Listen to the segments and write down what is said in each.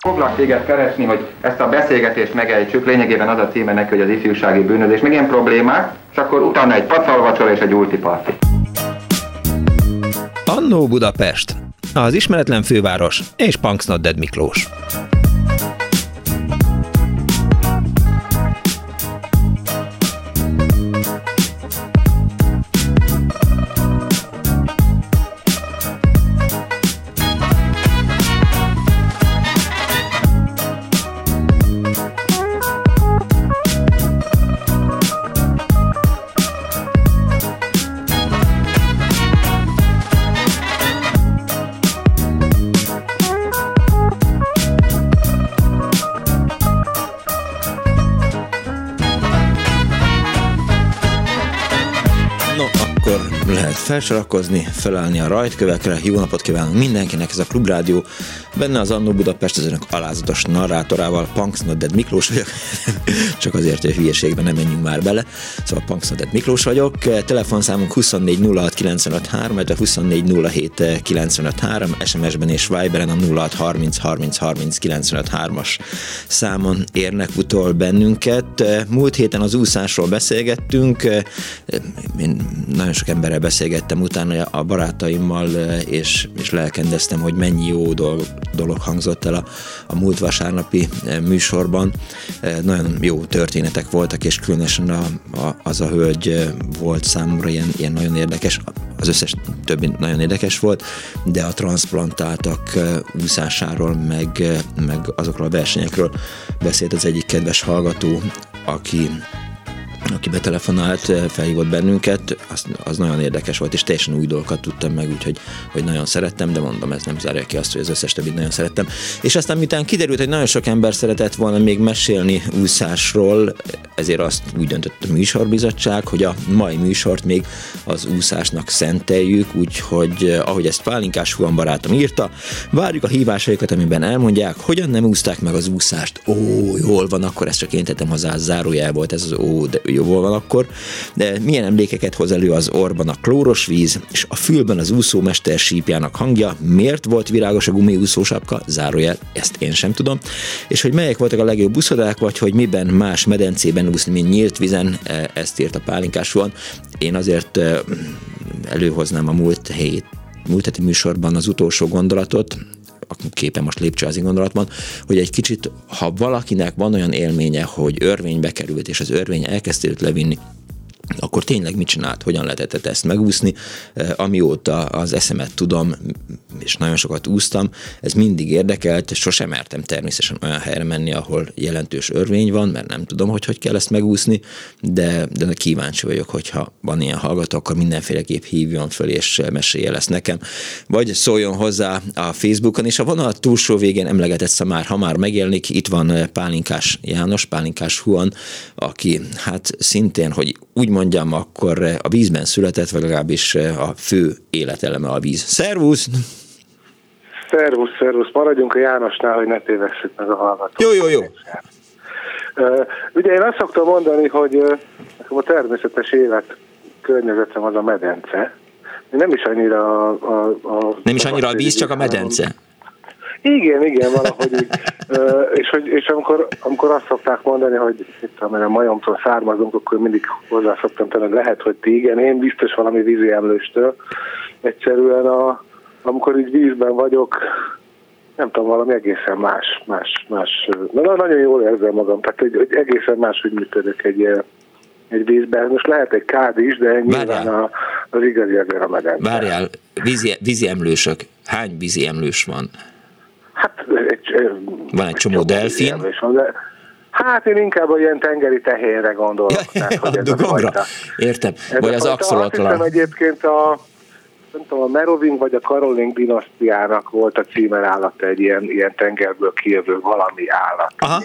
Foglak téged keresni, hogy ezt a beszélgetést megejtsük, lényegében az a címe neki, hogy az ifjúsági bűnözés, meg ilyen problémák, és akkor utána egy pacalvacsora és egy ultiparti. Annó Budapest, az ismeretlen főváros és Punks Not Dead Miklós. Felsorakozni, felállni a rajtkövekre. Jó napot kívánunk mindenkinek, ez a Klubrádió. Benne az Annó Budapest, az önök alázatos narrátorával, Punks Not Dead Miklós vagyok. Csak azért, hogy a hülyeségben nem menjünk már bele. Szóval Punks Not Dead Miklós vagyok. Telefonszámunk 24 06 95 3, vagy 24 07 95 3, SMS-ben és Viberen a 06 30 30 30 95 3-as számon érnek utol bennünket. Múlt héten az úszásról beszélgettünk. Én nagyon sok emberrel beszélgettem utána a barátaimmal, és lelkendeztem, hogy mennyi jó dolog hangzott el a múlt vasárnapi műsorban. Nagyon jó történetek voltak, és különösen az a hölgy volt számomra ilyen nagyon érdekes, az összes többi nagyon érdekes volt, de a transzplantáltak úszásáról, meg azokról a versenyekről beszélt az egyik kedves hallgató, aki betelefonált, felhívott bennünket, az nagyon érdekes volt, és teljesen új dolgokat tudtam meg, úgyhogy nagyon szerettem, de mondom, ez nem zárja ki azt, hogy az összes többit nagyon szerettem. És aztán miután kiderült, hogy nagyon sok ember szeretett volna még mesélni úszásról, ezért azt úgy döntött a műsorbizottság, hogy a mai műsort még az úszásnak szenteljük, úgyhogy ahogy ezt Pálinkás Huan barátom írta, várjuk a hívásaikat, amiben elmondják, hogyan nem úszták meg az úszást. Ó, jól van, akkor ezt csak én tettem hozzá, zárójel volt ez az de jól van akkor, de milyen emlékeket hoz elő az orban a klóros víz, és a fülben az úszómester sípjának hangja, miért volt virágos a gumiúszósapka, zárójel, ezt én sem tudom, és hogy melyek voltak a legjobb úszodák, vagy hogy miben más medencében úszni, mint nyílt vízen, ezt írt a Pálinkás Huan. Én azért előhoznám a múlt heti műsorban az utolsó gondolatot, a képen most lépcsőházi gondolatban, hogy egy kicsit, ha valakinek van olyan élménye, hogy örvénybe került, és az örvény elkezdte őt levinni, akkor tényleg mit csinált, hogyan lehetett ezt megúszni. Amióta az eszemet tudom, és nagyon sokat úsztam, ez mindig érdekelt, sosem mertem természetesen olyan helyre menni, ahol jelentős örvény van, mert nem tudom, hogy kell ezt megúszni, de kíváncsi vagyok, hogyha van ilyen hallgató, akkor mindenféleképp hívjon föl, és mesélje lesz nekem. Vagy szóljon hozzá a Facebookon, és a vonal túlsó végén emlegetett Szamár, ha már megjelenik, itt van Pálinkás János, Pálinkás Huan, aki hát szintén, hogy úgy mondjam, akkor a vízben született, vagy legalábbis a fő életeleme a víz. Szervusz! Szervusz! Maradjunk a Jánosnál, hogy ne tévesszük meg a hallgatót. Jó. Ugye én azt szoktam mondani, hogy a természetes élet környezetem az a medence. Nem is annyira nem is annyira a víz, csak a medence. Igen, valahogy így. És amikor azt szokták mondani, hogy itt, amire majomtól származunk, akkor mindig hozzá szoktam tenni, hogy lehet, hogy ti igen, én biztos valami vízi emlőstől. Egyszerűen amikor így vízben vagyok, nem tudom, valami egészen más. Nagyon jól érzem magam, tehát hogy egészen máshogy működök egy vízben. Most lehet egy kád is, de nyilván az igazi azért a medence. Várjál, vízi emlősök. Hány vízi emlős van? Hát van egy csomó delfin. Hát én inkább a ilyen tengeri tehérre gondolok. A dugongra? Értem. Vagy az axolotla. Azt hiszem egyébként a Meroving vagy a Karoling dinasztiának volt a címerállata egy ilyen tengerből kijövő valami állat.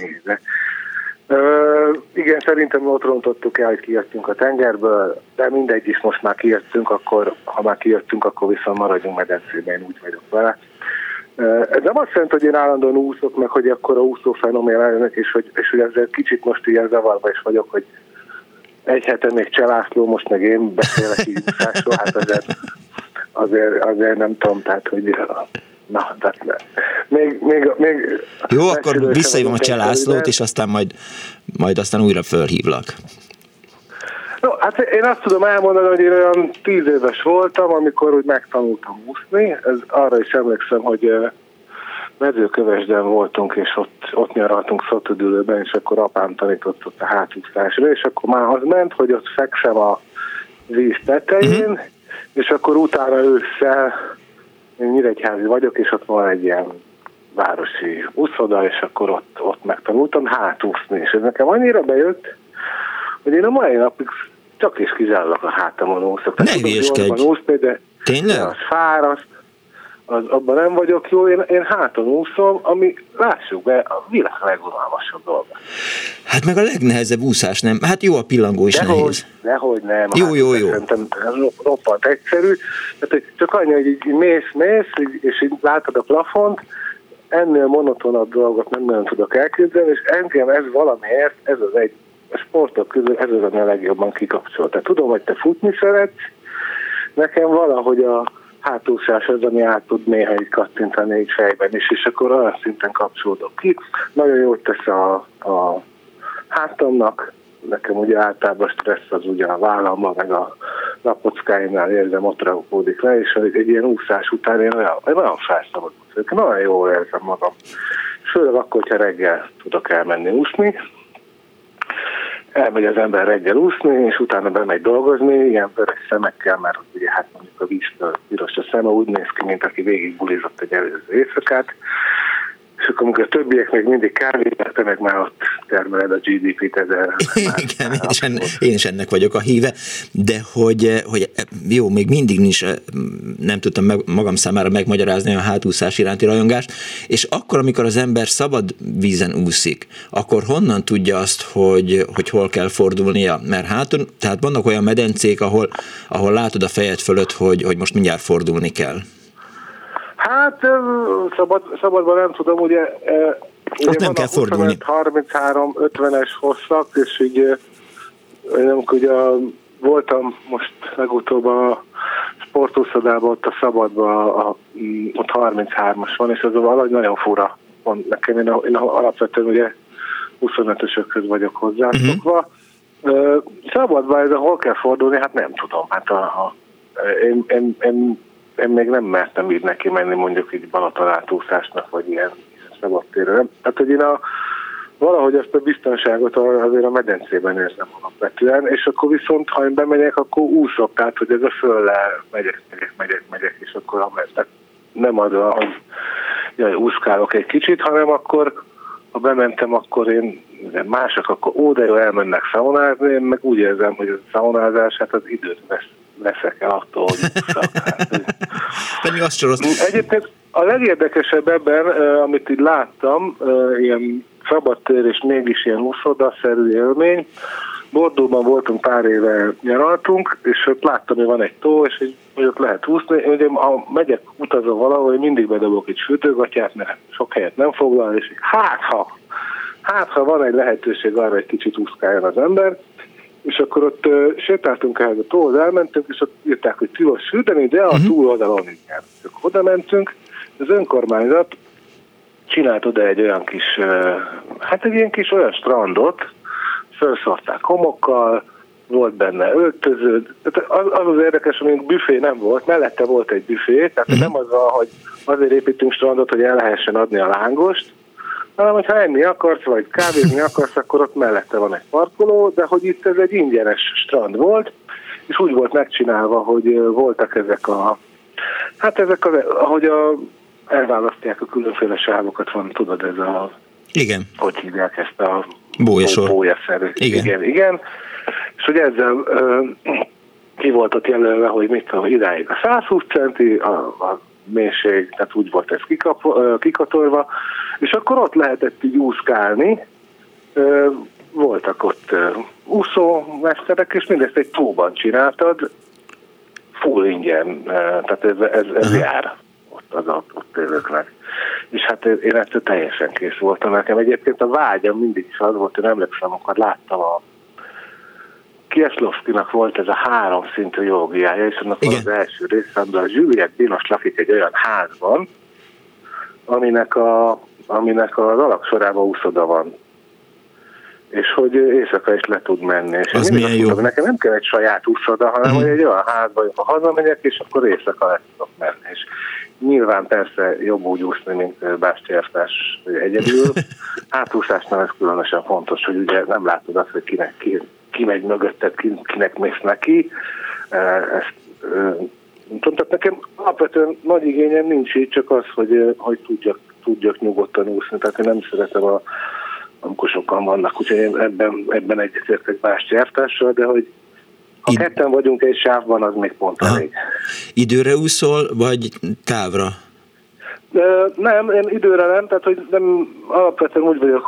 Igen, szerintem ott rontottuk el, hogy kijöttünk a tengerből, de mindegy is, most már kijöttünk, ha már kijöttünk, akkor viszont maradjunk medencében, én úgy vagyok vele. Ez nem azt jelenti, hogy én állandóan úszok, meg hogy akkor a úszó fenomén eljönnek, és hogy ezzel kicsit most ilyen zavarba is vagyok, hogy egy hete még Cselászló, most meg én beszélek így úszásról, hát azért nem tudom, tehát hogy Na, tehát még jó, akkor visszahívom a Cselászlót, és aztán majd aztán újra fölhívlak. No, hát én azt tudom elmondani, hogy én olyan 10 éves voltam, amikor úgy megtanultam úszni. Arra is emlékszem, hogy Mezőkövesden voltunk, és ott nyaraltunk Szotudülőben, és akkor apám tanított ott a hátúszásra, és akkor már az ment, hogy ott fekszem a víz tetején, és akkor utána ősszel, én nyíregyházi vagyok, és ott van egy ilyen városi úszoda, és akkor ott megtanultam hátúszni, és ez nekem annyira bejött, hogy én a mai napig csak és kizárólag a hátamon úszok. Ne hülyeskedj! De tényleg? Az fáraszt, abban nem vagyok jó, én háton úszom, ami, lássuk be, a világ legunalmasabb dolga. Hát meg a legnehezebb úszás, nem? Hát jó, a pillangó is nehéz. Dehogy nem. Jó. Szerintem roppant egyszerű. Tehát, csak annyi, hogy így mész, és így látod a plafont, ennél monotonabb dolgot nem nagyon tudok elképzelni, és engem ez valamiért, ez az egy a sportok közül, ez az, ami a legjobban kikapcsol. Tehát tudom, hogy te futni szeretsz, nekem valahogy a hátúszás az, ami át tud néha így kattintani így fejben is, és akkor olyan szinten kapcsolódok ki. Nagyon jót tesz a hátamnak, nekem ugye általában stressz az ugye a vállamban, meg a lapockáimnál érzem, ott rakódik le, és egy ilyen úszás után én olyan felszabadulok, nagyon jól érzem magam. Főleg akkor, hogyha reggel tudok elmenni úszni, elmegy az ember reggel úszni, és utána bemegy dolgozni, ilyen vörös szemekkel, mert ugye hát mondjuk a víztől piros a szeme, úgy néz ki, mint aki végig bulizott egy előző éjszakát, és akkor amikor a többiek még mindig kávét, te meg már ott termeled a GDP-t ezzel. Igen, én is ennek vagyok a híve, de hogy jó, még mindig nincs, nem tudtam magam számára megmagyarázni a hátúszás iránti rajongást, és akkor, amikor az ember szabad vízen úszik, akkor honnan tudja azt, hogy hol kell fordulnia? Mert hátul, tehát vannak olyan medencék, ahol látod a fejed fölött, hogy most mindjárt fordulni kell. Hát szabadban nem tudom, ugye nem kell fordulni. 33-50-es hosszak, és így ugye voltam most legutóbb a sportúszodában, ott a szabadban, ott 33-as van, és az valahogy nagyon fura. Nekem én alapvetően ugye 25-ösökhöz vagyok hozzászokva. Szabadban ez hol kell fordulni, hát nem tudom. Hát én még nem mertem így neki menni mondjuk így Balatonátúszásnak, vagy ilyen szabadtérre. Tehát, hogy én valahogy ezt a biztonságot azért a medencében érzem alapvetően, és akkor viszont, ha én bemegyek, akkor úszok, tehát, hogy ez a fölle megyek, és akkor nem az, jaj, úszkálok egy kicsit, hanem akkor, ha bementem, akkor én mások, akkor de jó, elmennek szaunázni, én meg úgy érzem, hogy a szaunázás, hát az időt veszek el attól, hogy Egyébként a legérdekesebb ebben, amit így láttam, ilyen szabadtér és mégis ilyen úszodaszerű élmény. Bordeauxban voltunk pár éve, nyaraltunk, és ott láttam, hogy van egy tó, és hogy ott lehet úszni. Ugye, ha megyek, utazom valahol, mindig bedobok egy fürdőgatyát, mert sok helyet nem foglal, és hát ha van egy lehetőség arra, egy kicsit úszkáljon az ember, és akkor ott sétáltunk el a tóhoz, elmentünk, és ott írták, hogy tilos fürdeni, de a túloldalon igen. Oda mentünk, az önkormányzat csinált oda egy olyan kis, hát egy ilyen kis olyan strandot, felszorták homokkal, volt benne öltöző, az az érdekes, hogy büfé nem volt, mellette volt egy büfé, tehát nem az van, hogy azért építünk strandot, hogy el lehessen adni a lángost, hanem hogyha enni akarsz, vagy kávézni akarsz, akkor ott mellette van egy parkoló, de hogy itt ez egy ingyenes strand volt, és úgy volt megcsinálva, hogy voltak ezek ahogy elválasztják a különféle sávokat, van, tudod, ez a... Igen. Hogy hívják ezt a... Bólyaszerű. Igen. És hogy ezzel ki volt ott jelölve, hogy mit tudom, idáig a 120 centi, a mélység, tehát úgy volt ez kikatorva, és akkor ott lehetett így úszkálni, voltak ott úszómesterek, és mindezt egy tóban csináltad, full ingyen, tehát ez jár ott élőknek. És hát én ettől teljesen kész voltam. Nekem egyébként a vágyam mindig is az volt, én emlékszem, amikor láttam Kieslowskinak volt ez a 3 szintű joggiája, és annak az első része, amiben a Juliette Binoche lakik egy olyan házban, aminek az alaksorában úszoda van. És hogy éjszaka is le tud menni. És az milyen jó. Mondom, nekem nem kell egy saját úszoda, hanem hogy egy olyan házba, ha hazamegyek, és akkor éjszaka le tudok menni. És nyilván persze jobb úgy úszni, mint bástyártás egyedül. Hátúszásnál ez különösen fontos, hogy ugye nem látod azt, hogy ki megy mögötted, kinek mész neki. Tehát nekem alapvetően nagy igényem nincs így, csak az, hogy tudjak nyugodtan úszni. Tehát én nem szeretem, amikor sokan vannak, úgyhogy én ebben egyetértek bástyártással, de hogy ha ketten vagyunk egy sávban, az még pont elég. Időre úszol, vagy távra? Nem, én időre nem, tehát hogy nem, alapvetően úgy vagyok,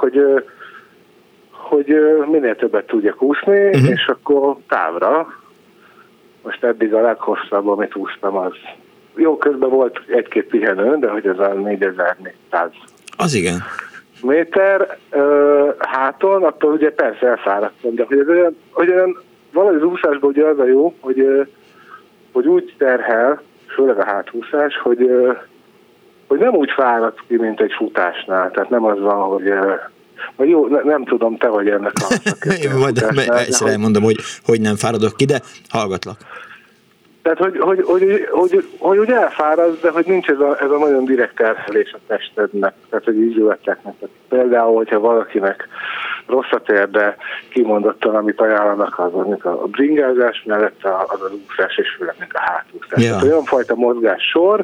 hogy minél többet tudjak úszni, és akkor távra. Most eddig a leghosszabb, amit úsztam, az jó, közben volt egy-két pihenő, de hogy ez a 4400 az igen. méter háton, attól ugye persze elfáradtam, de hogy olyan valahogy az úszásban ugye az a jó, hogy úgy terhel, főleg a hátúszás, hogy nem úgy fáradsz ki, mint egy futásnál. Tehát nem az van, hogy jó, nem tudom, te vagy ennek a szakértően. Majd egyszer elmondom, hogy nem fáradok ki, de hallgatlak. Tehát, hogy úgy elfáradsz, de hogy nincs ez a nagyon direkt terhelés a testednek, tehát hogy ízületeknek. Például, hogyha valakinek rosszat ér, de kimondottan, amit ajánlanak, az a bringázás mellett az úszás, és főleg a hátúszás. Ja. Tehát olyan fajta mozgássor,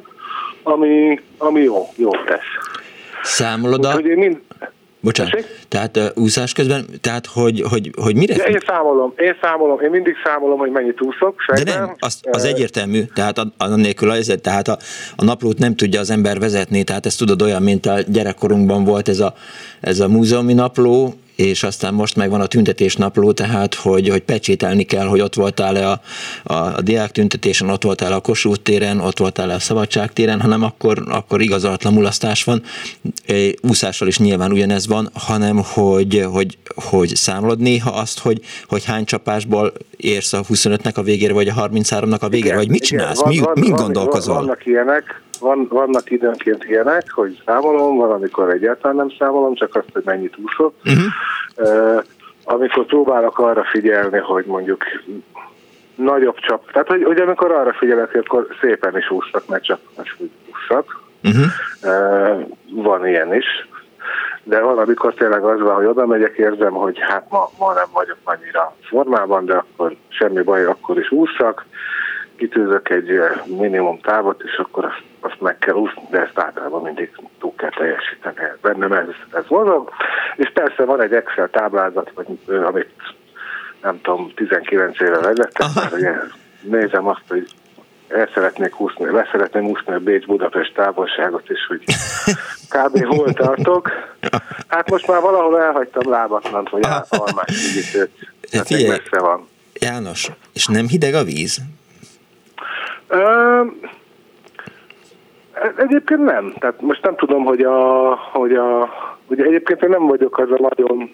ami jó tesz. Számolod a... Bocsánat, tehát úszás közben, tehát hogy mire? Ja, én mindig számolom, hogy mennyit úszok. De nem, az egyértelmű, tehát annélkül tehát a naplót nem tudja az ember vezetni, tehát ezt tudod olyan, mint a gyerekkorunkban volt ez a múzeumi napló, és aztán most megvan a tüntetésnapló, tehát hogy pecsételni kell, hogy ott voltál-e a diák tüntetésen, ott voltál a Kossuth téren, ott voltál-e a Szabadság téren, hanem akkor igazolatlan mulasztás van. Úszással is nyilván ugyanez van, hanem hogy számolod néha azt, hogy hány csapásból érsz a 25-nek a végére, vagy a 33-nak a végére, vagy mit csinálsz, mi gondolkozol? Vannak ilyenek. Vannak időnként ilyenek, hogy számolom, van, amikor egyáltalán nem számolom, csak azt, hogy mennyit úszok. Amikor próbálok arra figyelni, hogy mondjuk nagyobb csap, tehát hogy amikor arra figyelek, akkor szépen is úszak, mert csak úgy úszak. Van ilyen is. De van, amikor tényleg az van, hogy oda megyek, érzem, hogy hát ma nem vagyok annyira formában, de akkor semmi baj, akkor is úszak. Kitűzök egy minimum távot, és akkor azt meg kell úszni, de ezt általában mindig túl kell teljesíteni. Bennem ez mozog. És persze van egy Excel táblázat, amit nem tudom, 19 éve vezettem, mert ugye nézem azt, hogy le szeretném úszni a Bécs-Budapest távolságot, és hogy kb. Hol tartok. Hát most már valahol elhagytam lábatlant, vagy almás ügyítőt. Tehát még messze van. János, és nem hideg a víz? Egyébként nem. Tehát most nem tudom, hogy ugye egyébként én nem vagyok az a nagyon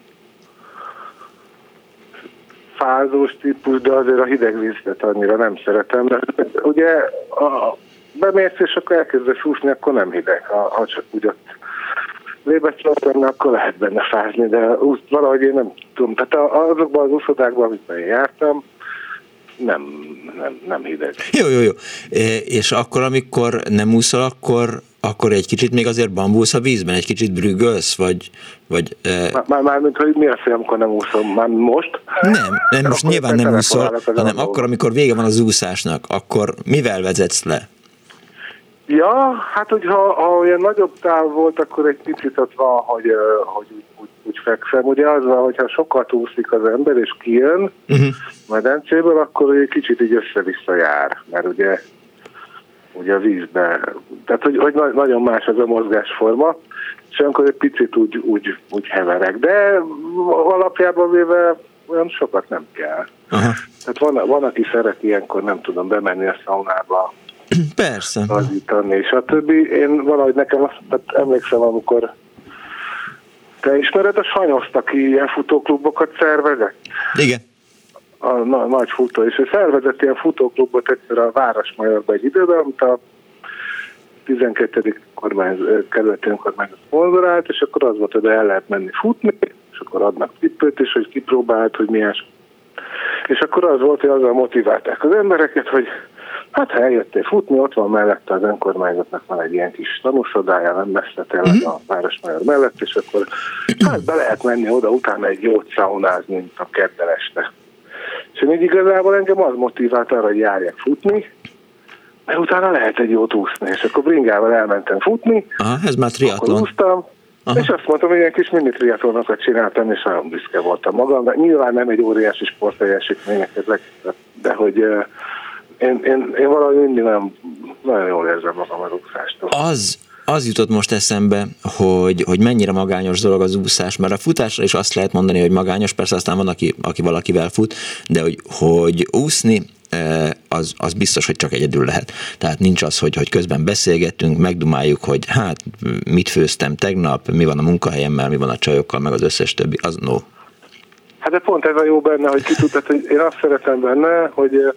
fázós típus, de azért a hideg vízet annyira nem szeretem. De ugye bemész, és akkor elkezdesz úszni, akkor nem hideg. Ha csak úgy ott lébecsort benne, akkor lehet benne fázni, de valahogy én nem tudom. Tehát azokban az úszodákban, amit én jártam, nem hideg. Jó. És akkor, amikor nem úszol, akkor egy kicsit még azért bambulsz a vízben, egy kicsit brügölsz, vagy Mármint, hogy mi az, hogy amikor nem úszom? Már most? Nem most nyilván nem úszol, hanem akkor, amikor vége van az úszásnak, akkor mivel vezetsz le? Ja, hát hogyha olyan nagyobb táv volt, akkor egy picit ott van, hogy úgy fekszem. Ugye az van, hogyha sokat úszik az ember, és kijön medencéből, akkor egy kicsit így össze-vissza jár, mert ugye a vízben, tehát hogy nagyon más az a mozgásforma, és akkor egy picit úgy heverek, de alapjában véve olyan sokat nem kell. Aha. Tehát van, aki szeret ilyenkor, nem tudom, bemenni a szaunába, persze. Azítani, és a többi. Én valahogy nekem emlékszem, amikor te ismered a Sanyoszt, aki ilyen futóklubokat szervezett? Igen. A nagy futó, és ő szervezett ilyen futóklubot egyszer a Városmajorban egy időben, amit 12. kerületi önkormányzat szponzorált, és akkor az volt, hogy el lehet menni futni, és akkor adnak tippet is, hogy kipróbált, hogy milyen. És akkor az volt, hogy azzal motiválták az embereket, hogy hát ha eljöttél futni, ott van mellette az önkormányzatnak van egy ilyen kis tanúsodája, nem messze tényleg a Városmajor mellett, és akkor hát be lehet menni oda utána egy jót szaunázni, mint a kedden este. És így igazából engem az motivált arra, hogy járjak futni, mert utána lehet egy jót úszni, és akkor bringával elmentem futni, ez már triatlon. Akkor úsztam, és azt mondtam, hogy ilyen kis mini triatlonokat csináltam, és nagyon büszke voltam magam. Nyilván nem egy óriási sportteljesítmények ezek, de hogy én valahogy mindig nagyon jól érzem magam az úszástól. Az jutott most eszembe, hogy mennyire magányos dolog az úszás, mert a futásra is azt lehet mondani, hogy magányos, persze aztán van, aki valakivel fut, de hogy úszni, az biztos, hogy csak egyedül lehet. Tehát nincs az, hogy közben beszélgettünk, megdumáljuk, hogy hát mit főztem tegnap, mi van a munkahelyemmel, mi van a csajokkal, meg az összes többi, az no. Hát de pont ez a jó benne, hogy ki tudtad, hogy én azt szeretem benne,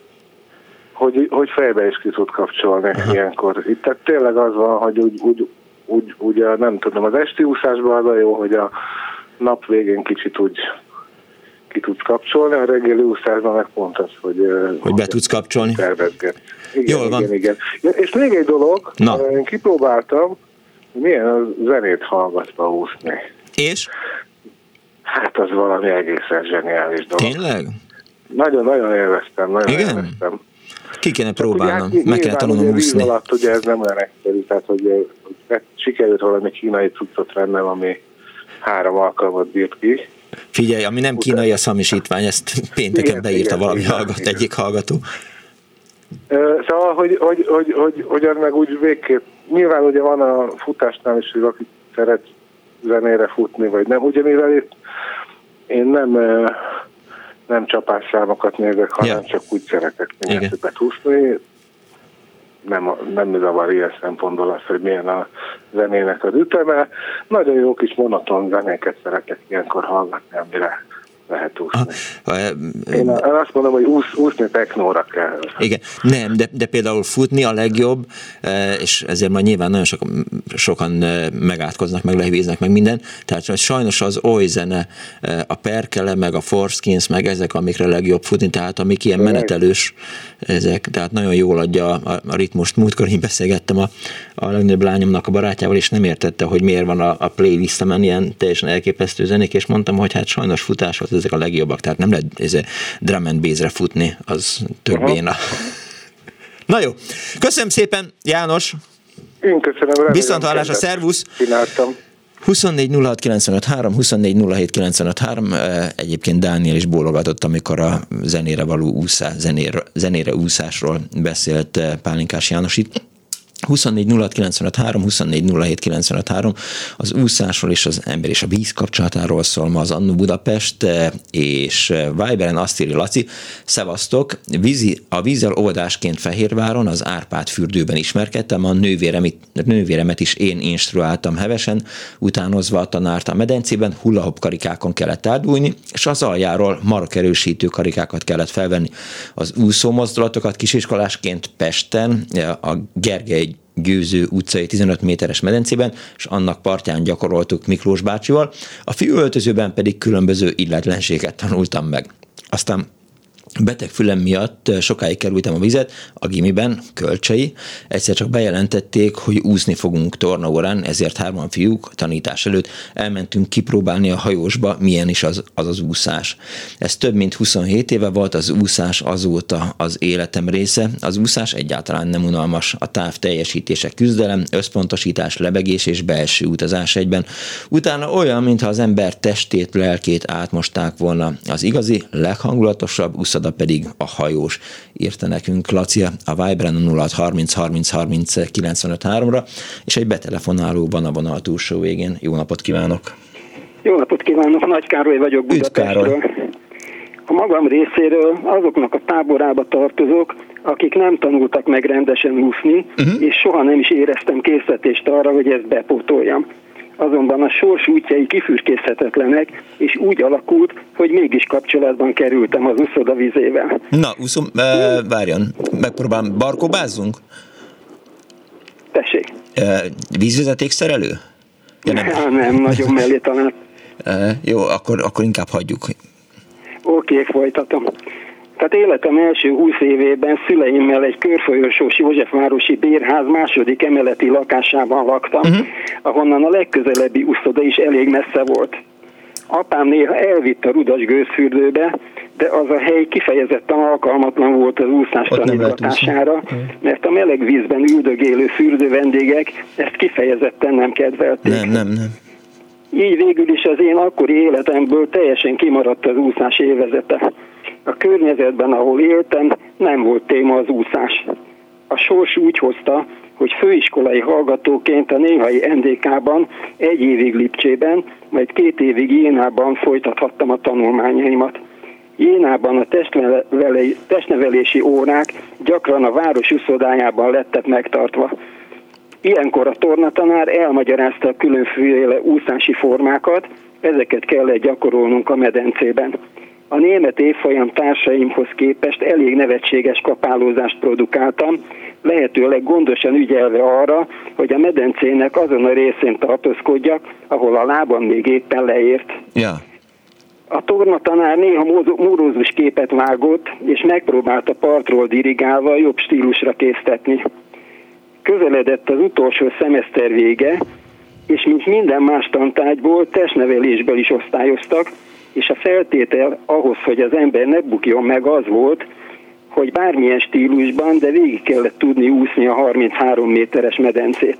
hogy fejbe is ki tud kapcsolni ilyenkor. Itt tehát tényleg az van, hogy úgy nem tudom, az esti úszásban az a jó, hogy a nap végén kicsit úgy ki tudsz kapcsolni, a reggeli úszásban meg pont az, hogy be tudsz kapcsolni. Tervezget. Jól van. Igen. És még egy dolog, én kipróbáltam, milyen a zenét hallgatva úszni. És? Hát az valami egészen zseniális dolog. Tényleg? Nagyon élveztem, élveztem. Ki kéne próbálnom, meg kéne tanulnom úszni. Víz alatt ugye ez nem olyan egyszerű, tehát hogy sikerült valami kínai cuccot vennem, ami 3 alkalmat bírt ki. Figyelj, ami nem kínai a szamisítvány, ezt pénteken beírta valami egyik hallgató. Szóval, hogy az meg úgy végképp, nyilván ugye van a futásnál is, hogy aki szeret zenére futni, vagy nem. Ugye mivel itt én nem csapásszámokat nézek, hanem csak úgy szeretek minél többet úszni. Nem zavar ilyen szempontból az, hogy milyen a zenének az üteme. Nagyon jó kis monoton zenéket szeretek ilyenkor hallgatni, amire lehet úszni. Én azt mondom, hogy úszni technóra kell. Igen, nem, de például futni a legjobb, és ezért majd nyilván nagyon sokan megátkoznak, meg lehvíznek, meg minden, tehát sajnos az oly zene, a Perkele, meg a Forskins, meg ezek, amikre legjobb futni, tehát amik ilyen menetelős, ezek, tehát nagyon jól adja a ritmust. Múltkor én beszélgettem a legnagyobb lányomnak a barátjával, és nem értette, hogy miért van a playlistemen ilyen teljesen elképesztő zenék, és mondtam, hogy hát sajnos futás az ezek a legjobbak, tehát nem lehet drum and bass-re futni, az több béna. Na jó, köszönöm szépen, János! Én köszönöm. Viszonthallásra, szervusz! Csináltam. 24 06 95 3, 24 07 95 3, egyébként Dániel is bólogatott, amikor a zenére való zenére úszásról beszélt Pálinkás János itt. 24 06 95 3, 24 07 95 3, az úszásról és az ember és a víz kapcsolatáról szól ma az Annu Budapest, és Viberen azt írja Laci, szevasztok, a vízzel óvodásként Fehérváron, az Árpád fürdőben ismerkedtem, a nővéremet is én instruáltam hevesen, utánozva a tanárt a medencében, hullahop karikákon kellett átbújni, és az aljáról markerősítő karikákat kellett felvenni. Az úszó mozdulatokat kisiskolásként Pesten, a Gergely Győző utcai 15 méteres medencében, és annak partján gyakoroltuk Miklós bácsival, a fiúöltözőben pedig különböző illetlenséget tanultam meg. Aztán beteg fülem miatt sokáig kerültem a vizet, a gimiben, Kölcsei, egyszer csak bejelentették, hogy úszni fogunk tornaórán, ezért 3 fiúk tanítás előtt elmentünk kipróbálni a hajósba, milyen is az úszás. Ez több mint 27 éve volt, az úszás azóta az életem része. Az úszás egyáltalán nem unalmas, a táv teljesítése küzdelem, összpontosítás, lebegés és belső utazás egyben. Utána olyan, mintha az ember testét, lelkét átmosták volna. Az igazi, leghangulatosabb úszada pedig a hajós, írta nekünk Laci a Viberen 06 30 30 30 95 3-ra, és egy betelefonáló van a vonal túlsó végén. Jó napot kívánok! Jó napot kívánok! Nagy Károly vagyok Budapestről. A magam részéről azoknak a táborába tartozok, akik nem tanultak meg rendesen úszni, és soha nem is éreztem készletést arra, hogy ezt bepótoljam. Azonban a sors útjai kifürkészhetetlenek, és úgy alakult, hogy mégis kapcsolatban kerültem az úszoda vizével. Na, várjon, megpróbálom, barkóbázzunk? Tessék. Vízvezetékszerelő? Ja, nem, nagyon mellé talált. Jó, akkor inkább hagyjuk. Oké, folytatom. Tehát életem első 20 évében szüleimmel egy körfolyosós Józsefvárosi bérház második emeleti lakásában laktam, ahonnan a legközelebbi uszoda is elég messze volt. Apám néha elvitt a Rudas gőzfürdőbe, de az a hely kifejezetten alkalmatlan volt az úszás tanítatására, mert a meleg vízben üldögélő fürdő vendégek ezt kifejezetten nem kedvelték. Nem. Így végül is az én akkori életemből teljesen kimaradt az úszás élvezete. A környezetben, ahol éltem, nem volt téma az úszás. A sors úgy hozta, hogy főiskolai hallgatóként a néhai NDK-ban, 1 évig Lipcsében, majd 2 évig Jénában folytathattam a tanulmányaimat. Jénában a testnevelési órák gyakran a város uszodájában lettek megtartva. Ilyenkor a tornatanár elmagyarázta a különféle úszási formákat, ezeket kellett gyakorolnunk a medencében. A német évfolyam társaimhoz képest elég nevetséges kapálózást produkáltam, lehetőleg gondosan ügyelve arra, hogy a medencének azon a részén tartózkodjak, ahol a lábam még éppen leért. Ja. A tornatanár néha mórózus képet vágott, és megpróbálta partról dirigálva jobb stílusra késztetni. Közeledett az utolsó szemeszter vége, és mint minden más tantárgyból, testnevelésből is osztályoztak, és a feltétel ahhoz, hogy az ember ne bukjon meg, az volt, hogy bármilyen stílusban, de végig kellett tudni úszni a 33 méteres medencét.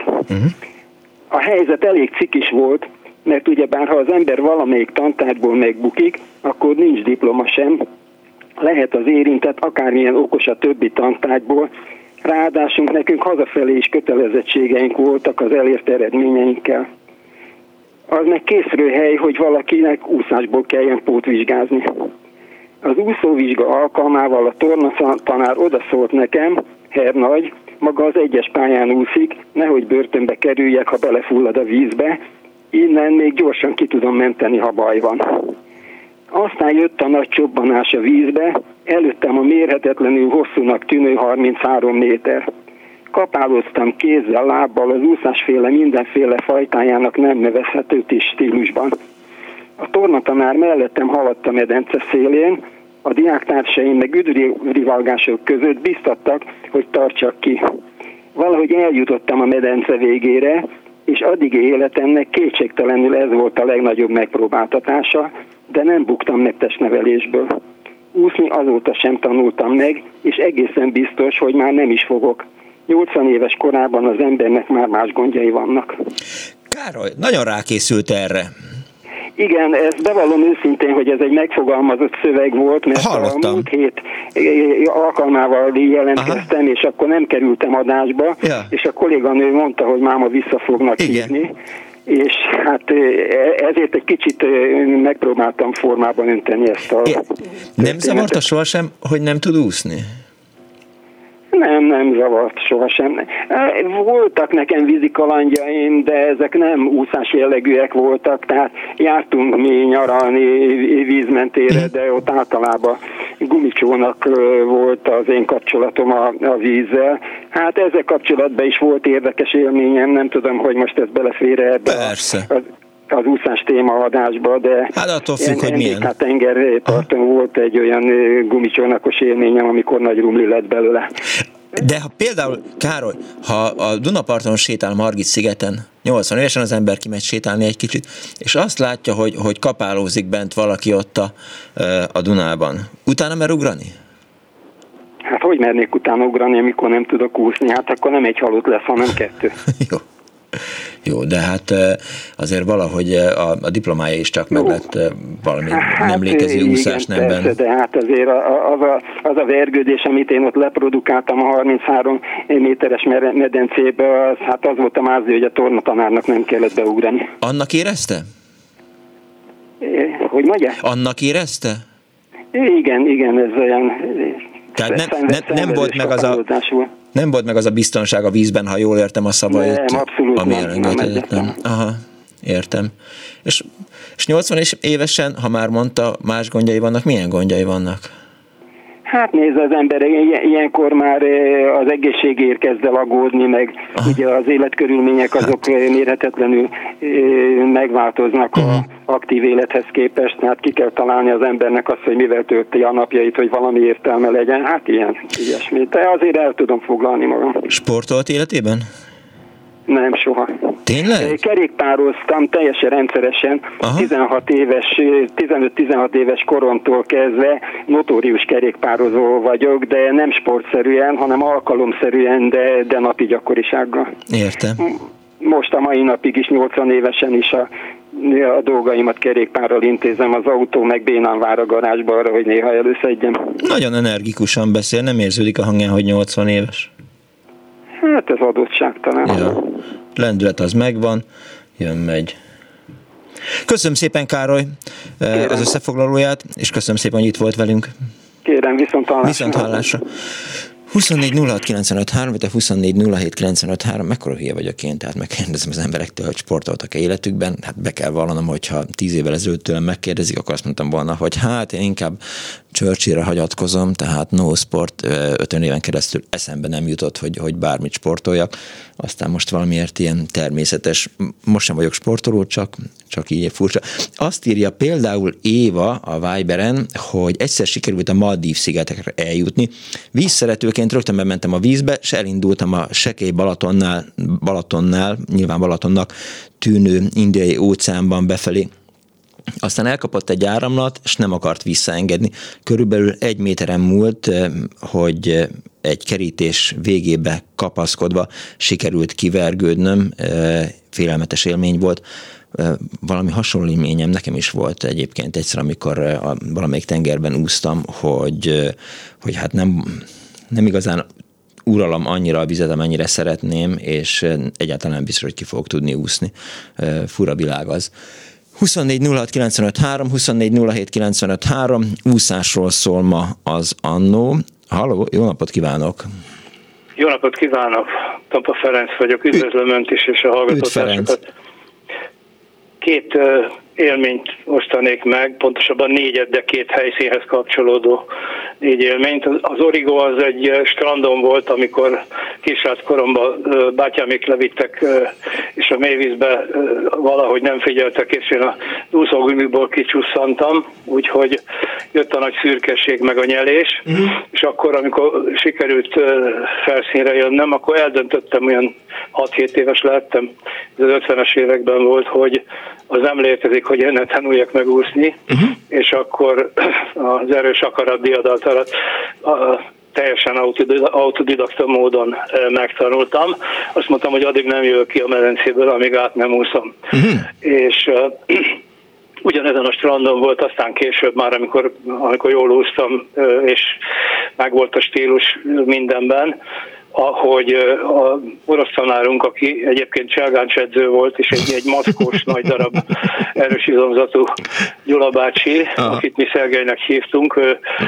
A helyzet elég cikis volt, mert ugyebár ha az ember valamelyik tantárgyból megbukik, akkor nincs diploma sem, lehet az érintett akármilyen okos a többi tantárgyból, ráadásul nekünk hazafelé is kötelezettségeink voltak az elért eredményeinkkel. Az meg készről hely, hogy valakinek úszásból kelljen pótvizsgázni. Az úszóvizsga alkalmával a tornatanár odaszólt nekem, herr nagy, maga az egyes pályán úszik, nehogy börtönbe kerüljek, ha belefullad a vízbe, innen még gyorsan ki tudom menteni, ha baj van. Aztán jött a nagy csobbanás a vízbe, előttem a mérhetetlenül hosszúnak tűnő 33 méter. Kapáloztam kézzel, lábbal az úszásféle mindenféle fajtájának nem nevezhető stílusban. A tornatanár mellettem haladt a medence szélén, a diáktársaim meg üdvrivalgások között biztattak, hogy tartsak ki. Valahogy eljutottam a medence végére, és addigi életemnek kétségtelenül ez volt a legnagyobb megpróbáltatása, de nem buktam meg testnevelésből. Úszni azóta sem tanultam meg, és egészen biztos, hogy már nem is fogok. 80 éves korában az embernek már más gondjai vannak. Károly, nagyon rákészült erre. Igen, ezt bevallom őszintén, hogy ez egy megfogalmazott szöveg volt, mert hallottam. A múlt hét alkalmával jelentkeztem, és akkor nem kerültem adásba, és a kolléganő mondta, hogy máma vissza fognak hívni, és hát ezért egy kicsit megpróbáltam formában önteni ezt a... Nem zavarta sohasem, hogy nem tud úszni? Nem zavart sohasem. Voltak nekem vízikalandjaim, de ezek nem úszás jellegűek voltak, tehát jártunk mi nyaralni vízmentére, de ott általában gumicsónak volt az én kapcsolatom a vízzel. Hát ezzel kapcsolatban is volt érdekes élményem, nem tudom, hogy most ez belefér ebbe az úszás témaadásba, de hát attól függ, hogy milyen. Hát tengerparton volt egy olyan gumicsónakos élményem, amikor nagy rumli lett belőle. De ha például, Károly, ha a Dunaparton sétál Margit-szigeten, 80 évesen az ember kimegy sétálni egy kicsit, és azt látja, hogy kapálózik bent valaki ott a Dunában. Utána mer ugrani? Hát hogy mernék utána ugrani, amikor nem tudok úszni? Hát akkor nem egy halott lesz, hanem 2. Jó, de hát azért valahogy a diplomája is csak meg lett valami nem létező úszásnemben. Persze, de hát azért az a vergődés, amit én ott leprodukáltam a 33 méteres medencébe, hát az volt a mázi, hogy a tornatanárnak nem kellett beugrani. Annak érezte? Hogy mondja? Annak érezte? Igen, ez olyan... Tehát nem volt meg az a biztonság a vízben, ha jól értem a szavait. Nem, abszolút ami elengedhetetlen. Aha, értem. És 80 évesen, ha már mondta, más gondjai vannak, milyen gondjai vannak? Hát nézd, az ember ilyenkor már az egészségért kezd el aggódni, meg ugye az életkörülmények azok mérhetetlenül megváltoznak a aktív élethez képest, hát ki kell találni az embernek azt, hogy mivel tölti a napjait, hogy valami értelme legyen, hát ilyesmi. De azért el tudom foglalni magam. Sportolt életében? Nem, soha. Tényleg? Kerékpároztam teljesen rendszeresen, 15-16 éves koromtól kezdve notórius kerékpározó vagyok, de nem sportszerűen, hanem alkalomszerűen, de napi gyakorisággal. Értem. Most a mai napig is 80 évesen is a dolgaimat kerékpárral intézem, az autó meg bénán vár a garázsba arra, hogy néha előszedjem. Nagyon energikusan beszél, nem érződik a hangján, hogy 80 éves? Hát ez adottság talán. Ja. Lendület az megvan, jön-megy. Köszönöm szépen, Károly, az összefoglalóját, és köszönöm szépen, hogy itt volt velünk. Kérem, viszont hallásra. 24 06 95 3, vagy 24 07 95 3, mekkora hülye vagyok én, tehát megkérdezem az emberektől, hogy sportoltak-e életükben, hát be kell vallanom, hogyha 10 évvel ezelőtt tőlem megkérdezik, akkor azt mondtam volna, hogy hát én inkább Churchillre hagyatkozom, tehát no sport, 50 éven keresztül eszembe nem jutott, hogy bármit sportoljak, aztán most valamiért ilyen természetes, most sem vagyok sportoló, csak így furcsa. Azt írja például Éva a Viberen, hogy egyszer sikerült a Maldív-szigetekre eljutni. Vízszeretőként rögtön bementem a vízbe, és elindultam a sekély Balatonnál, nyilván Balatonnak tűnő Indiai óceánban befelé. Aztán elkapott egy áramlat, és nem akart visszaengedni. Körülbelül 1 méteren múlt, hogy egy kerítés végébe kapaszkodva sikerült kivergődnöm. Félelmetes élmény volt. Valami hasonló élményem nekem is volt egyébként egyszer, amikor valamelyik tengerben úsztam, hogy hát nem igazán uralom annyira a vizet, amennyire szeretném, és egyáltalán nem biztos, hogy ki fogok tudni úszni. Fura világ az. 24 06 95 3, 24 07 95 3, úszásról szól ma az Annó. Halló, jó napot kívánok! Jó napot kívánok! Tampa Ferenc vagyok, üdvözlöm Önt is és a hallgatótársakat. 2 élményt osztanék meg, pontosabban 4, de 2 helyszínhez kapcsolódó 4 élményt. Az Origo az egy strandon volt, amikor kisrác koromban bátyámék levittek, és a mélyvízbe valahogy nem figyeltek, és én a úszógumikból kicsusszantam, úgyhogy jött a nagy szürkeség meg a nyelés, és akkor, amikor sikerült felszínre jönnöm, akkor eldöntöttem, olyan 6-7 éves lettem, ez az 50-es években volt, hogy az nem létezik, hogy én ne tanuljak meg úszni, és akkor az erős akarat diadat alatt teljesen autodidakta módon megtanultam. Azt mondtam, hogy addig nem jövök ki a medencéből, amíg át nem úszom. És ugyanezen a strandon volt, aztán később már, amikor jól úsztam, és megvolt a stílus mindenben, ahogy a orosz tanárunk, aki egyébként cselgáncsedző volt, és egy maszkós, nagy darab, erős izomzatú Gyula bácsi, akit mi Szergelynek hívtunk,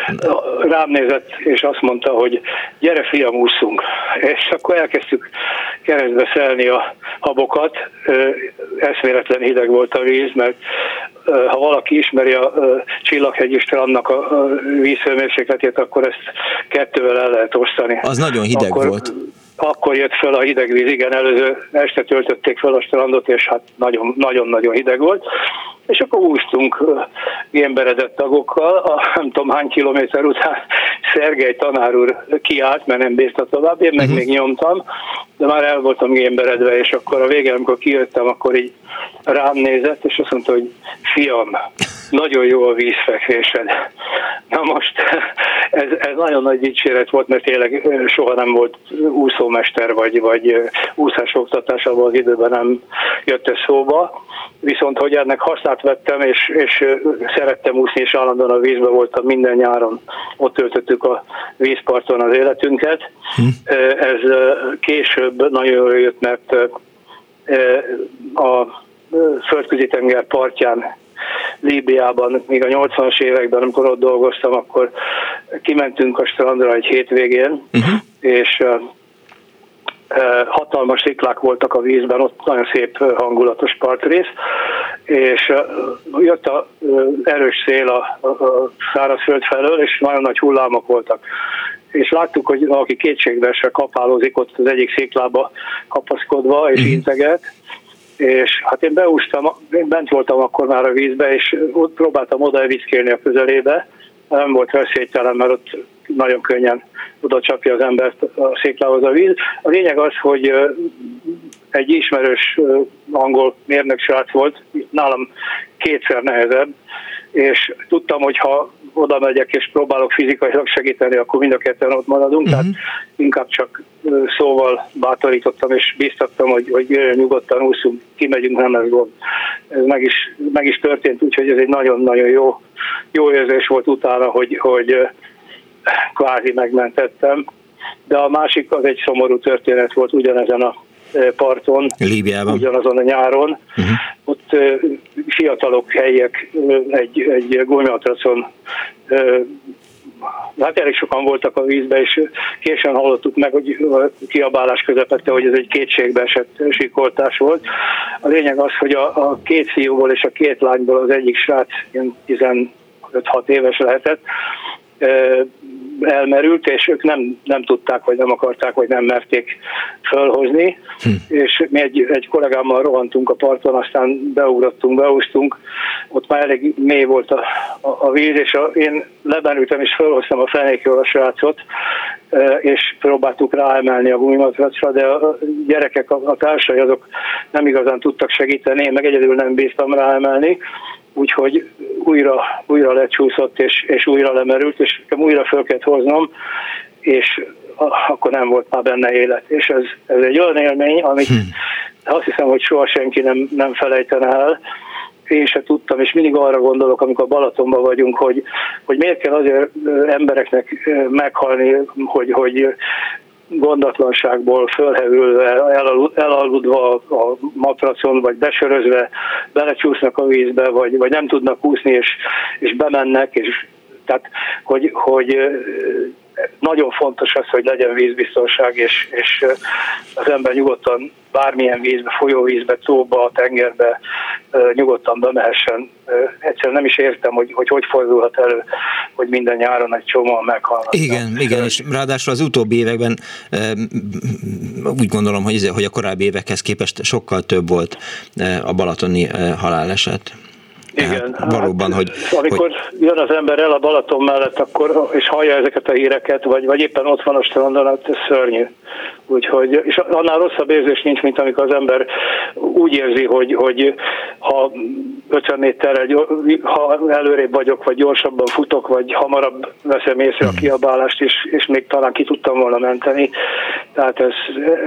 rám nézett, és azt mondta, hogy gyere fiam, ússzunk. És akkor elkezdtük keresztbe szelni a habokat, eszméletlen hideg volt a víz, mert ha valaki ismeri a Csillaghegyi strandnak a vízhőmérsékletét, akkor ezt 2-vel el lehet osztani. Az nagyon hideg volt. Akkor jött fel a hideg víz, igen, előző este töltötték fel a strandot, és hát nagyon-nagyon hideg volt. És akkor úsztunk gémberedett tagokkal, nem tudom hány kilométer után Szergely tanár úr kiállt, mert nem bírta tovább, én meg még nyomtam, de már el voltam gémberedve, és akkor a végén, amikor kijöttem, akkor így rám nézett, és azt mondta, hogy fiam, nagyon jó a vízfekvésed. Na most ez nagyon nagy dicséret volt, mert tényleg soha nem volt úszómester, vagy úszásoktatás, abban az időben nem jött ez szóba. Viszont, hogy ennek hasznát vettem, és szerettem úszni, és állandóan a vízben voltam minden nyáron. Ott töltöttük a vízparton az életünket. Ez később nagyon jól jött, mert a Földközi tenger partján, Líbiában, még a 80-as években, amikor ott dolgoztam, akkor kimentünk a strandra egy hétvégén, és hatalmas sziklák voltak a vízben, ott nagyon szép hangulatos partrész, és jött az erős szél a szárazföld felől, és nagyon nagy hullámok voltak. És láttuk, hogy valaki kétségbeesve kapálózik ott az egyik széklába kapaszkodva, és integet, és hát én beústam, én bent voltam akkor már a vízbe, és ott próbáltam oda viszkélni a közelébe, nem volt veszélytelen, mert ott nagyon könnyen oda csapja az embert a széklához a víz. A lényeg az, hogy egy ismerős angol mérnök srác volt, nálam kétszer nehezebb, és tudtam, hogy ha oda megyek és próbálok fizikailag segíteni, akkor mind a ketten ott maradunk, tehát inkább csak szóval bátorítottam és bíztattam, hogy jöjjön nyugodtan, úszunk, kimegyünk, nem lesz gond. Ez meg is történt, úgyhogy ez egy nagyon-nagyon jó érzés volt utána, hogy kvázi megmentettem. De a másik az egy szomorú történet volt ugyanezen a parton, Líbiában. Ugyanazon a nyáron. Ott fiatalok, helyiek egy gumimatracon, hát elég sokan voltak a vízbe, és későn hallottuk meg, hogy kiabálás közepette, hogy ez egy kétségbeesett sikoltás volt. A lényeg az, hogy a két fiúból és a két lányból az egyik srác, 15-6 éves lehetett, elmerült, és ők nem tudták, vagy nem akarták, vagy nem merték fölhozni, és mi egy kollégámmal rohantunk a parton, aztán beúsztunk, ott már elég mély volt a víz, és én lebenültem, és fölhoztam a fenékről a srácot, és próbáltuk ráemelni a gumimatracra, de a gyerekek, a társai, azok nem igazán tudtak segíteni, én meg egyedül nem bíztam ráemelni, úgyhogy újra lecsúszott, és újra lemerült, és újra föl kellett hoznom, és akkor nem volt már benne élet. És ez egy olyan élmény, amit azt hiszem, hogy soha senki nem felejtene el. Én se tudtam, és mindig arra gondolok, amikor Balatonban vagyunk, hogy miért kell azért embereknek meghalni, hogy gondatlanságból fölhevülve, elaludva a matracon, vagy besörözve belecsúsznak a vízbe, vagy nem tudnak úszni, és bemennek, és tehát, hogy nagyon fontos az, hogy legyen vízbiztonság, és az ember nyugodtan bármilyen vízbe, folyóvízbe, tóba, tengerbe nyugodtan bemehessen. Egyszerűen nem is értem, hogy fordulhat elő, hogy minden nyáron egy csomóan meghalnak. Igen, és ráadásul az utóbbi években úgy gondolom, hogy a korábbi évekhez képest sokkal több volt a balatoni haláleset. Igen, valóban, amikor jön az ember el a Balaton mellett, és hallja ezeket a híreket, vagy éppen ott van a strandon, ez szörnyű. Úgyhogy, és annál rosszabb érzés nincs, mint amikor az ember úgy érzi, hogy ha 50 méterrel ha előrébb vagyok, vagy gyorsabban futok, vagy hamarabb veszem észre a kiabálást, és még talán ki tudtam volna menteni. Tehát ez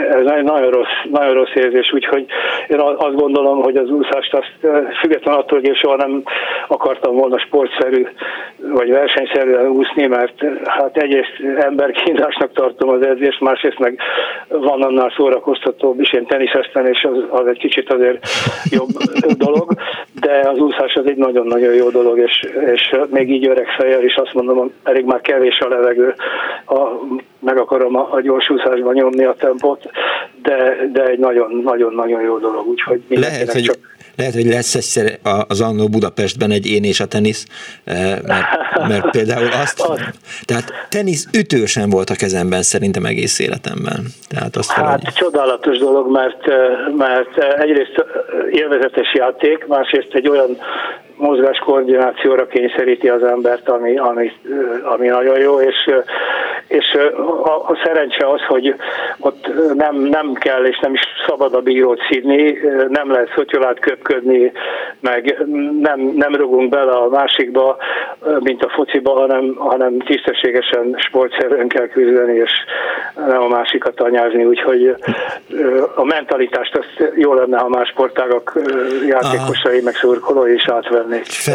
nagyon rossz érzés, úgyhogy én azt gondolom, hogy az úszást azt független attól, hogy én soha nem akartam volna sportszerű vagy versenyszerűen úszni, mert hát egyrészt emberkínzásnak tartom az edzést, másrészt meg van annál szórakoztatóbb is, én teniszeztem, és az egy kicsit azért jobb dolog, de az úszás az egy nagyon-nagyon jó dolog, és még így öreg fejjel is azt mondom, elég már kevés a levegő, meg akarom a gyorsúszásban nyomni a tempót, de egy nagyon-nagyon jó dolog, úgyhogy Lehet, hogy lesz egyszer az Annó Budapestben egy Én és a tenisz, mert például tehát tenisz ütő sem volt a kezemben szerintem egész életemben. Tehát csodálatos dolog, mert egyrészt élvezetes játék, másrészt egy olyan mozgáskoordinációra kényszeríti az embert, ami nagyon jó, és a szerencse az, hogy ott nem kell és nem is szabad a bírót szidni, nem lehet szotyolát köpködni, meg nem rugunk bele a másikba, mint a fociba, hanem tisztességesen sportszerűen kell küzdeni, és nem a másikat anyázni, úgyhogy a mentalitást azt jó lenne, ha más sportágak játékosai, meg szurkolói is átvennék.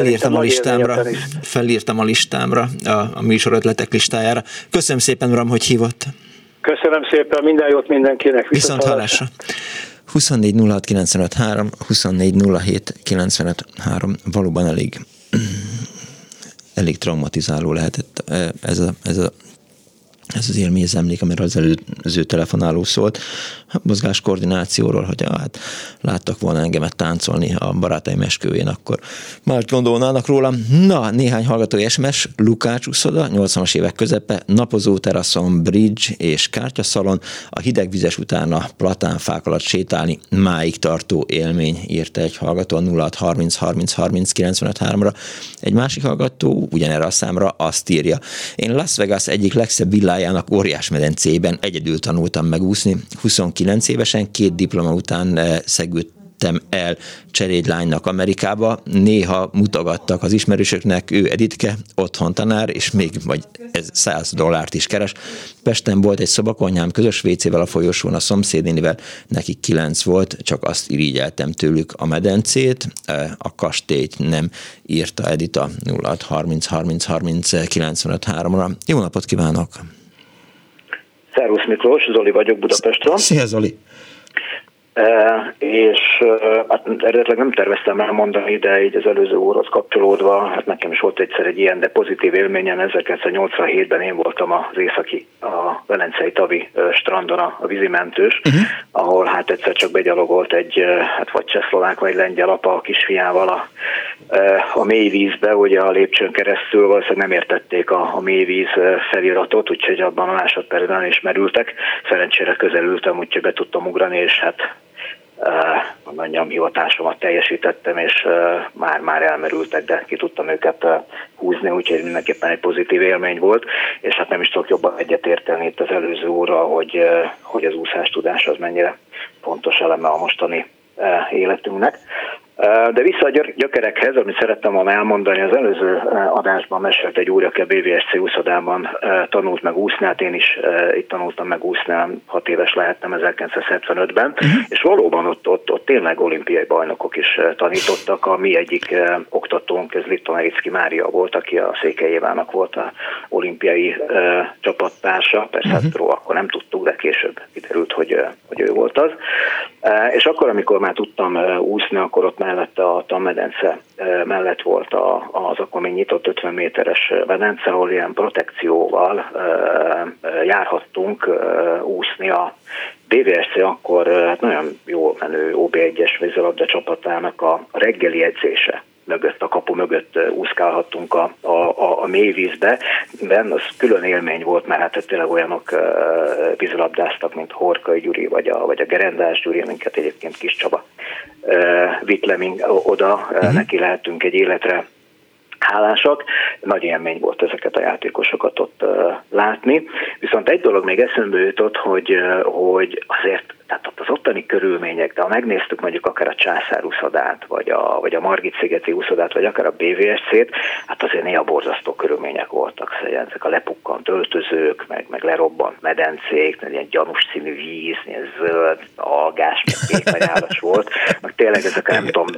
Felírtam a listámra, a műsorötletek listájára. Köszönöm szépen, uram, hogy hívott. Köszönöm szépen, minden jót mindenkinek. Viszont hallásra. 24 06 95 3, 24 07 95 3. Valóban elég traumatizáló lehetett ez a Ez az élményemlék, amiről az előző telefonáló szólt, mozgáskoordinációról, hogy hát láttak volna engemet táncolni a barátaim esküvőjén, akkor már gondolnának rólam. Na, néhány hallgatói SMS, Lukács uszoda, 80-as évek közepe, napozó teraszon, bridge és kártyaszalon, a hidegvizes utána platánfák alatt sétálni, máig tartó élmény, írta egy hallgató a 0630 30 30 95-3-ra. Egy másik hallgató ugyanerre a számra azt írja: én Las Vegas egyik legszebb villájának óriás medencében egyedül tanultam megúszni. 29 évesen 2 diploma után szegődtem el cserélylánynak Amerikába. Néha mutogattak az ismerősöknek, ő Editke, otthon tanár, és még vagy $100 is keres. Pesten volt egy szobakonyhám közös WC-vel a folyosón a szomszédnénivel, nekik 9 volt, csak azt irigyeltem tőlük a medencét, a kastélyt nem, írta Edita 0630 30 30 95-3-ra. Jó napot kívánok! Szervusz Miklós, Zoli vagyok Budapestről. Szia Zoli! És hát eredetileg nem terveztem elmondani, de így az előző órahoz kapcsolódva, hát nekem is volt egyszer egy ilyen, de pozitív élményem. 1987-ben én voltam az északi, a velencei tavi strandon a vízimentős, ahol hát egyszer csak begyalogolt egy, hát vagy csehszlovák, vagy lengyel apa a kisfiával a mély vízbe, ugye a lépcsőn keresztül, valószínűleg nem értették a mély víz feliratot, úgyhogy abban a másodpercben is merültek. Szerencsére közelültem, úgyhogy be tudtam ugrani, és hát mondjam, hivatásomat teljesítettem, és már elmerültek, de ki tudtam őket húzni, úgyhogy mindenképpen egy pozitív élmény volt, és hát nem is tudok jobban egyetérteni itt az előző óra, hogy az úszástudás az mennyire fontos eleme a mostani életünknek. De vissza a gyökerekhez, amit szerettem volna elmondani, az előző adásban mesélt egy úr, aki a BVSC úszodában tanult meg úszni, hát én is itt tanultam meg úszni, 6 éves lehettem 1975-ben, és valóban ott tényleg olimpiai bajnokok is tanítottak. A mi egyik oktatónk, ez Littonericki Mária volt, aki a Székely Évának volt a olimpiai csapattársa, persze hát akkor nem tudtuk, de később kiderült, hogy ő volt az. És akkor, amikor már tudtam úszni, akkor ott mellette a tanmedence mellett volt az akkor még nyitott 50 méteres medence, ahol ilyen protekcióval járhattunk úszni. A BVSC akkor hát nagyon jól menő OB1-es vízilabda csapatának a reggeli edzése mögött, a kapu mögött úszkálhattunk a mély vízbe. Az külön élmény volt, mert hát tényleg olyanok vízilabdáztak, mint Horkai Gyuri, vagy a Gerendás Gyuri, minket egyébként Kis Csaba vitt le oda, neki lehetünk egy életre hálásak. Nagy élmény volt ezeket a játékosokat ott látni. Viszont egy dolog még eszembe jutott, hogy azért tehát az ottani körülmények, de ha megnéztük mondjuk akár a Császár úszodát, vagy a Margit-szigeti úszodát, vagy akár a BVSC-t, hát azért néha borzasztó körülmények voltak. Ezek a lepukkant öltözők, meg lerobbant medencék, ilyen gyanús színű víz, ilyen zöld, algás, meg kékanyálas volt. Meg tényleg ezek nem tudom,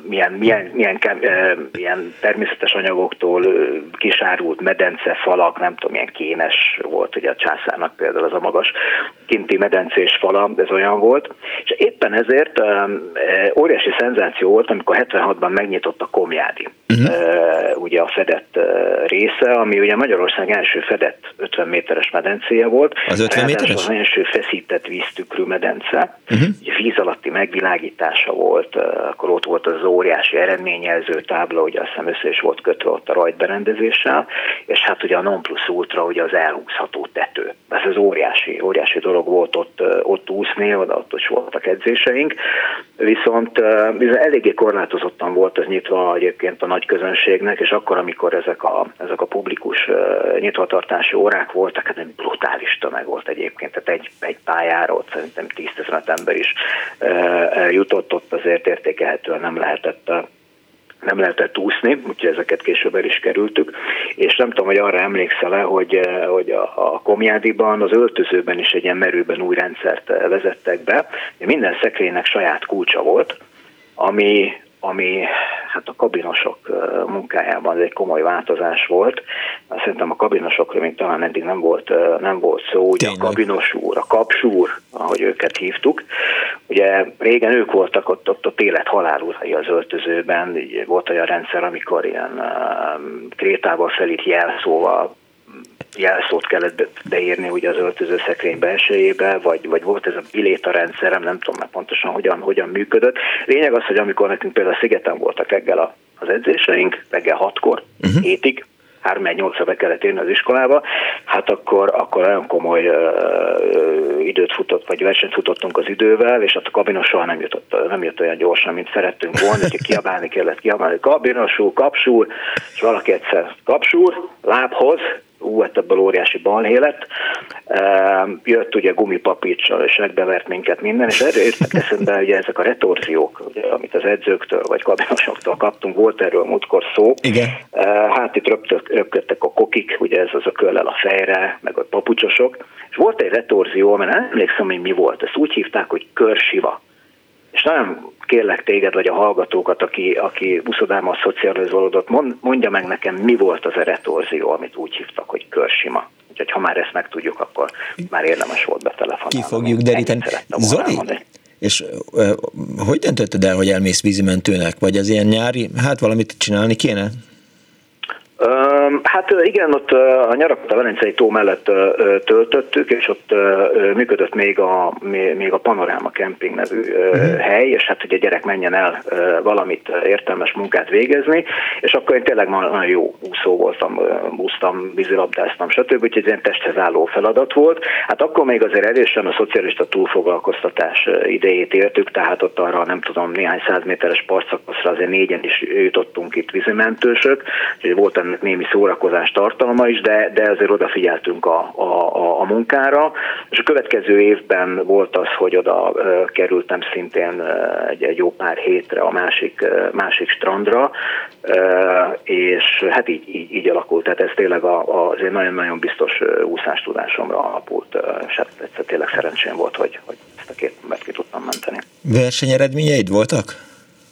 milyen természetes anyagoktól kisárult medencefalak, nem tudom, milyen kénes volt, ugye a Császárnak például az a magas kinti medencés fala, ez olyan volt. És éppen ezért óriási szenzáció volt, amikor 76-ban megnyitott a Komjádi, ugye a fedett része, ami ugye Magyarország első fedett 50 méteres medencéje volt. Az 50 méteres? Az első feszített víztükrű medence. Ugye víz alatti megvilágítása volt, akkor ott volt az óriási eredményjelző tábla, ugye azt hiszem össze is volt kötve ott a rajtberendezéssel, és hát ugye a non plus ultra, ugye az elhúzható tető. Ez óriási dolog volt ott úszni, ott is voltak edzéseink, viszont eléggé korlátozottan volt ez nyitva egyébként a nagy közönségnek, és akkor, amikor ezek a publikus nyitvatartási órák voltak, hát egy brutális tömeg volt egyébként, tehát egy pályára ott szerintem 10-15 ember is jutott, ott azért értékelhetően nem lehetett úszni, úgyhogy ezeket később el is kerültük, és nem tudom, hogy arra emlékszel-e, hogy a Komjádiban, az öltözőben is egy ilyen merőben új rendszert vezettek be. Minden szekrénynek saját kulcsa volt, ami hát a kabinosok munkájában egy komoly változás volt. Szerintem a kabinosokról még talán eddig nem volt szó, ugye a kabinos úr, a kapsúr, ahogy őket hívtuk. Ugye régen ők voltak ott élet-halál urai az öltözőben, volt olyan rendszer, amikor ilyen krétával felírt jelszóval jelszót kellett beírni ugye az öltözőszekrény belsejébe, vagy volt ez a biléta-rendszerem, nem tudom már pontosan hogyan működött. Lényeg az, hogy amikor nekünk például a Szigeten voltak reggel az edzéseink, reggel 6-kor, 7-ig, 3-8-ra be kellett érni az iskolába, hát akkor nagyon komoly időt futott, vagy versenyt futottunk az idővel, és hát a kabinos soha nem jött olyan gyorsan, mint szerettünk volna, hogy kiabálni kellett, kabinosú, kapsul, és valaki egyszer kapsul, lábhoz, hát ebből óriási balhé lett. Jött ugye gumipapicsal, és megbevert minket minden, és erre jöttek eszembe ugye ezek a retorziók, ugye, amit az edzőktől vagy kabinosoktól kaptunk, volt erről múltkor szó. Igen. Hát itt röpködtek a kokik, ugye ez az a köllel a fejre, meg a papucsosok, és volt egy retorzió, mert nem emlékszem, hogy mi volt, ezt úgy hívták, hogy körsiva. És nagyon kérlek téged, vagy a hallgatókat, aki uszodámmal szocializálódott, mondja meg nekem, mi volt az a retorzió, amit úgy hívtak, hogy körsima. Úgyhogy ha már ezt megtudjuk, akkor már érdemes volt betelefonálni. Ki fogjuk deríteni. Zoli, és hogy döntötted el, hogy elmész vízimentőnek? Vagy az ilyen nyári, hát valamit csinálni kéne? Hát igen, ott a nyarakat a Velencei tó mellett töltöttük, és ott működött még a Panoráma Camping nevű hely, és hát hogy a gyerek menjen el valamit értelmes munkát végezni, és akkor én tényleg nagyon jó úszó voltam, úsztam, vízilabdáztam, stb., úgyhogy ilyen testhez álló feladat volt. Hát akkor még azért erősen a szocialista túlfoglalkoztatás idejét éltük, tehát ott arra nem tudom, néhány 100 méteres partszakaszra azért 4-en is jutottunk itt vízimentősök, úgyhogy volt ennek némi szórakozás tartalma is, de azért odafigyeltünk a munkára, és a következő évben volt az, hogy oda kerültem szintén egy jó pár hétre a másik strandra, és hát így alakult, tehát ez tényleg azért nagyon-nagyon biztos úszástudásomra alapult, és hát egyszer tényleg szerencsém volt, hogy ezt a 2 embert ki tudtam menteni. Versenyeredményeid voltak?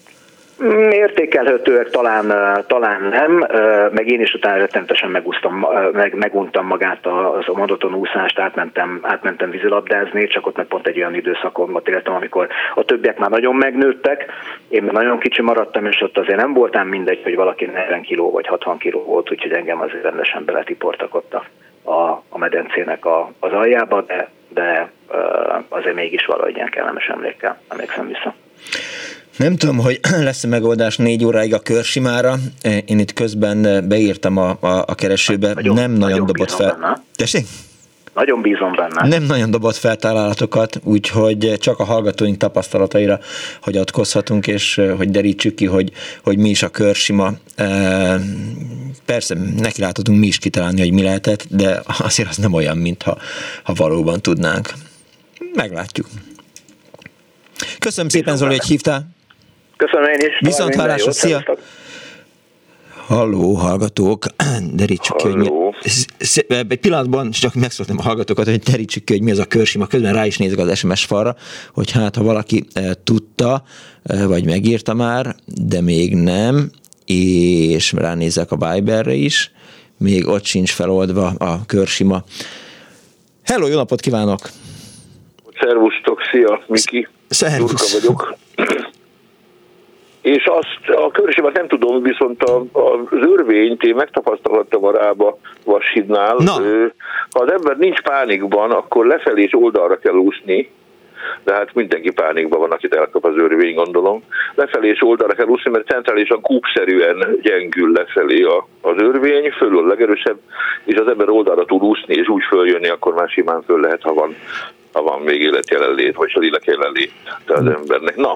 Értékelhetőek talán nem, meg én is utána rettenetesen meguntam magát az a monoton úszást, átmentem vízilabdázni, csak ott meg pont egy olyan időszakomban éltem, amikor a többiek már nagyon megnőttek, én már nagyon kicsi maradtam, és ott azért nem voltam mindegy, hogy valaki 40 kiló vagy 60 kiló volt, úgyhogy engem azért rendesen beletiportak ott a medencének az aljába, de azért mégis valahogy ilyen kellemes emlékszem vissza. Nem tudom, hogy lesz-e megoldás 4 óráig a körsimára. Én itt közben beírtam a keresőbe. Nem nagyon dobott fel. Tessék? Nagyon bízom benne. Nem nagyon dobott fel találatokat, úgyhogy csak a hallgatóink tapasztalataira hagyatkozhatunk, és hogy derítsük ki, hogy mi is a körsima. Persze, nekiláthatunk mi is kitalálni, hogy mi lehetett, de azért az nem olyan, mintha valóban tudnánk. Meglátjuk. Köszönöm szépen, Zoli, hogy hívtál. Köszönöm én is. Viszont hallásra, szia! Halló, hallgatók, derítsük ki, hogy egy pillanatban csak megszóltam a hallgatókat, hogy derítsük ki, hogy mi az a körsima. Közben rá is nézek az SMS falra, hogy hát ha valaki tudta, vagy megírta már, de még nem, és ránézek a Viberre is, még ott sincs feloldva a körsima. Hello, jó napot kívánok! Szervusztok, szia, Miki. Szervusz. Durka vagyok. És azt a körsimát nem tudom, viszont az örvényt én megtapasztalhattam a Rába Vashidnál. Ha az ember nincs pánikban, akkor lefelé és oldalra kell úszni, de hát mindenki pánikban van, akit elkap az örvény, gondolom. Lefelé és oldalra kell úszni, mert centrálisan kúpszerűen gyengül lefelé az örvény, fölül a legerősebb, és az ember oldalra tud úszni, és úgy följönni, akkor már simán föl lehet, ha van még életjelenlét, vagy a lélek jelenlét az embernek. Na.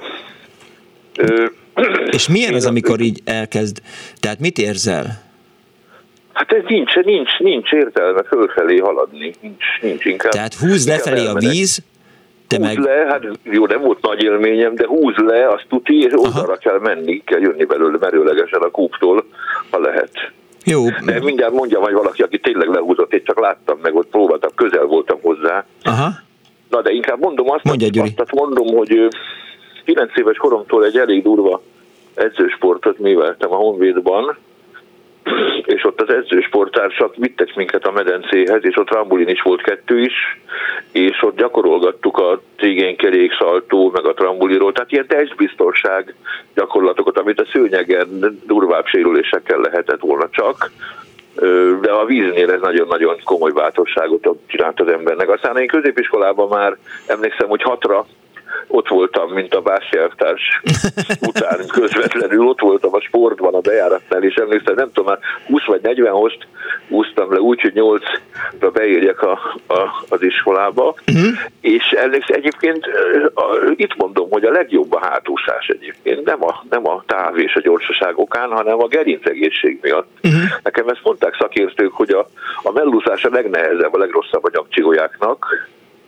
És milyen az, amikor így elkezd? Tehát mit érzel? Hát ez nincs értelme fölfelé haladni. Nincs inkább. Tehát húz lefelé a víz, le, hát jó, nem volt nagy élményem, de húz le, azt tuti, és oldalra kell menni, kell jönni belőle merőlegesen a kúptól, ha lehet. Jó. De mindjárt mondjam, hogy valaki, aki tényleg lehúzott, én csak láttam meg, ott próbáltam, közel voltam hozzá. Aha. Na, de inkább mondom azt mondom, hogy 9 éves koromtól egy elég durva edzősportot műveltem a Honvédban, és ott az edzősporttársak vittek minket a medencéhez, és ott trambulin is volt 2 is, és ott gyakorolgattuk a tégénykerékszaltó, meg a trambuliról, tehát ilyen testbiztonság gyakorlatokat, amit a szőnyegen durvább sérülésekkel lehetett volna csak. de a víznél ez nagyon-nagyon komoly bátorságot csinált az embernek. Aztán én középiskolában már emlékszem, hogy 6-ra ott voltam, mint a Bási elvtárs után közvetlenül, ott voltam a sportban, a bejáratnál, és emlékszem, nem tudom, már 20 vagy 40 host úsztam le úgy, hogy 8-ra beérjek az iskolába, és emlékszem, egyébként itt mondom, hogy a legjobb a hátúszás egyébként, nem a táv és a gyorsaság okán, hanem a gerincegészség miatt. Nekem ezt mondták szakértők, hogy a mellúszás a legnehezebb, a legrosszabb a nyakcsigójáknak.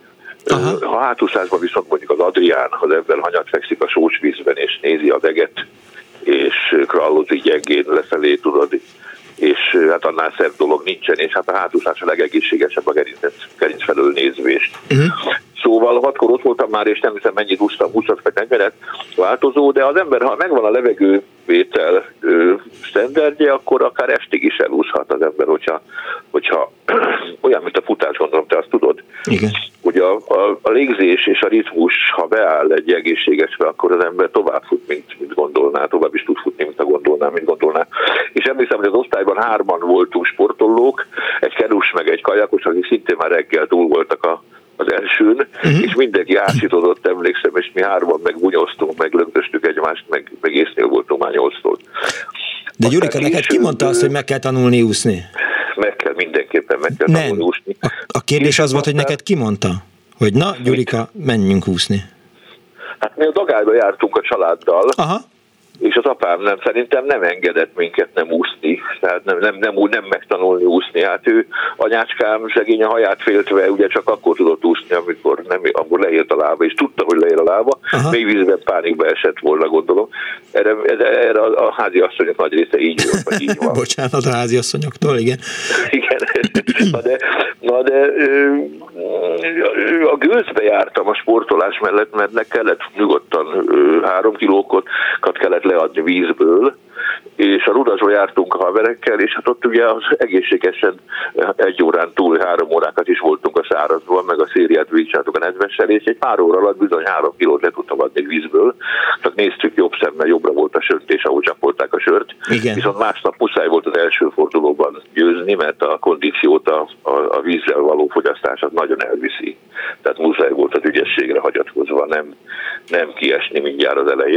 Ha hátúszásban viszont mondjuk az Adrián, az ember hanyat fekszik a sós vízben, és nézi a veget, és krallozik gyengén lefelé, tudod, és hát annál szebb dolog nincsen, és hát a hátúszás a legegészségesebb a gerinc felől nézvést. Szóval 6-kor ott voltam már, és nem hiszem mennyit úsztam, 20 vagy 40 változó, de az ember, ha megvan a levegővétel sztenderdje, akkor akár estig is elúszhat az ember, hogyha olyan, mint a futás, gondolom, te azt tudod. Igen. Hogy a légzés és a ritmus, ha beáll egy egészségesre, akkor az ember tovább fut, mint gondolná, tovább is tud futni, mint gondolná. És emlékszem, hogy az osztályban 3-an voltunk sportolók, egy kerus meg egy kajakos, akik szintén már reggel túl voltak az elsőn, és mindenki ásítozott, emlékszem, és mi 3-an megbunyoztunk, meg lögdöstük egymást, meg észnél voltunk már 8-tól. De Gyurika, neked ki mondta azt, hogy meg kell tanulni úszni? Mindenképpen meg kell tanulni úszni. A kérdés az volt, hogy neked ki mondta? Hogy na, Gyurika, menjünk úszni. Hát mi a Dagályba jártunk a családdal, aha, és az apám szerintem nem engedett minket nem úszni, tehát nem megtanulni úszni. Hát ő, anyácskám szegény a haját féltve, ugye csak akkor tudott úszni, amikor leért a lába, és tudta, hogy leér a lába, mély vízben pánikba esett volna, gondolom. Erre a háziasszonyok nagy része így volt, vagy így van. Bocsánat a háziasszonyoktól, igen. Igen, na de a gőzbe jártam a sportolás mellett, mert kellett nyugodtan 3 kilókat kellett leadni vízből, és a Rudasról jártunk a haverekkel, és hát ott ugye az egészségesen 1 órán túl 3 órákat is voltunk a szárazban, meg a szériát végigcsináltuk a nedvessel, és egy pár óra alatt bizony 3 kilót le tudtam adni vízből, csak néztük jobb szemmel, jobbra volt a sört, és ahogy csapolták a sört. Igen. Viszont másnap muszáj volt az első fordulóban győzni, mert a kondíciót a vízzel való fogyasztás az nagyon elviszi. Tehát muszáj volt az ügyességre hagyatkozva, nem kiesni mindjárt az elején.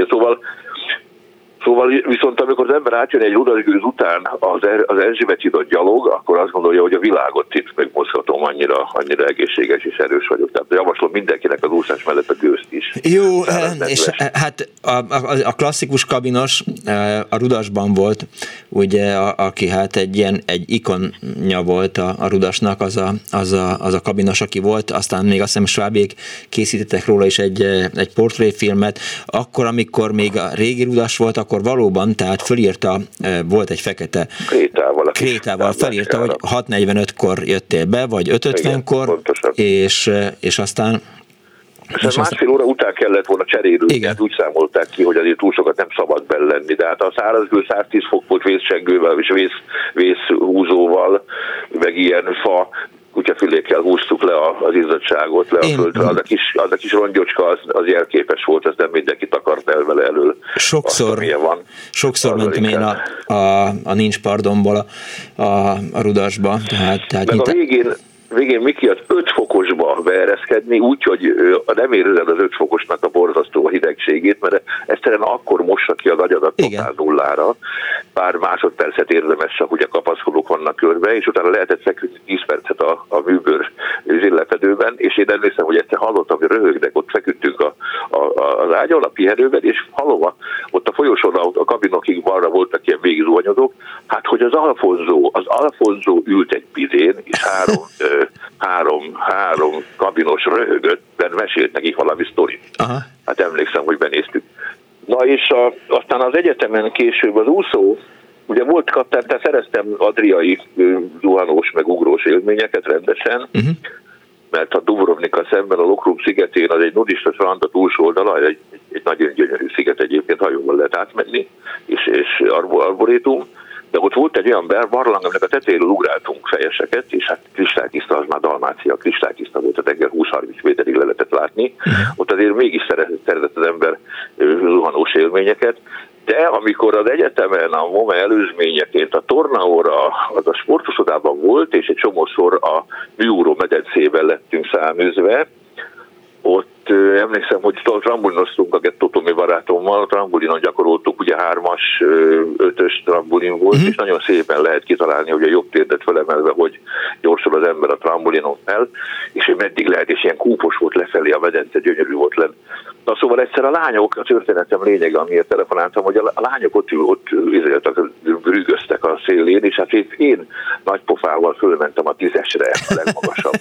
Szóval viszont amikor az ember átjön egy Rudasgőz után az Erzsébet-hídon gyalog, akkor azt gondolja, hogy a világot itt megmozgatom, annyira egészséges és erős vagyok. Tehát javaslom mindenkinek az úszás mellett a gőzt is. Jó, és hát a klasszikus kabinos a Rudasban volt, ugye, aki hát egy ikonja volt a Rudasnak, az a kabinos, aki volt, aztán még azt hiszem Schwabék készítettek róla is egy portréfilmet. Akkor, amikor még a régi Rudas volt, akkor valóban, tehát fölírta, volt egy fekete krétával felírta, hogy 6:45-kor jöttél be, vagy 5:50-kor, és aztán másfél óra után kellett volna cserélni, hát úgy számolták ki, hogy azért túl sokat nem szabad lenni, de hát a szárazből 110 fok volt vészcsengővel és vészhúzóval, meg ilyen fa kutyafülékkel húztuk le az izzadságot, le a földre. Az a kis rongyocska, az jelképes volt, az nem mindenki takart el vele elől. Sokszor mentem én a Nincs Pardonból a Rudasba. Tehát meg a végén Miki az 5 fokosba beereszkedni, úgyhogy nem érzed az 5 fokosnak a borzasztó hidegségét, mert egyszerűen akkor mossa ki az agyadat totál nullára. Pár másodpercet érdemes, csak ugye kapaszkodók vannak körbe, és utána lehetett feküdni 10 percet a műbőr zsillepedőben, és én emlékszem, hogy egyszer hallottam, hogy röhögnek, ott feküdtünk az ágyon, a pihenőben, és hallom, ott a folyosón a kabinokig balra voltak ilyen végigzuhanyozók, hát hogy az Alfonso ült egy pizén, és három kabinos röhögött, mert mesélt nekik valami sztorit. Aha. Hát emlékszem, hogy benéztük. Na és aztán az egyetemen később az úszó, ugye tehát szereztem adriai zuhanós meg ugrós élményeket rendesen, mert a Dubrovnika szemben a Lokrum szigetén az egy nudista strand a túlsó oldala, egy nagyon gyönyörű sziget egyébként, hajóval lehet átmenni, és arborétum, de ott volt egy olyan barlang, aminek a tetejéről ugráltunk fejeseket, és hát kristálytiszta, az már Dalmácia, kristálytiszta volt, a tenger 20-30 méterig le lehetett látni. Ott azért mégis szeretett az ember zuhanós élményeket, De amikor az egyetemen a MOME előzményeként a tornaóra az a sportosodában volt, és egy csomószor a műugró medencében lettünk száműzve, ott emlékszem, hogy trambulinoztunk a Gettó Tomi barátommal, trambulinon gyakoroltuk, ugye 3-as, 5-ös trambulin volt, és nagyon szépen lehet kitalálni, hogy a jobb térdet felemelve, hogy gyorsul az ember a trambulinon fel, és hogy meddig lehet, és ilyen kúpos volt lefelé, a medence gyönyörű volt lenn. Na szóval egyszer a lányok, a történetem lényege, amiért telefonáltam, hogy a lányok ott rügöztek a szélén, és hát én nagy pofával fölmentem a 10-esre, a legmagasabb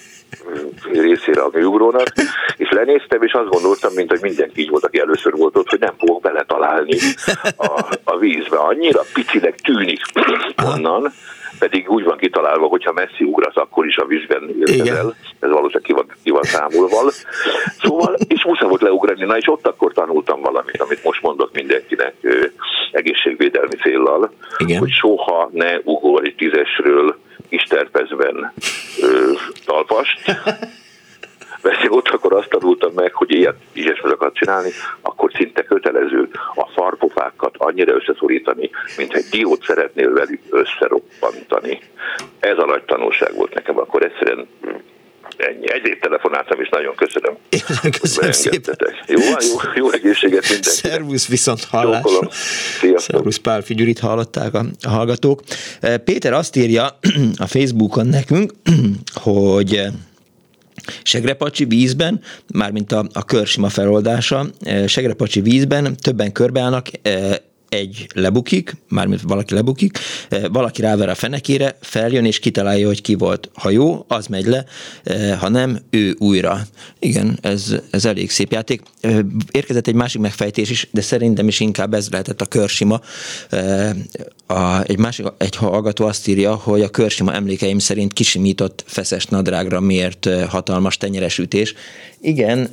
részére a műugrónak, és lenéztem, és azt gondoltam, mint hogy mindenki így volt, aki először volt ott, hogy nem fogok beletalálni a vízbe. Annyira picinek tűnik onnan, pedig úgy van kitalálva, hogyha messzi ugrasz, akkor is a vízben érkezel. Ez valószínűleg ki van számolva. Szóval, és muszáj volt leugrani, na és ott akkor tanultam valamit, amit most mondok mindenkinek egészségvédelmi céllal, hogy soha ne ugorj 10-esről Kisterpezben talpast. Mert én ott akkor azt tanultam meg, hogy ilyet ilyesmit akart csinálni, akkor szinte kötelező a farpofákat annyira összeszorítani, mint egy diót szeretnél velük összeroppantani. Ez a nagy tanulság volt nekem, akkor egyszerűen ennyi. Ezért telefonáltam, és nagyon köszönöm. Köszönöm szépen. Jó egészséget mindenkinek. Szervusz, viszont hallásra. Szervusz, Pál Figyurit hallották a hallgatók. Péter azt írja a Facebookon nekünk, hogy Segrepacsi vízben, mármint a körsima feloldása, Segrepacsi vízben többen körbeállnak, egy lebukik, mármint valaki lebukik, valaki ráver a fenekére, feljön és kitalálja, hogy ki volt. Ha jó, az megy le, ha nem, ő újra. Igen, ez elég szép játék. Érkezett egy megfejtés is, de szerintem is inkább ez lehetett a körsima. Egy hallgató azt írja, hogy a körsima emlékeim szerint kisimított feszes nadrágra mért hatalmas tenyeres ütés. Igen,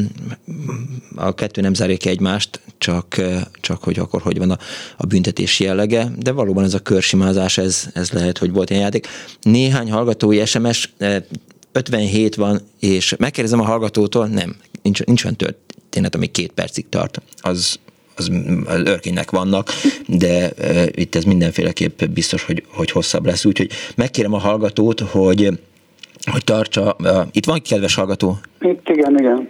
a kettő nem zárja ki egymást, csak hogy akkor hogy van a büntetés jellege, de valóban ez a körsimázás, ez lehet, hogy volt ilyen játék. Néhány hallgatói SMS, 57 van, és megkérdezem a hallgatótól, nem, nincs olyan történet, ami 2 percig tart, az örkénynek vannak, de itt ez mindenféleképp biztos, hogy hosszabb lesz, úgyhogy megkérem a hallgatót, hogy tartsa, itt van kedves hallgató? Itt igen.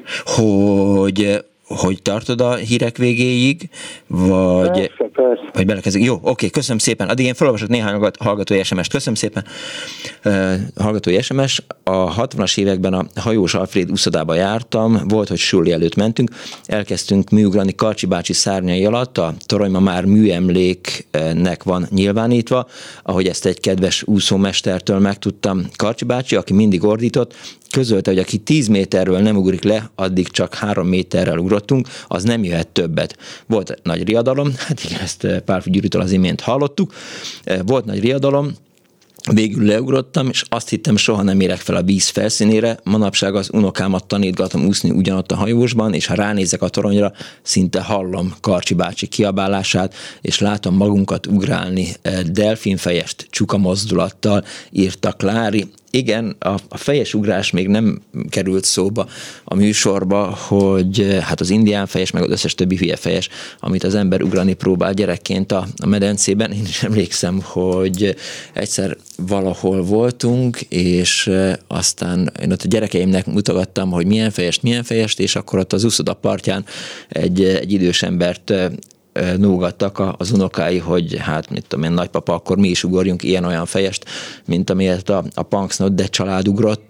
Hogy tartod a hírek végéig, vagy... Persze. Vagy belekezdik. Jó, oké, köszönöm szépen. Addig én felolvasok néhány hallgatói SMS-t. Köszönöm szépen. Hallgatói SMS. A 60-as években a Hajós Alfréd úszodába jártam, volt, hogy suli előtt mentünk, elkezdtünk műugrani Karcsi bácsi szárnyai alatt, a torony ma már műemléknek van nyilvánítva, ahogy ezt egy kedves úszómestertől megtudtam. Karcsi bácsi, aki mindig ordított, közölte, hogy aki 10 méterről nem ugrik le, addig csak 3 méterrel ugrottunk, az nem jöhet többet. Volt nagy riadalom, hát igen, ezt Pál Gyuritól az imént hallottuk, volt nagy riadalom, végül leugrottam, és azt hittem, soha nem érek fel a víz felszínére. Manapság az unokámat tanítgatom úszni ugyanott a hajósban, és ha ránézek a toronyra, szinte hallom Karcsi bácsi kiabálását, és látom magunkat ugrálni delfinfejest csuka mozdulattal, írta Klári. Igen, a fejes ugrás még nem került szóba a műsorba, hogy hát az indiánfejes, meg az összes többi hülyefejes, amit az ember ugrani próbál gyerekként a medencében. Én is emlékszem, hogy egyszer valahol voltunk, és aztán én ott a gyerekeimnek mutogattam, hogy milyen fejest, és akkor ott az úszoda partján egy idős embert nógattak az unokái, hogy hát mit tudom én, nagypapa, akkor mi is ugorjunk ilyen-olyan fejest, mint amilyet a Punksnod de család ugrott.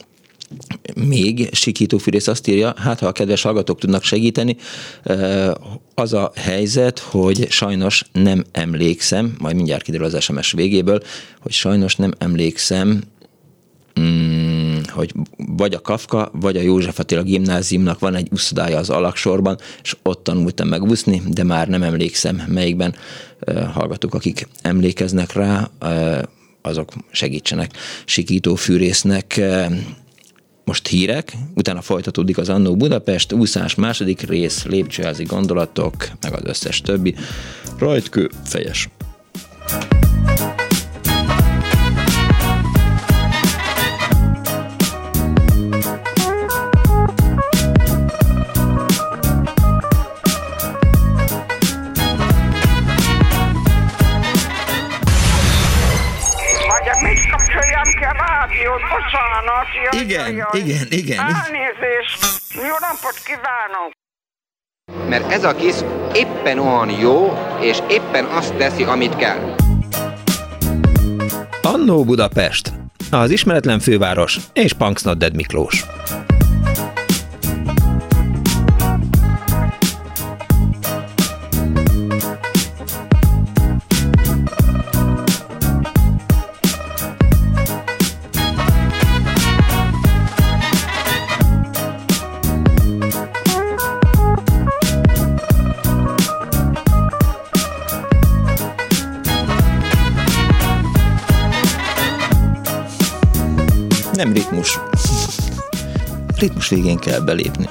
Még Sikító Fűrész azt írja, hát ha a kedves hallgatók tudnak segíteni, az a helyzet, hogy sajnos nem emlékszem, majd mindjárt kiderül az SMS végéből, hogy sajnos nem emlékszem, hogy vagy a Kafka, vagy a József Attila gimnáziumnak van egy úszodája az Alagsorban, és ott tanultam meg úszni, de már nem emlékszem, melyikben. Hallgatók, akik emlékeznek rá, azok segítsenek Sikító Fűrésznek. Most hírek, utána folytatódik az Annó Budapest, úszás második rész, lépcsőházi gondolatok, meg az összes többi. Rajtkő, fejes. bocsánat. Igen. Elnézést. Jó napot kívánok. Mert ez a kis éppen olyan jó, és éppen azt teszi, amit kell. Annó Budapest, az ismeretlen főváros és Punks Not Dead Miklós. Nem ritmus. Ritmus végén kell belépni.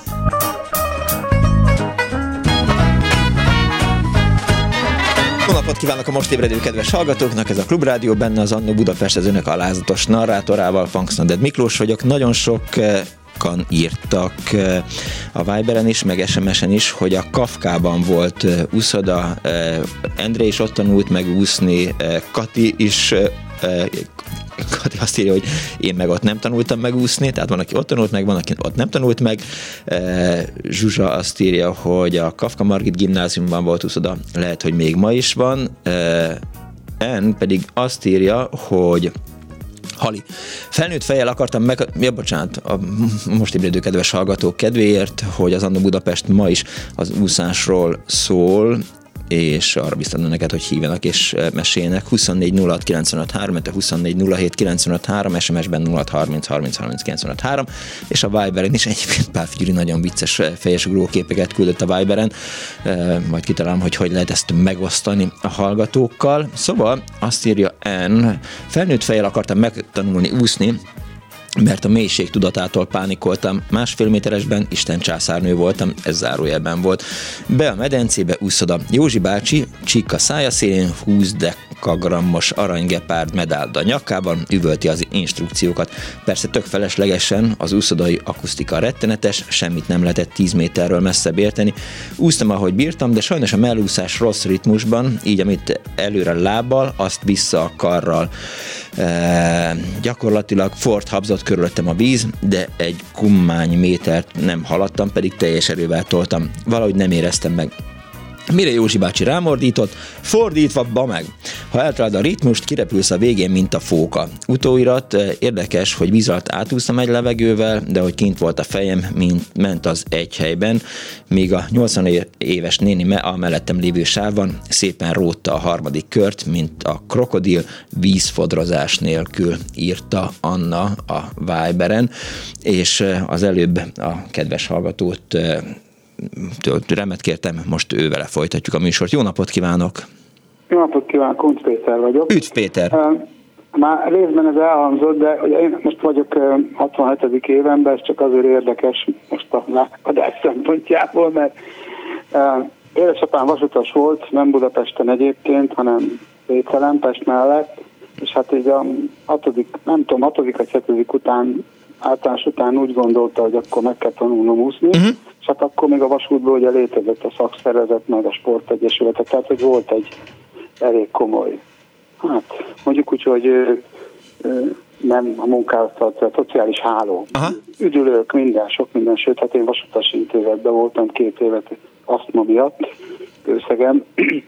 Jó napot kívánok a most ébredő kedves hallgatóknak, ez a Klubrádió, benne az Annó Budapest, az önök alázatos narrátorával, Punks Not Dead Miklós vagyok. Nagyon sokan írtak a Viberen is, meg SMS-en is, hogy a Kafkában volt úszoda, Endre is ott tanult meg úszni, Kati is, Kati azt írja, hogy én meg ott nem tanultam megúszni, tehát van, aki ott tanult meg, van, aki ott nem tanult meg. Zsuzsa azt írja, hogy a Kafka Margit gimnáziumban volt úszoda, lehet, hogy még ma is van. En pedig azt írja, hogy Hali, felnőtt fejjel akartam bocsánat, a most ébredő kedves hallgatók kedvéért, hogy az Annó Budapest ma is az úszásról szól, és arra biztatom neked, hogy hívjanak és meséljenek. 24 06 95 3, 24 07 95 3, SMS-ben 06 30 30 30 95 3, és a Viberen is egyébként Pál Gyuri nagyon vicces fejesugró képeket küldött a Viberen, majd kitalálom, hogy lehet ezt megosztani a hallgatókkal. Szóval azt írja N, felnőtt fejjel akartam megtanulni úszni, mert a mélység tudatától pánikoltam. 1,5 méteresben Isten császárnő voltam, ez zárójelben volt. Be a medencébe úszoda. Józsi bácsi, csík szája szélén, 20 dekagrammos aranygepárd medáld a nyakában, üvölti az instrukciókat. Persze tök feleslegesen, az úszodai akusztika rettenetes, semmit nem lehetett 10 méterről messzebb érteni. Úsztam, ahogy bírtam, de sajnos a mellúszás rossz ritmusban, így amit előre lábbal, azt vissza a karral. Gyakorlatilag Fort habzott körülöttem a víz, de egy kummány métert nem haladtam, pedig teljes erővel toltam. Valahogy nem éreztem meg. Mire Józsi bácsi rámordított? Fordítva, meg! Ha eltalálod a ritmust, kirepülsz a végén, mint a fóka. Utóirat, érdekes, hogy víz alatt átúsztam egy levegővel, de hogy kint volt a fejem, mint ment az egy helyben, míg a 80 éves néni a mellettem lévő sávban szépen rótta a harmadik kört, mint a krokodil, vízfodrozás nélkül, írta Anna a Viberen, és az előbb a kedves hallgatót remet kértem, most ővele folytatjuk a műsort. Jó napot kívánok! Jó napot kívánok, Kunc Péter vagyok. Üdv Péter! Már részben ez elhangzott, de ugye én most vagyok 67. évemben, ez csak azért érdekes most a adás szempontjából, mert édesapám vasutas volt, nem Budapesten egyébként, hanem Pécelen, Pest mellett, és hát így a 6. vagy 7. után, általános után úgy gondolta, hogy akkor meg kell tanulnom úszni, és hát akkor még a vasútból ugye létezett a szakszervezet, meg a sportegyesületek, tehát hogy volt egy elég komoly, hát mondjuk úgy, hogy nem a munkálatot, a szociális háló. Aha. Üdülők, sok minden, sőt, hát én vasutas intézetben voltam 2 évet asztma miatt, Kőszegen,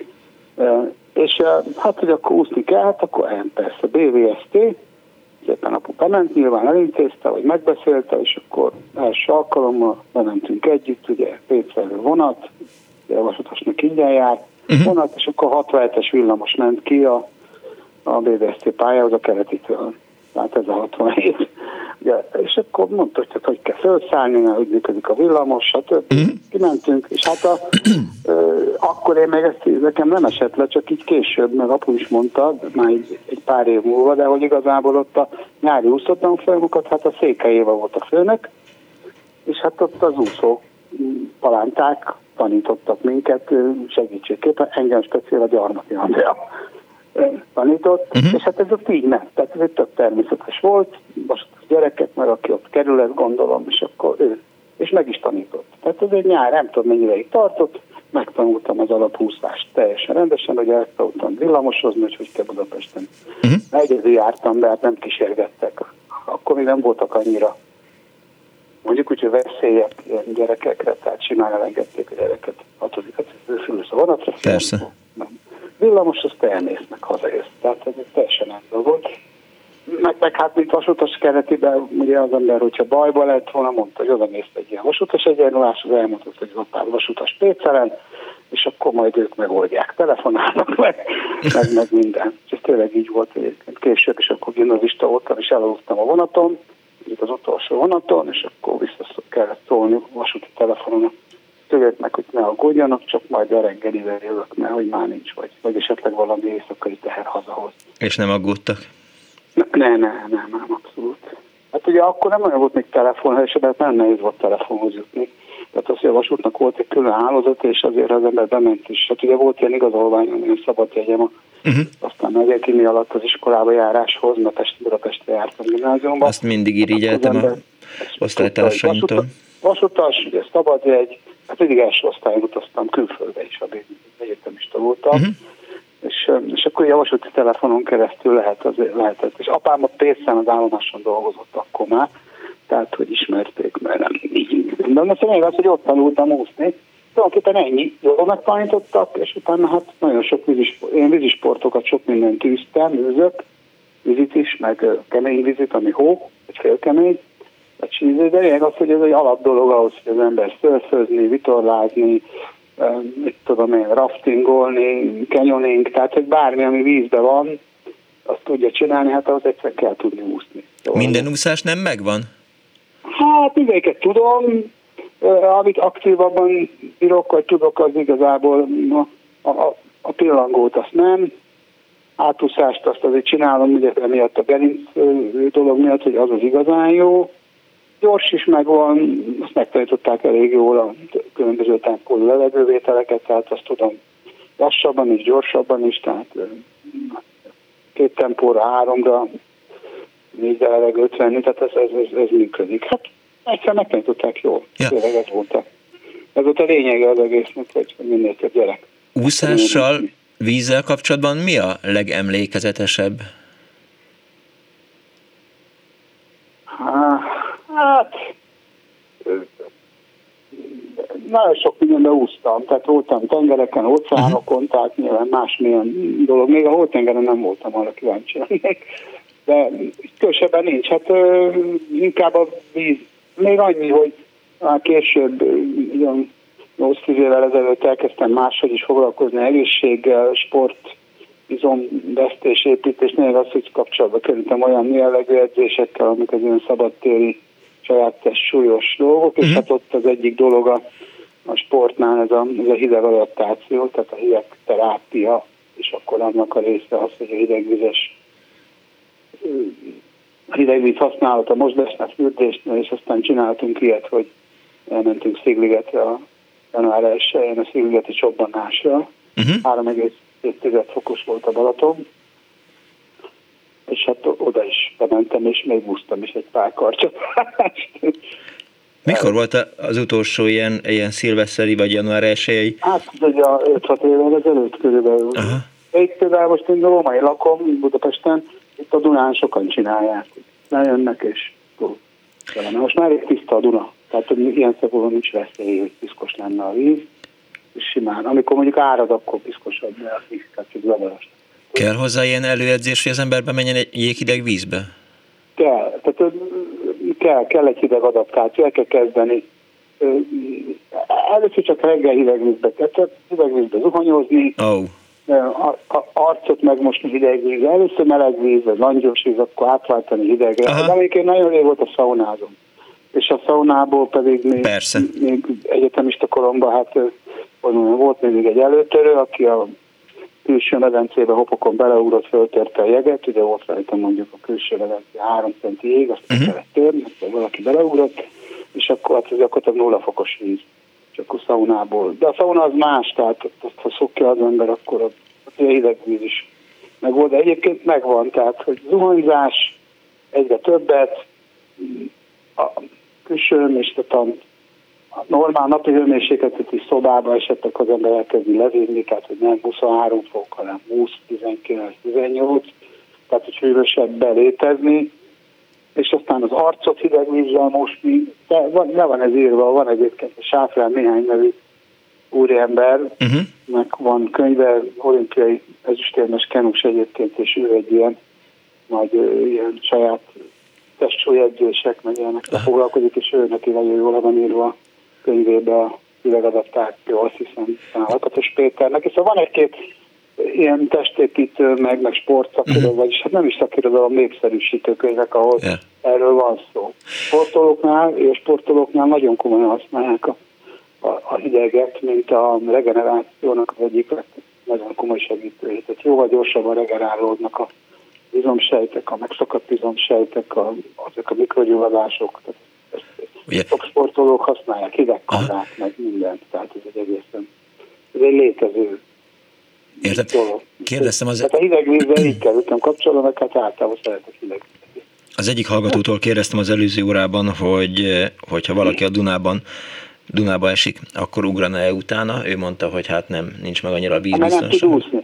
és hát, hogy akkor úszni kell, hát akkor persze BVST, szépen apu bement, nyilván elintézte, vagy megbeszélte, és akkor első alkalommal bementünk együtt, ugye Pécselről vonat, a vasutasnak ingyen jár, vonat, és akkor 67-es villamos ment ki a BVST pályához a Keretitől. Tehát ez a 67. Ugye, és akkor mondta, hogy kell felszállni, hogy működik a villamos, stb. Kimentünk, és hát akkor én meg ezt nekem nem esett le, csak így később, meg apu is mondta, már egy pár év múlva, de hogy igazából ott a nyári úszótanfolyamokat, hát a Székely Éva volt a főnök, és hát ott az úszó palánták tanítottak minket segítségképpen, engem speciál a Gyarmati Andrea tanított, és hát ez ott így ment, tehát ez tök természetes volt, most a gyereket, meg aki ott kerül, ezt gondolom, és akkor ő, és meg is tanított. Tehát ez egy nyár, nem tudom mennyi ideig tartott, megtanultam az alaphúzást teljesen rendesen, hogy eltanultam villamosozni, hogy kell Budapesten. Egyedül jártam, de hát nem kísérgettek. akkor még nem voltak annyira, mondjuk úgy, hogy veszélyek ilyen gyerekekre, tehát simán elengedték a gyereket 6-at fülős a vonatra. Persze. Villamos, azt elmész, meg hazajössz. Tehát ez teljesen nem volt. Meg hát, mint vasutas keretében, ugye az ember, hogyha bajba lett volna, mondta, hogy oda mész egy ilyen vasutas egyenluláshoz, elmondott, hogy ott áll vasutas pécelen, és akkor majd ők megoldják, telefonálnak meg minden. És ez tényleg így volt egyébként később, és akkor gimnazista voltam, és elaludtam a vonaton, az utolsó vonaton, és akkor vissza kellett szólni vasúti telefonon a szülőknek, hogy ne aggódjanak, csak majd a reggelivel jövök, mert hogy már nincs, vagy esetleg valami éjszakai teher hazahoz. És nem aggódtak? Nem, abszolút. Hát ugye akkor nem olyan volt még telefon, és nem nehéz volt telefonhoz jutni. Tehát az, hogy a vasútnak volt egy külön hálózat, és azért az ember bement is. Hát ugye volt ilyen igazolvány, amilyen szabadjegyem, aztán azért kimi alatt az iskolába járáshoz, mert Budapestre jártam gimnáziumban. Azt mindig irigyeltem a osztálytársaimtól. Vasutas, ugye szabadjegy, hát mindig első osztályon utaztam külföldre is, addig egyetemista voltam. És akkor ugye a vasúti telefonon keresztül lehetett. És apám a Pécsén az állomáson dolgozott akkor már, tehát hogy ismerték, mert nem így. De most még az, hogy ott tanultam úszni, tulajdonképpen ennyi. Jól megtanítottak, és utána hát nagyon sok vízisportokat, sok mindent űzök, vízit is, meg kemény vízit, ami hó, vagy félkemény, vagy síző, de lényeg az, hogy ez egy alap dolog ahhoz, hogy az ember szörfözni, vitorlázni, mit tudom én, raftingolni, canyoning, tehát hogy bármi, ami vízben van, azt tudja csinálni, hát ahhoz egyszer kell tudni úszni. Minden úszás nem megvan? Hát mindegyiket tudom, amit aktívabban írok, vagy tudok, az igazából a pillangót azt nem, átúszást azt azért csinálom, ugye emiatt a gerinc dolog miatt, hogy az igazán jó. Gyors is megvan, azt megtanították elég jól a különböző tempójú levegővételeket, tehát azt tudom lassabban is, gyorsabban is, tehát 2 tempóra, 3-ra, 4-re levegőt venni, tehát ez működik. Hát egyszer megtanították jól, tényleg ez volt a lényege az egésznek, hogy minél több gyerek. Úszással, vízzel kapcsolatban mi a legemlékezetesebb? Hát, nagyon sok mindenben úsztam, tehát voltam tengereken, óceánokon, tehát nyilván másmilyen dolog. Még a holtengeren nem voltam arra kíváncsi, de különösebben nincs. Hát inkább a víz. Még annyi, hogy már később, 8-10 évvel ezelőtt elkezdtem máshogy is foglalkozni egészséggel, sport, izomvesztés, építés, még az, hogy kapcsolatba kerültem olyan jellegű edzésekkel, amik az ilyen szabadtéri saját test súlyos dolgok, és hát ott az egyik dolog a sportnál ez a hideg adaptáció, tehát a hideg terápia, és akkor annak a része az, hogy a hidegvíz használata mosdásnál, fürdésnél, és aztán csináltunk ilyet, hogy elmentünk Szigligetre a január 1-én a Szigligeti csobbanásra, 3,2 fokos volt a Balaton, és hát oda is bementem, és még úsztam is egy pár karcsapást. Mikor volt az utolsó ilyen szilveszteri vagy január 1-i? Hát ugye 5-6 évvel ezelőtt körülbelül. Itt például most én római lakom Budapesten, itt a Dunán sokan csinálják. Lejönnek, és most már egy tiszta a Duna. Tehát hogy ilyen szempontból nincs veszély, hogy piszkos lenne a víz, és simán. Amikor mondjuk árad, akkor piszkosabb, de a víz, tehát hogy zavaros. Kell hozzá ilyen előedzés, hogy az ember bemenjen egy jéghideg vízbe? Kell. Tehát kell egy hideg adaptáció, el kell kezdeni. Először csak reggel hideg vízbe zuhanyozni, arcot megmosni hideg víz, először meleg víz, vagy langyos víz, akkor átváltani hidegre. De amikor nagyon rég volt a szaunázom. És a szaunából pedig még egyetemista koromban, hát volt még egy előtörő, aki a külső medencébe hopokon beleugrott, föltörte a jeget, ugye volt rajta mondjuk a külső medencé 3 centi jég, azt kellett törni, akkor valaki beleugrott, és akkor hát ez gyakorlatilag 0 fokos víz, csak a szaunából. De a szauna az más, tehát azt, ha szokja az ember, akkor a hideg víz is megvolt, de egyébként megvan, tehát hogy zuhanyzás, egyre többet, a külső hőmérséklet, a normál napi hőmérsékletet is szobában esetleg az ember elkezdi levinni, tehát hogy nem 23 fok, hanem 20, 19, 18, tehát hogy hűvösebb belétezni, és aztán az arcot hideg vízzel mosni, le van ez írva, van egyébként a Sáfrán Mihály nevű úriembernek van könyve, olimpiai ezüstérmes kenus egyébként, és ő egy ilyen nagy ilyen saját testsúlyedzések, meg ilyenekkel foglalkozik, és ő neki nagyon jól van írva a könyvébe a üvegadaptáció, azt hiszem, Lakatos Péternek, és szóval van egy-két ilyen testépítő, meg sportszakirodalom, vagyis hát nem is szakirodalom, népszerűsítő könyvek, ahol erről van szó. Sportolóknál nagyon komolyan használják a hideget, mint a regenerációnak az egyik nagyon komoly segítője. Tehát jóval gyorsabban regenerálódnak a izomsejtek, a megszakadt izomsejtek, azok a mikrogyulladások. Sok sportolók használják hidegkamrát, meg mindent. Tehát ez egy létező dolog. Kérdeztem tehát a hideg vízzel így kerültem kapcsolom, meg hát általában szeretek hideg. Az egyik hallgatótól kérdeztem az előző órában, hogyha valaki a Dunába esik, akkor ugrana-e utána? Ő mondta, hogy hát nem, nincs meg annyira a vízbiztonság. Nem tud úszni.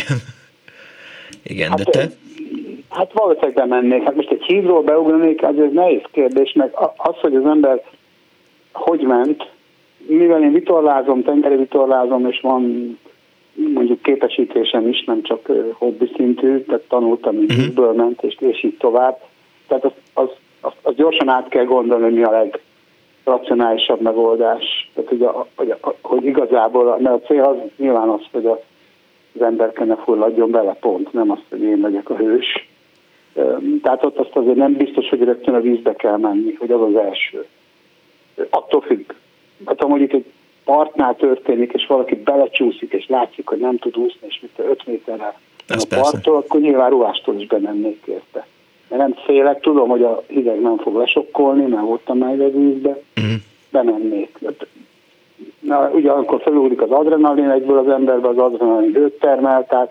Igen, de te? Hát valószínűleg bemennék. Hát most egy hídról beugranék, az egy nehéz kérdés, meg az, hogy az ember hogy ment, mivel én vitorlázom, tengeri vitorlázom, és van mondjuk képesítésem is, nem csak hobbi szintű, tehát tanultam, hogy vízből ment, és így tovább. Tehát az gyorsan át kell gondolni, hogy mi a legracionálisabb megoldás. Tehát, hogy igazából, mert a cél az nyilván az, hogy az ember ne fulladjon bele, pont, nem azt, hogy én legyek a hős. Tehát ott azt azért nem biztos, hogy rögtön a vízbe kell menni, hogy az az első. Attól függ. Hát ha mondjuk egy partnál történik, és valaki belecsúszik, és látszik, hogy nem tud úszni, és 5 méterrel a parttól, akkor nyilván ruhástól is bemennék érte. Mert nem félek, tudom, hogy a hideg nem fog lesokkolni, mert voltam már a vízbe, bemennék. Na, ugye akkor felugrik az adrenalin egyből az emberbe, az adrenalin hőt termel, tehát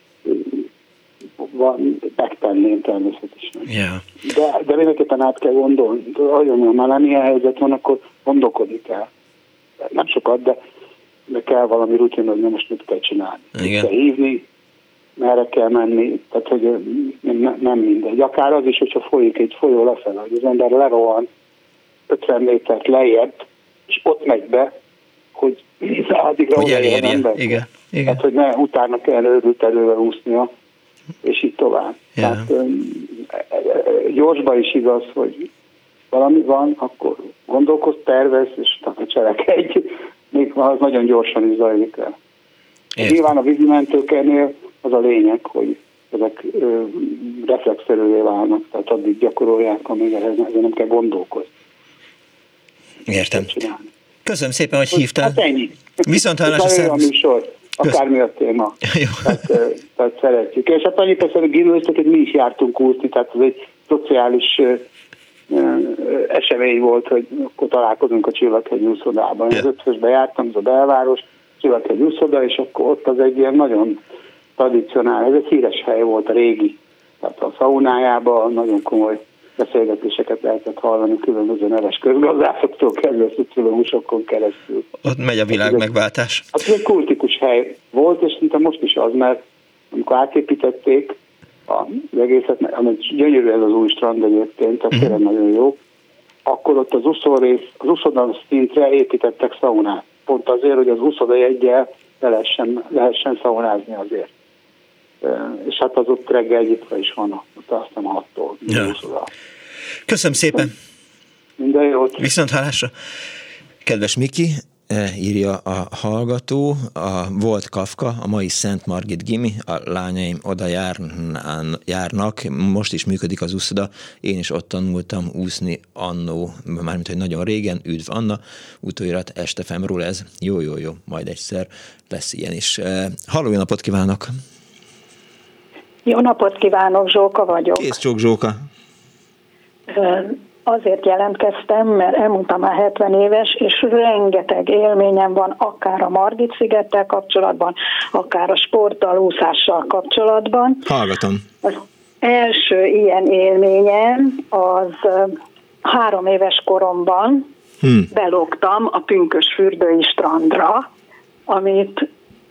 megtenném természetesen. Yeah. De mindenképpen át kell gondolni. Ha már nem ilyen helyzet van, akkor gondolkodni kell. Nem sokat, de kell valami rutin, hogy most mit kell csinálni. Mit kell hívni, merre kell menni, tehát hogy nem mindegy. Akár az is, hogyha folyik egy folyó lefele, hogy az ember lerohan 50 métert lejjebb, és ott megy be, hogy addigra odaér az ember. Igen. Tehát, hogy ne utána kell őrült erővel úsznia, és így tovább. Yeah. Tehát gyorsban is igaz, hogy valami van, akkor gondolkozz, tervez, és utána cselekedj. Még az nagyon gyorsan is zajlik el. Nyilván a vízimentőknél az a lényeg, hogy ezek reflexzerűvé válnak, tehát addig gyakorolják, amíg ehhez nem kell gondolkozni. Értem. Köszönöm szépen, hogy hívtál. Hát ennyi. Viszonthallásra, szervusz. Műsor, akármi a téma. Tehát szeretjük. És hát annyi persze, hogy gírőztek, hogy mi is jártunk úszni, tehát ez egy szociális esemény volt, hogy akkor találkozunk a Csillaghegy úszodában. Az 5-ösbe jártam, ez a belváros, Csillaghegy úszoda, és akkor ott az egy ilyen nagyon tradicionális, ez egy híres hely volt, a régi. Tehát a szaunájában nagyon komoly beszélgetéseket lehetett hallani különböző neves közgazdászoktól kezdve szociológusokon keresztül. Ott megy a világ megváltás. Hát ez egy kultikus hely volt, és szinte most is az, mert amikor átépítették az egészet, amit gyönyörű ez az új strand egyébként, tehát tényleg nagyon jó, akkor ott az úszoda szintre építettek szaunát. Pont azért, hogy az úszodajeggyel lehessen szaunázni azért. És hát az ott reggel nyitva is van, ott azt nem 6-tól. Ja. Köszönöm szépen! Minden jót! Viszonthallásra! Kedves Miki, írja a hallgató, volt Kafka, a mai Szent Margit Gimi, a lányaim oda járnak, most is működik az úszoda, én is ott tanultam úszni annó, mármint, hogy nagyon régen, üdv Anna, utóirat Estefemról ez, jó, majd egyszer lesz ilyen is. Halló, jó napot kívánok! Jó napot kívánok, Zsóka vagyok. Kész csók, Zsóka. Azért jelentkeztem, mert elmondtam már 70 éves, és rengeteg élményem van, akár a Margit-szigettel kapcsolatban, akár a sporttal, úszással kapcsolatban. Hallgatom. Az első ilyen élményem az 3 éves koromban belógtam a pünkösfürdői strandra, amit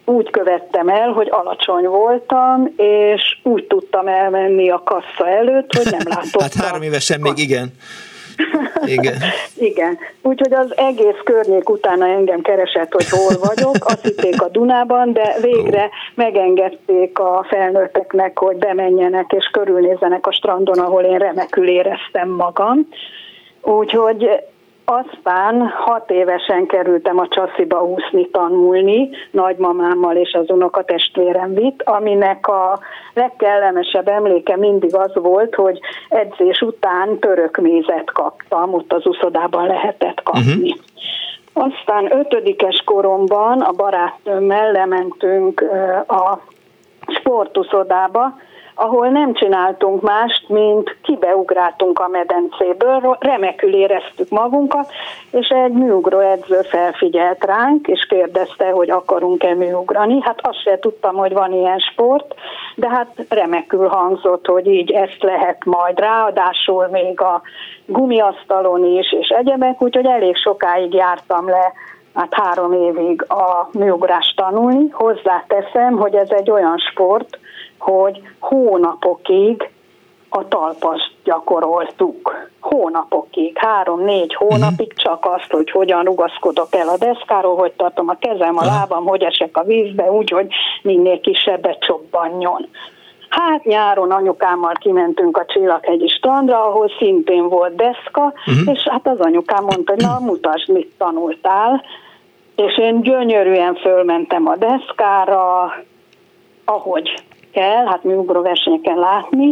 úgy követtem el, hogy alacsony voltam, és úgy tudtam elmenni a kassa előtt, hogy nem látottam. Hát 3 évesen még igen. Igen. Igen. Úgyhogy az egész környék utána engem keresett, hogy hol vagyok. Azt hitték a Dunában, de végre megengedték a felnőtteknek, hogy bemenjenek és körülnézzenek a strandon, ahol én remekül éreztem magam. Úgyhogy aztán 6 évesen kerültem a Csasziba úszni, tanulni, nagymamámmal és az unokatestvérem vitt, aminek a legkellemesebb emléke mindig az volt, hogy edzés után törökmézet kaptam, ott az úszodában lehetett kapni. Aztán 5-es koromban a barátnőmmel lementünk a sportuszodába, ahol nem csináltunk mást, mint kibeugráltunk a medencéből, remekül éreztük magunkat, és egy műugró edző felfigyelt ránk, és kérdezte, hogy akarunk-e műugrani. Hát azt se tudtam, hogy van ilyen sport, de hát remekül hangzott, hogy így ezt lehet majd, ráadásul még a gumiasztalon is, és egyebek, úgyhogy elég sokáig jártam le, hát 3 évig a műugrást tanulni. Hozzáteszem, hogy ez egy olyan sport, hogy hónapokig a talpast gyakoroltuk. Hónapokig, 3-4 hónapig csak azt, hogy hogyan rugaszkodok el a deszkáról, hogy tartom a kezem, a lábam, hogy esek a vízbe, úgy, hogy minél kisebbet csobbanjon. Hát nyáron anyukámmal kimentünk a Csillaghegyi strandra, ahol szintén volt deszka, és hát az anyukám mondta, hogy na, mutasd, mit tanultál. És én gyönyörűen fölmentem a deszkára, ahogy kell, hát műugró versenyeken látni,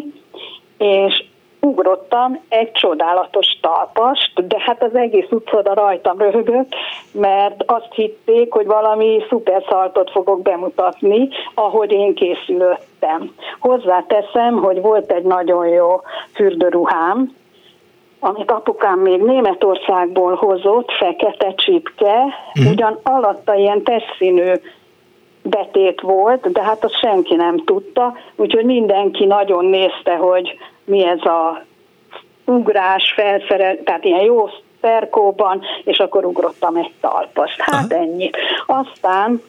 és ugrottam egy csodálatos talpast, de hát az egész utcoda rajtam röhögött, mert azt hitték, hogy valami szuperszaltot fogok bemutatni, ahogy én készülöttem. Hozzáteszem, hogy volt egy nagyon jó fürdőruhám, amit apukám még Németországból hozott, fekete csipke, ugyan alatta ilyen testszínű betét volt, de hát azt senki nem tudta, úgyhogy mindenki nagyon nézte, hogy mi ez a ugrás, tehát ilyen jó szerkóban, és akkor ugrottam egy talpast. Hát ennyi. Aztán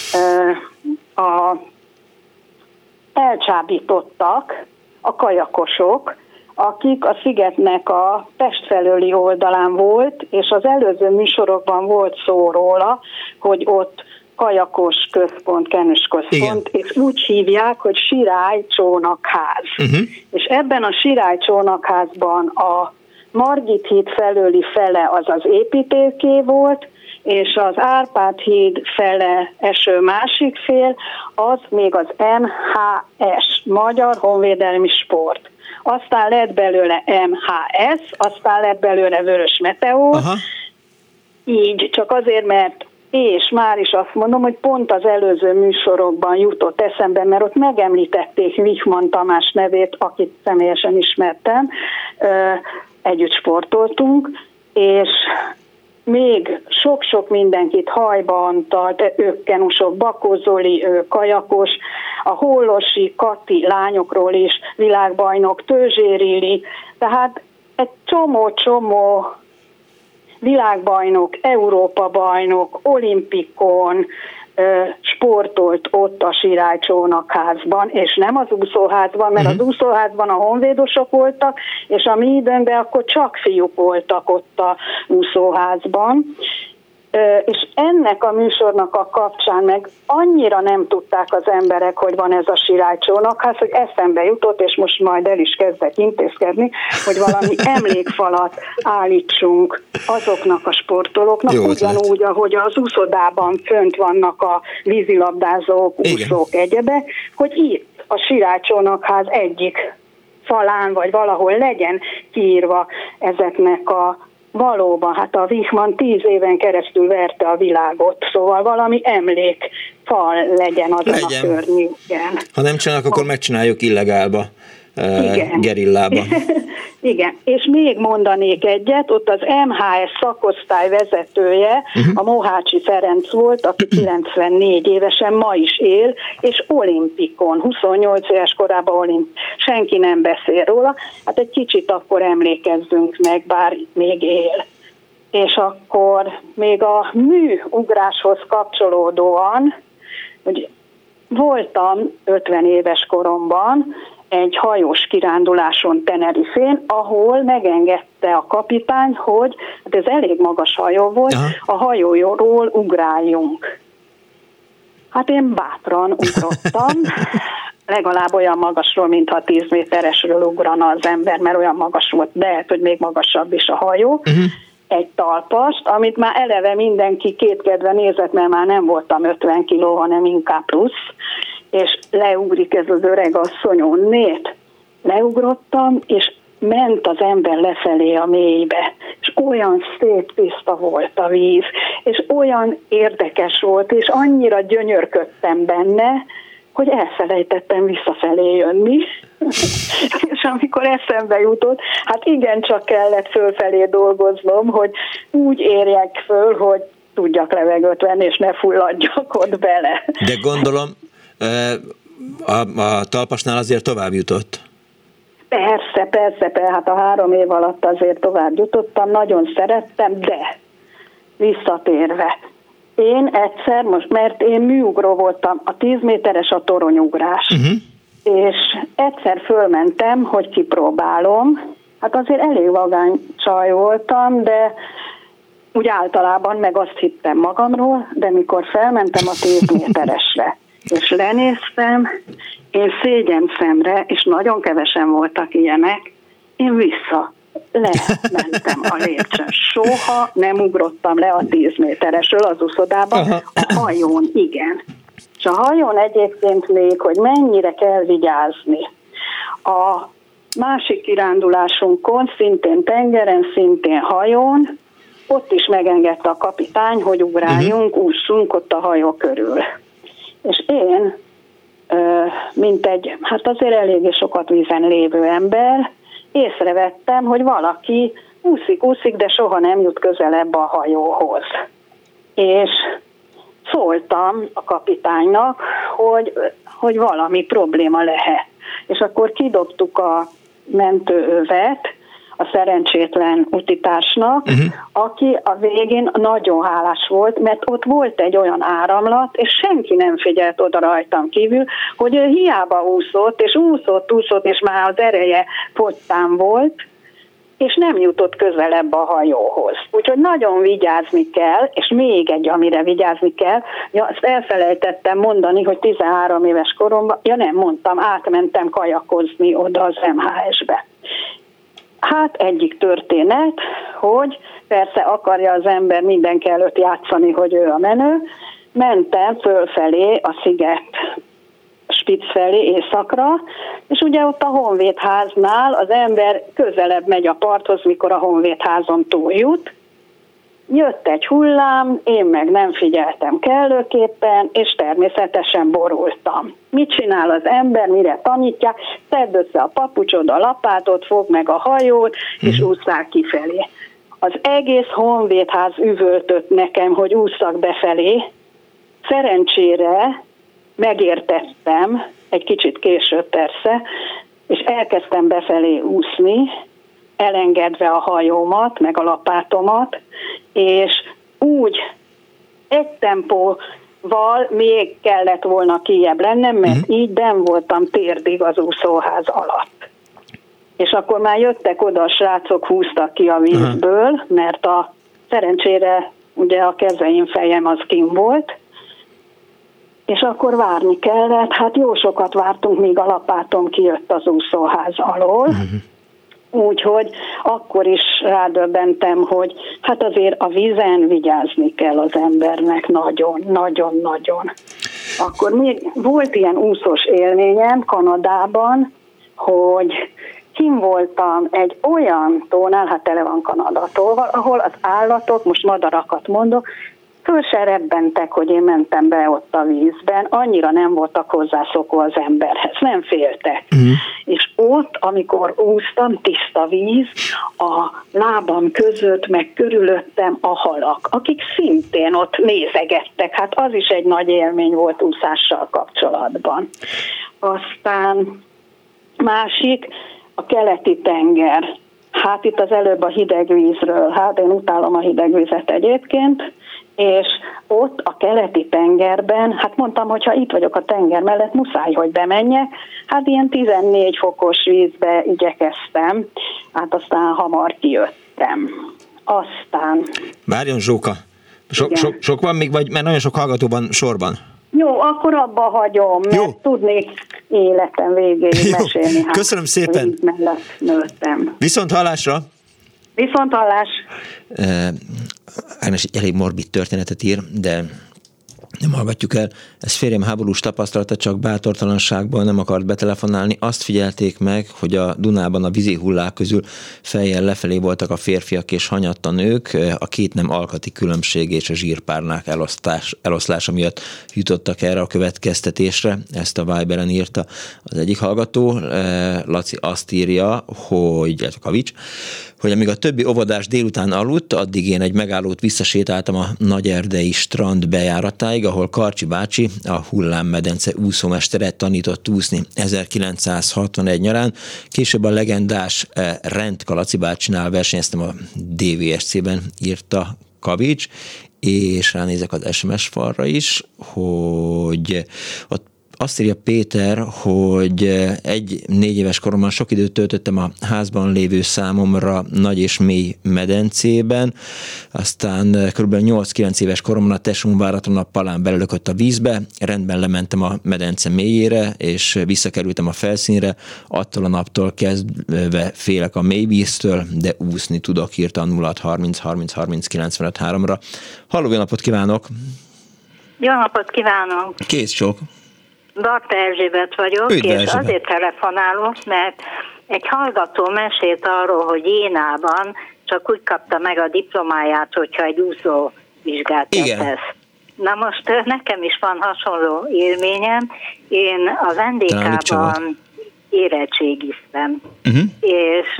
elcsábítottak a kajakosok, akik a szigetnek a Pest felőli oldalán volt, és az előző műsorokban volt szó róla, hogy ott kajakos központ, kenus központ, és úgy hívják, hogy Sirály csónakház. És ebben a Sirály csónakházban a Margit híd felőli fele az az építőké volt, és az Árpád híd fele eső másik fél, az még az MHS, Magyar Honvédelmi Sport. Aztán lett belőle MHS, aztán lett belőle Vörös Meteor, így csak azért, mert és már is azt mondom, hogy pont az előző műsorokban jutott eszembe, mert ott megemlítették Wichmann Tamás nevét, akit személyesen ismertem, együtt sportoltunk, és még sok-sok mindenkit, Hajba Antal, ők kenusok, Bakó Zoli, kajakos, a Hollosi Kati lányokról is világbajnok, Tőzsér Ili, tehát egy csomó világbajnok, Európa-bajnok, olimpikon sportolt ott a Sirály csónakházban, és nem az úszóházban, mert az úszóházban a honvédosok voltak, és a mi időnkben akkor csak fiúk voltak ott a úszóházban. És ennek a műsornak a kapcsán meg annyira nem tudták az emberek, hogy van ez a Sirály csónakház, hogy eszembe jutott, és most majd el is kezdek intézkedni, hogy valami emlékfalat állítsunk azoknak a sportolóknak, ugyanúgy, ahogy az úszodában fönt vannak a vízilabdázók, úszók, egyebek, hogy itt a Sirály csónakház egyik falán, vagy valahol legyen kiírva ezeknek a valóban, hát a Wichmann 10 éven keresztül verte a világot, szóval valami emlékfal legyen azon a környéken. Ha nem csinálnak, akkor megcsináljuk illegálba, gerillába. Igen, és még mondanék egyet, ott az MHS szakosztály vezetője, a Mohácsi Ferenc volt, aki 94 évesen ma is él, és olimpikon, 28 éves korában senki nem beszél róla, hát egy kicsit akkor emlékezzünk meg, bár még él. És akkor még a műugráshoz kapcsolódóan hogy voltam 50 éves koromban egy hajós kiránduláson Tenerifén, ahol megengedte a kapitány, hogy hát ez elég magas hajó volt, a hajóról ugráljunk. Hát én bátran ugrottam, legalább olyan magasról, mintha 10 méteresről ugrana az ember, mert olyan magas volt, de lehet, hogy még magasabb is a hajó. Egy talpast, amit már eleve mindenki kétkedve nézett, mert már nem voltam 50 kiló, hanem inkább plusz, és leugrik ez az öreg asszony onnét. Leugrottam, és ment az ember lefelé a mélybe, és olyan szép tiszta volt a víz, és olyan érdekes volt, és annyira gyönyörködtem benne, hogy elfelejtettem visszafelé jönni. És amikor eszembe jutott, hát igencsak kellett fölfelé dolgoznom, hogy úgy érjek föl, hogy tudjak levegőt venni, és ne fulladjak ott bele. De gondolom, a talpasnál azért tovább jutott. Persze, hát a 3 év alatt azért tovább jutottam, nagyon szerettem, de visszatérve. Én egyszer, most mert én műugró voltam, a 10 méteres a toronyugrás, és egyszer fölmentem, hogy kipróbálom, hát azért elég vagány csaj voltam, de úgy általában meg azt hittem magamról, de mikor felmentem a 10 méteresre, és lenéztem, én szégyenszemre, és nagyon kevesen voltak ilyenek, én lementem a lépcsőn. Soha nem ugrottam le a 10 méteresről az úszodában, a hajón igen. És a hajón egyébként még, hogy mennyire kell vigyázni. A másik kirándulásunkon, szintén tengeren, szintén hajón, ott is megengedte a kapitány, hogy ugráljunk, ússzunk ott a hajó körül. És én, mint egy, hát azért eléggé sokat vízen lévő ember, észrevettem, hogy valaki úszik, de soha nem jut közelebb a hajóhoz. És szóltam a kapitánynak, hogy valami probléma lehet. És akkor kidobtuk a mentőövet a szerencsétlen utitársnak, aki a végén nagyon hálás volt, mert ott volt egy olyan áramlat, és senki nem figyelt oda rajtam kívül, hogy ő hiába úszott, és úszott, és már az ereje fogytán volt, és nem jutott közelebb a hajóhoz. Úgyhogy nagyon vigyázni kell, és még egy, amire vigyázni kell, azt elfelejtettem mondani, hogy 13 éves koromban, nem mondtam, átmentem kajakozni oda az MHS-be. Hát egyik történet, hogy persze akarja az ember mindenki előtt játszani, hogy ő a menő, mentem fölfelé a sziget Spitz felé északra, és ugye ott a honvédháznál az ember közelebb megy a parthoz, mikor a honvédházon túljut. Jött egy hullám, én meg nem figyeltem kellőképpen, és természetesen borultam. Mit csinál az ember, mire tanítják? Szedd össze a papucsod, a lapátot, fogd meg a hajót, és ússzál kifelé. Az egész honvédház üvöltött nekem, hogy ússzak befelé. Szerencsére megértettem, egy kicsit később persze, és elkezdtem befelé úszni, elengedve a hajómat, meg a lapátomat, és úgy egy tempóval még kellett volna kijebb lennem, mert így benn voltam térdig az úszóház alatt. És akkor már jöttek oda a srácok, húztak ki a vízből, mert szerencsére ugye a kezeim, fejem az kint volt, és akkor várni kellett, hát jó sokat vártunk, míg a lapátom kijött az úszóház alól, úgyhogy akkor is rádöbbentem, hogy hát azért a vízen vigyázni kell az embernek nagyon. Akkor még volt ilyen úszós élményem Kanadában, hogy kim voltam egy olyan tónál, hát tele van Kanadatól, ahol az állatok, most madarakat mondok, föl se rebbentek, hogy én mentem be ott a vízben, annyira nem voltak hozzászokva az emberhez, nem féltek. És ott, amikor úsztam, tiszta víz, a lábam között, meg körülöttem a halak, akik szintén ott nézegettek, hát az is egy nagy élmény volt úszással kapcsolatban. Aztán másik, a keleti tenger. Hát itt az előbb a hideg vízről, hát én utálom a hideg vizet egyébként, és ott a keleti tengerben, hát mondtam, hogy ha itt vagyok a tenger mellett, muszáj, hogy bemenjek, hát ilyen 14 fokos vízbe igyekeztem, hát aztán hamar kijöttem. Aztán... Várjon, Zsóka, sok van még, vagy mert nagyon sok hallgató van sorban? Jó, akkor abba hagyom, mert tudnék életem végéig mesélni. Hát, köszönöm szépen. Mellett nőttem. Viszont hallásra. Viszont hallás. Ágnes egy elég morbid történetet ír, de nem hallgatjuk el. Ez férjem háborús tapasztalata, csak bátortalanságból nem akart betelefonálni. Azt figyelték meg, hogy a Dunában a vízi hullák közül fejjel lefelé voltak a férfiak és hanyatt a nők. A két nem alkati különbség és a zsírpárnák eloszlása miatt jutottak erre a következtetésre. Ezt a Viberen írta az egyik hallgató. Laci azt írja, hogy Kavics, hogy amíg a többi óvodás délután aludt, addig én egy megállót visszasétáltam a Nagyerdei strand bejáratáig, ahol Karcsi bácsi, a Hullámmedence úszómestere tanított úszni 1961 nyarán. Később a legendás Rend Laci bácsinál versenyeztem a DVSC-ben, írta Kavics, és ránézek az SMS falra is, hogy ott azt írja Péter, hogy 4 éves koromban sok időt töltöttem a házban lévő számomra nagy és mély medencében, aztán kb. 8-9 éves koromban a tesóm váratlan a palán belelökött a vízbe, rendben lementem a medence mélyére, és visszakerültem a felszínre, attól a naptól kezdve félek a mélyvíztől, de úszni tudok, írta 0630 30 30 95 3-ra. Halló, jó napot kívánok! Jó napot kívánok! Kész sok! Barta Erzsébet vagyok, Üdv, és Erzsébet. Azért telefonálok, mert egy hallgató mesélt arról, hogy Jénában csak úgy kapta meg a diplomáját, hogyha egy úszóvizsgát tesz. Na most nekem is van hasonló élményem. Én az NDK-ban érettségiztem, és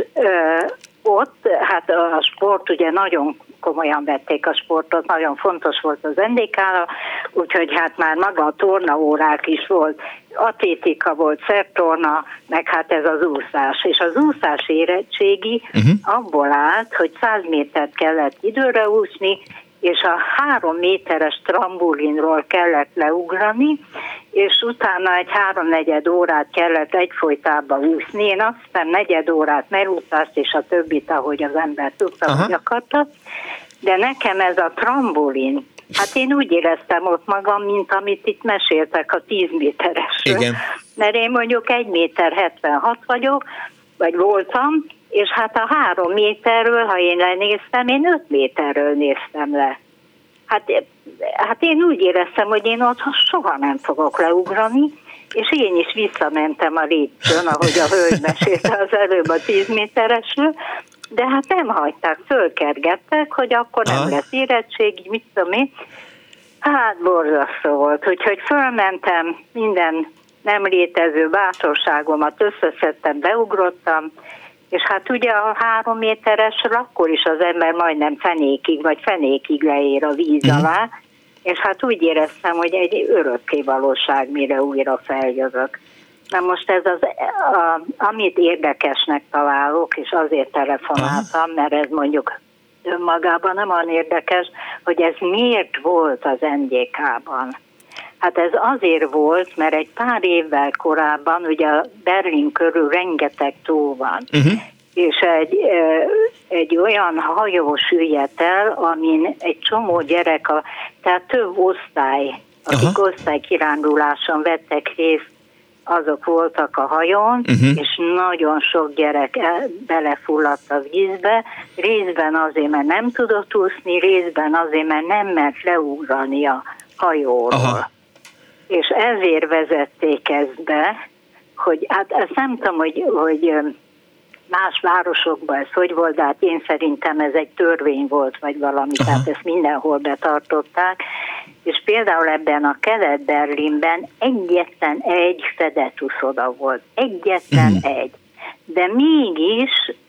ott hát a sport ugye nagyon komolyan vették a sportot, nagyon fontos volt az NDK-ra, úgyhogy hát már maga a tornaórák is volt, atlétika volt, szertorna, meg hát ez az úszás. És az úszás érettségi abból állt, hogy 100 métert kellett időre úszni, és a 3 méteres trambulinról kellett leugrani, és utána egy 3-4 órát kellett egyfolytában úszni. Én azt hiszem 4 órát merúszást, és a többit, ahogy az ember tudta, hogy akarta. De nekem ez a trambulin, hát én úgy éreztem ott magam, mint amit itt meséltek a 10 méteresről. Igen. Mert én mondjuk 1,76 méter vagyok, vagy voltam, és hát a 3 méterről, ha én lenéztem, én 5 méterről néztem le. Hát én úgy éreztem, hogy én ott soha nem fogok leugrani, és én is visszamentem a lépcsőn, ahogy a hölgy mesélte az előbb a 10 méteresről, de hát nem hagyták, fölkergettek, hogy akkor nem lesz érettségi, mit tudom én. Hát borzasztó volt, úgyhogy fölmentem, minden nem létező bátorságomat összeszedtem, beugrottam, és hát ugye a 3 méteresről akkor is az ember majdnem fenékig leér a víz alá, és hát úgy éreztem, hogy egy örökké valóság, mire újra feljövök. Na most ez amit érdekesnek találok, és azért telefonáltam, mert ez mondjuk önmagában nem olyan érdekes, hogy ez miért volt az NDK-ban. Hát ez azért volt, mert egy pár évvel korábban, ugye a Berlin körül rengeteg tó van, és egy olyan hajó süllyedt el, amin egy csomó gyerek, tehát több osztály, akik osztálykiránduláson vettek részt, azok voltak a hajón, és nagyon sok gyerek belefulladt a vízbe, részben azért, mert nem tudott úszni, részben azért, mert nem mert leugrani a hajóról. És ezért vezették ezt be, hogy hát ezt nem tudom, hogy más városokban ez hogy volt, de hát én szerintem ez egy törvény volt, vagy valami, tehát ezt mindenhol betartották, és például ebben a Kelet-Berlinben egyetlen egy fedett úszoda volt. Egyetlen egy. De mégis,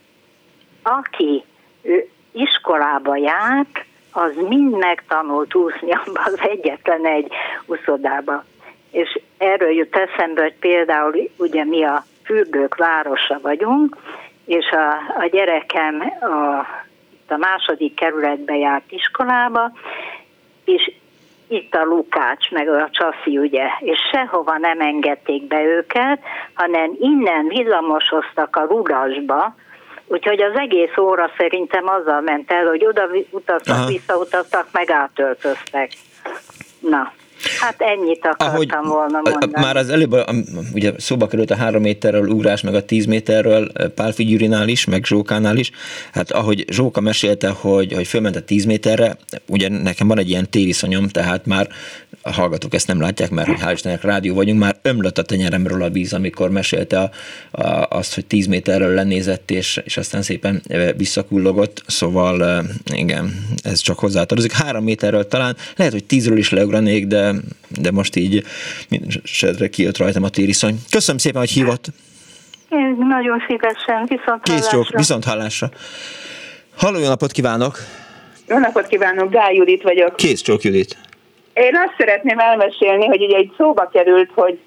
aki iskolába járt, az mind megtanult úszni abban az egyetlen egy úszodába. És erről jut eszembe, hogy például ugye mi a fürdők városa vagyunk, és a gyerekem a második kerületbe járt iskolába, és itt a Lukács, meg a Csaszi, ugye, és sehova nem engedték be őket, hanem innen villamosoztak a Rudasba, úgyhogy az egész óra szerintem azzal ment el, hogy oda utaztak, visszautaztak, meg átöltöztek. Na, hát ennyit akartam volna mondani. Már az előbb ugye szóba került a 3 méterről ugrás, meg a 10 méterről Pálffy Gyurinál is, meg Zsókánál is. Hát ahogy Zsóka mesélte, hogy fölment a 10 méterre, ugye nekem van egy ilyen téviszonyom, tehát már a hallgatók ezt nem látják, mert hál' Istennek rádió vagyunk, már ömlött a tenyeremről a víz, amikor mesélte azt, hogy 10 méterről lenézett, és aztán szépen visszakullogott, szóval igen, ez csak hozzátartozik. 3 méterről talán, lehet, hogy 10-ről is leugranék, de most így mindenesetre kijött rajtam a tériszony. Köszönöm szépen, hogy hívott. Én nagyon szívesen, viszont hallásra. Halló, jó napot kívánok! Jó napot kívánok, Gál Judit vagyok. Kész csók, Judit. Én azt szeretném elmesélni, hogy ugye egy szóba került, hogy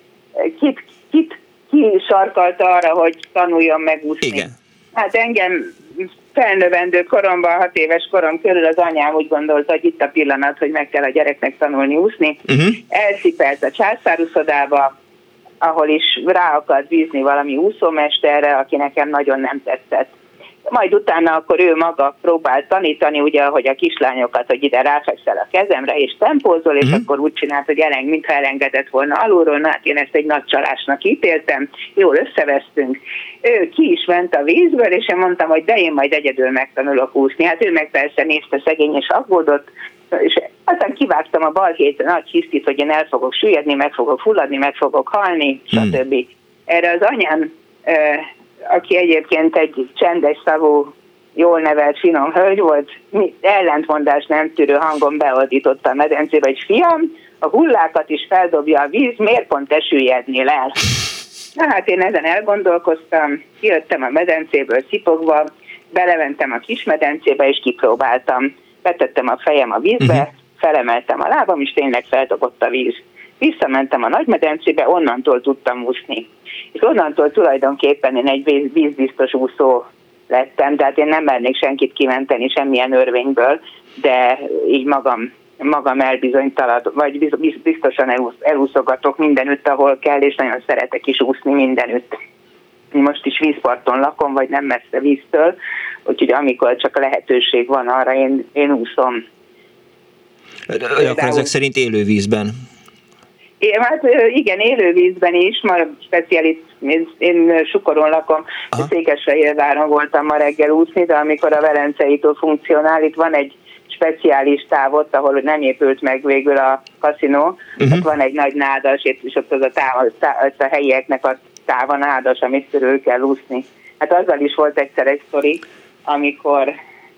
ki sarkalta arra, hogy tanuljon megúszni. Igen. Hát engem felnövendő koromban, 6 éves korom körül az anyám úgy gondolta, hogy itt a pillanat, hogy meg kell a gyereknek tanulni úszni. Elszipelt a császáruszodába, ahol is rá akart bízni valami úszómesterre, aki nekem nagyon nem tetszett. Majd utána akkor ő maga próbált tanítani, ugye, hogy a kislányokat, hogy ide ráfekszel a kezemre, és tempózol, és akkor úgy csinált, hogy mintha elengedett volna alulról, hát én ezt egy nagy csalásnak ítéltem, jól összevesztünk. Ő ki is ment a vízből, és én mondtam, hogy de én majd egyedül megtanulok úszni. Hát ő meg persze nézte szegény, és aggódott, és aztán kivágtam a balhét nagy hisztit, hogy én el fogok süllyedni, meg fogok fulladni, meg fogok halni, stb. Erre az anyám, aki egyébként egy csendes szavú, jól nevelt, finom hölgy volt, ellentmondás nem tűrő hangon beordította a medencébe, hogy fiam, a hullákat is feldobja a víz, miért pont te süllyednél el? Na hát én ezen elgondolkoztam, kijöttem a medencéből szipogva, belementem a kis medencébe, és kipróbáltam. Betettem a fejem a vízbe, felemeltem a lábam, és tényleg feldobott a víz. Visszamentem a nagy medencébe, onnantól tudtam úszni. És onnantól tulajdonképpen én egy vízbiztos úszó lettem, de hát én nem mernék senkit kimenteni semmilyen örvényből, de így magam elbizonytalan, vagy biztosan elúszogatok mindenütt, ahol kell, és nagyon szeretek is úszni mindenütt. Most is vízparton lakom, vagy nem messze víztől, úgyhogy amikor csak lehetőség van arra, én úszom. Akkor ezek szerint élővízben? Hát igen, élővízben is, ma speciális, én Sukoron lakom, Székesfehérváron voltam ma reggel úszni, de amikor a Velencei tó funkcionál, itt van egy speciális távot, ahol nem épült meg végül a kaszinó, ott van egy nagy nádas, és ott az a helyieknek a táva nádas, amit körül kell úszni. Hát azzal is volt egyszer egy sztori, amikor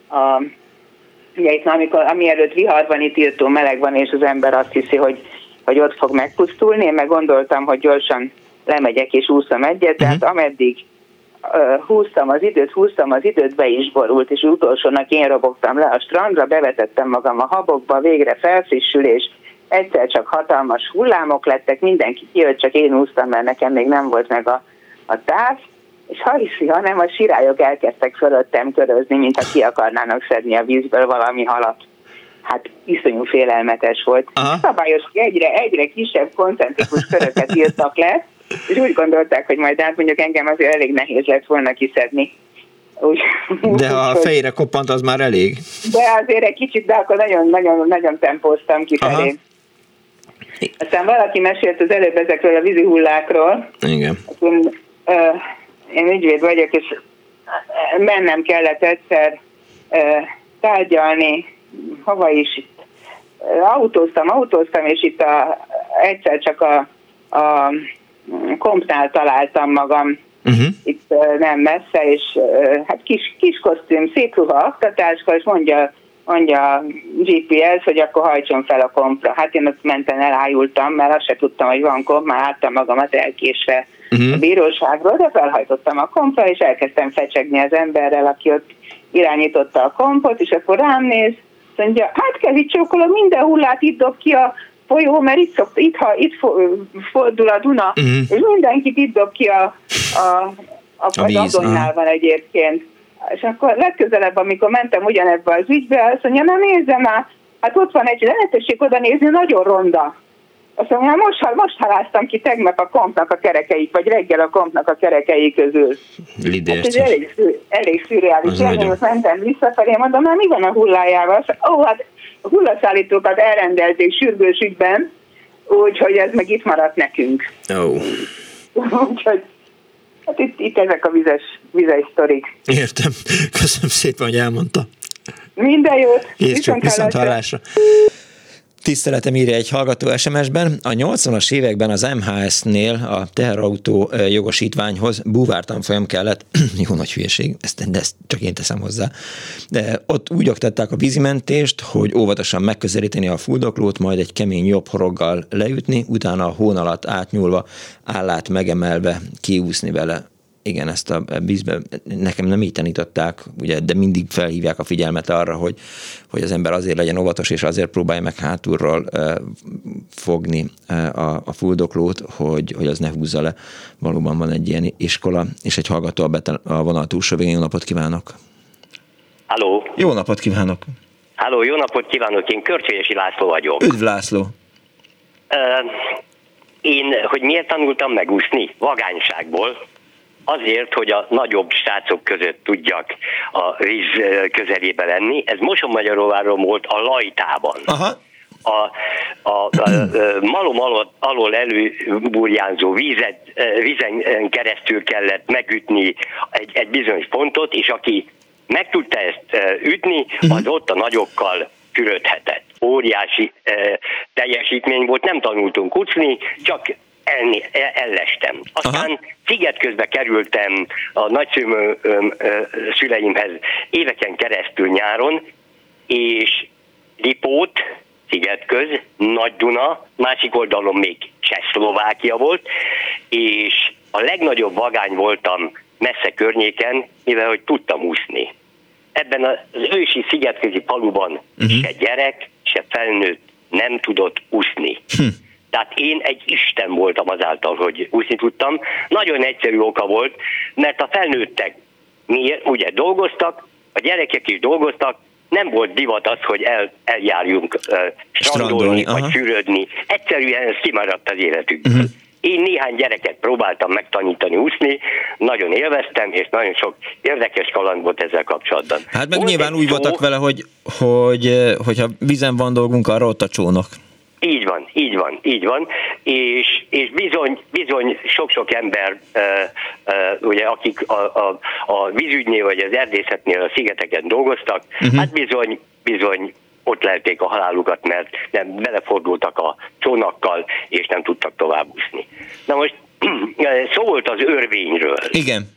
amielőtt vihar van, itt írtó meleg van, és az ember azt hiszi, hogy ott fog megpusztulni. Én meg gondoltam, hogy gyorsan lemegyek és úszom egyet, tehát ameddig húztam az időt, be is borult, és utolsónak én robogtam le a strandra, bevetettem magam a habokba, végre felfrissülés, egyszer csak hatalmas hullámok lettek, mindenki kijött, csak én úsztam, mert nekem még nem volt meg a táv, és ha hiszi, hanem a sirályok elkezdtek fölöttem körözni, mintha ki akarnának szedni a vízből valami halat. Hát iszonyú félelmetes volt. Szabályos, egyre kisebb koncentrikus köröket írtak le, és úgy gondolták, hogy majd mondjuk engem azért elég nehéz lett volna kiszedni. De ha a fejére koppant, az már elég. De azért egy kicsit, de akkor nagyon tempóztam kifelé. Aztán valaki mesélt az előbb ezekről a vízi hullákról. Igen. Én ügyvéd vagyok, és mennem kellett egyszer tárgyalni, hova is, autóztam, és itt egyszer csak a kompnál találtam magam, itt nem messze, és hát kis kosztüm, szép ruha, aktatáska, és mondja a GPS, hogy akkor hajtson fel a kompra. Hát én ott menten elájultam, mert azt se tudtam, hogy van komp, már láttam magamat elkésve a bíróságról, de felhajtottam a kompra, és elkezdtem fecsegni az emberrel, aki ott irányította a kompot, és akkor rám néz, mondja, hát Kezi csókolom, minden hullát itt dob ki a folyó, mert itt fordul a Duna, és mindenkit itt dob ki az Adonnál van egyébként. És akkor legközelebb, amikor mentem ugyanebbe az ügybe, azt mondja, na nézze már, Hát ott van egy lehetőség oda nézni, nagyon ronda. Azt mondja, most haláztam ki tegnap a kompnak a kerekeik, vagy reggel a kompnak a kerekei közül. Hát ez elég szürreális. Most mentem visszafelé, mondom, mi van a hullájával? Hát a hullaszállítókat elrendelték sürgős ügyben, úgyhogy ez meg itt maradt nekünk. Úgyhogy hát itt ezek a vizes sztorik. Értem. Köszönöm szépen, hogy elmondta. Minden jót. Viszont hallásra. Tiszteletem, írja egy hallgató SMS-ben. A 80-as években az MHS-nél a teherautó jogosítványhoz búvártanfolyam kellett. Jó nagy hülyeség, ezt csak én teszem hozzá. De ott úgy oktatták a vízimentést, hogy óvatosan megközelíteni a fuldoklót, majd egy kemény jobb horoggal leütni, utána a hón alatt átnyúlva, állát megemelve kiúszni vele. Igen, ezt a vízbe nekem nem így tanították, ugye, de mindig felhívják a figyelmet arra, hogy az ember azért legyen óvatos, és azért próbálja meg hátulról fogni a fuldoklót, hogy az ne húzza le. Valóban van egy ilyen iskola, és egy hallgató a vonal túlsó végén. Jó napot kívánok! Halló! Jó napot kívánok! Halló, jó napot kívánok! Én Körcsölyesi László vagyok. Üdv László! Én, hogy miért tanultam megúszni? Vagányságból. Azért, hogy a nagyobb srácok között tudjak a víz közelébe lenni. Ez Mosonmagyaróváron volt a Lajtában. Aha. A malom alól előburjánzó vízen keresztül kellett megütni egy bizonyos pontot, és aki meg tudta ezt ütni, az ott a nagyokkal fürödhetett. Óriási teljesítmény volt, nem tanultunk úszni, csak ellestem. Aztán Szigetközbe kerültem a nagyszüleimhez éveken keresztül nyáron, és Lipót, Szigetköz, Nagy-Duna, másik oldalon még Csehszlovákia volt, és a legnagyobb vagány voltam messze környéken, mivel hogy tudtam úszni. Ebben az ősi szigetközi faluban se gyerek, se felnőtt nem tudott úszni. Tehát én egy isten voltam azáltal, hogy úszni tudtam. Nagyon egyszerű oka volt, mert a felnőttek ugye dolgoztak, a gyerekek is dolgoztak, nem volt divat az, hogy eljárjunk strandolni vagy fürödni. Egyszerűen ez kimaradt az életükből. Én néhány gyereket próbáltam megtanítani úszni, nagyon élveztem, és nagyon sok érdekes kaland volt ezzel kapcsolatban. Hát meg volt nyilván úgy voltak vele, hogyha vízen van dolgunk, arra ott a csónak. Így van, és bizony sok ember, ugye, akik a vízügynél vagy az erdészetnél a szigeteken dolgoztak, hát bizony ott lelték a halálukat, mert nem belefordultak a csónakkal, és nem tudtak tovább úszni. Na most szó volt az örvényről. Igen.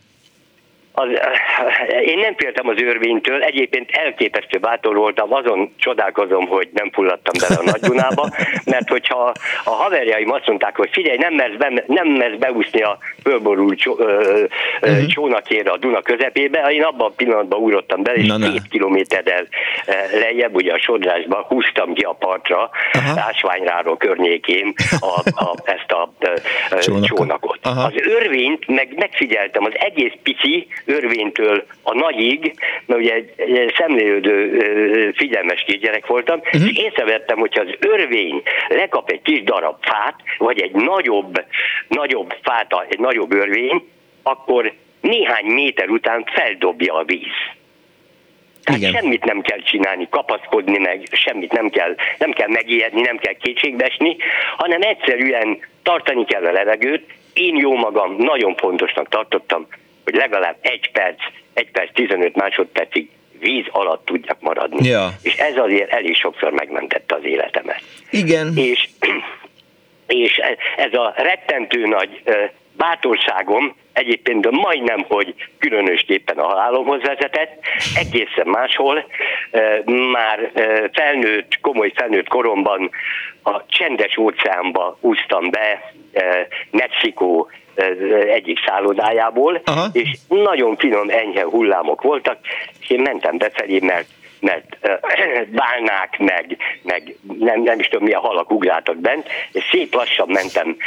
Én nem féltem az örvénytől, egyébként elképesztő bátor voltam, azon csodálkozom, hogy nem fulladtam bele a Nagy-Dunába, mert hogyha a haverjaim azt mondták, hogy figyelj, nem mersz beúszni a fölborult csónakére a Duna közepébe, én abban a pillanatban ugrottam bele, és 2 kilométerrel lejjebb, ugye a Sodrásban húztam ki a partra, Ásványráról környékén ezt a csónakot. Az örvényt megfigyeltem, az egész pici örvénytől a nagyig, mert ugye szemlélődő figyelmes kisgyerek voltam, és észrevettem, hogyha az örvény lekap egy kis darab fát, vagy egy nagyobb fát, egy nagyobb örvény, akkor néhány méter után feldobja a víz. Tehát semmit nem kell csinálni, kapaszkodni meg, semmit nem kell megijedni, nem kell kétségbeesni, hanem egyszerűen tartani kell a levegőt. Én jó magam nagyon fontosnak tartottam, hogy legalább 1 perc 15 másodpercig víz alatt tudjak maradni. Ja. És ez azért elég sokszor megmentette az életemet. Igen. És ez a rettentő nagy bátorságom egyébként majdnem, hogy különösképpen a halálomhoz vezetett, egészen máshol, már komoly felnőtt koromban a Csendes óceánba úsztam be, Mexikó egyik szállodájából, és nagyon finom, enyhe hullámok voltak, és én mentem befelé, mert bálnák, meg nem is tudom milyen halak ugráltak bent, és szép lassan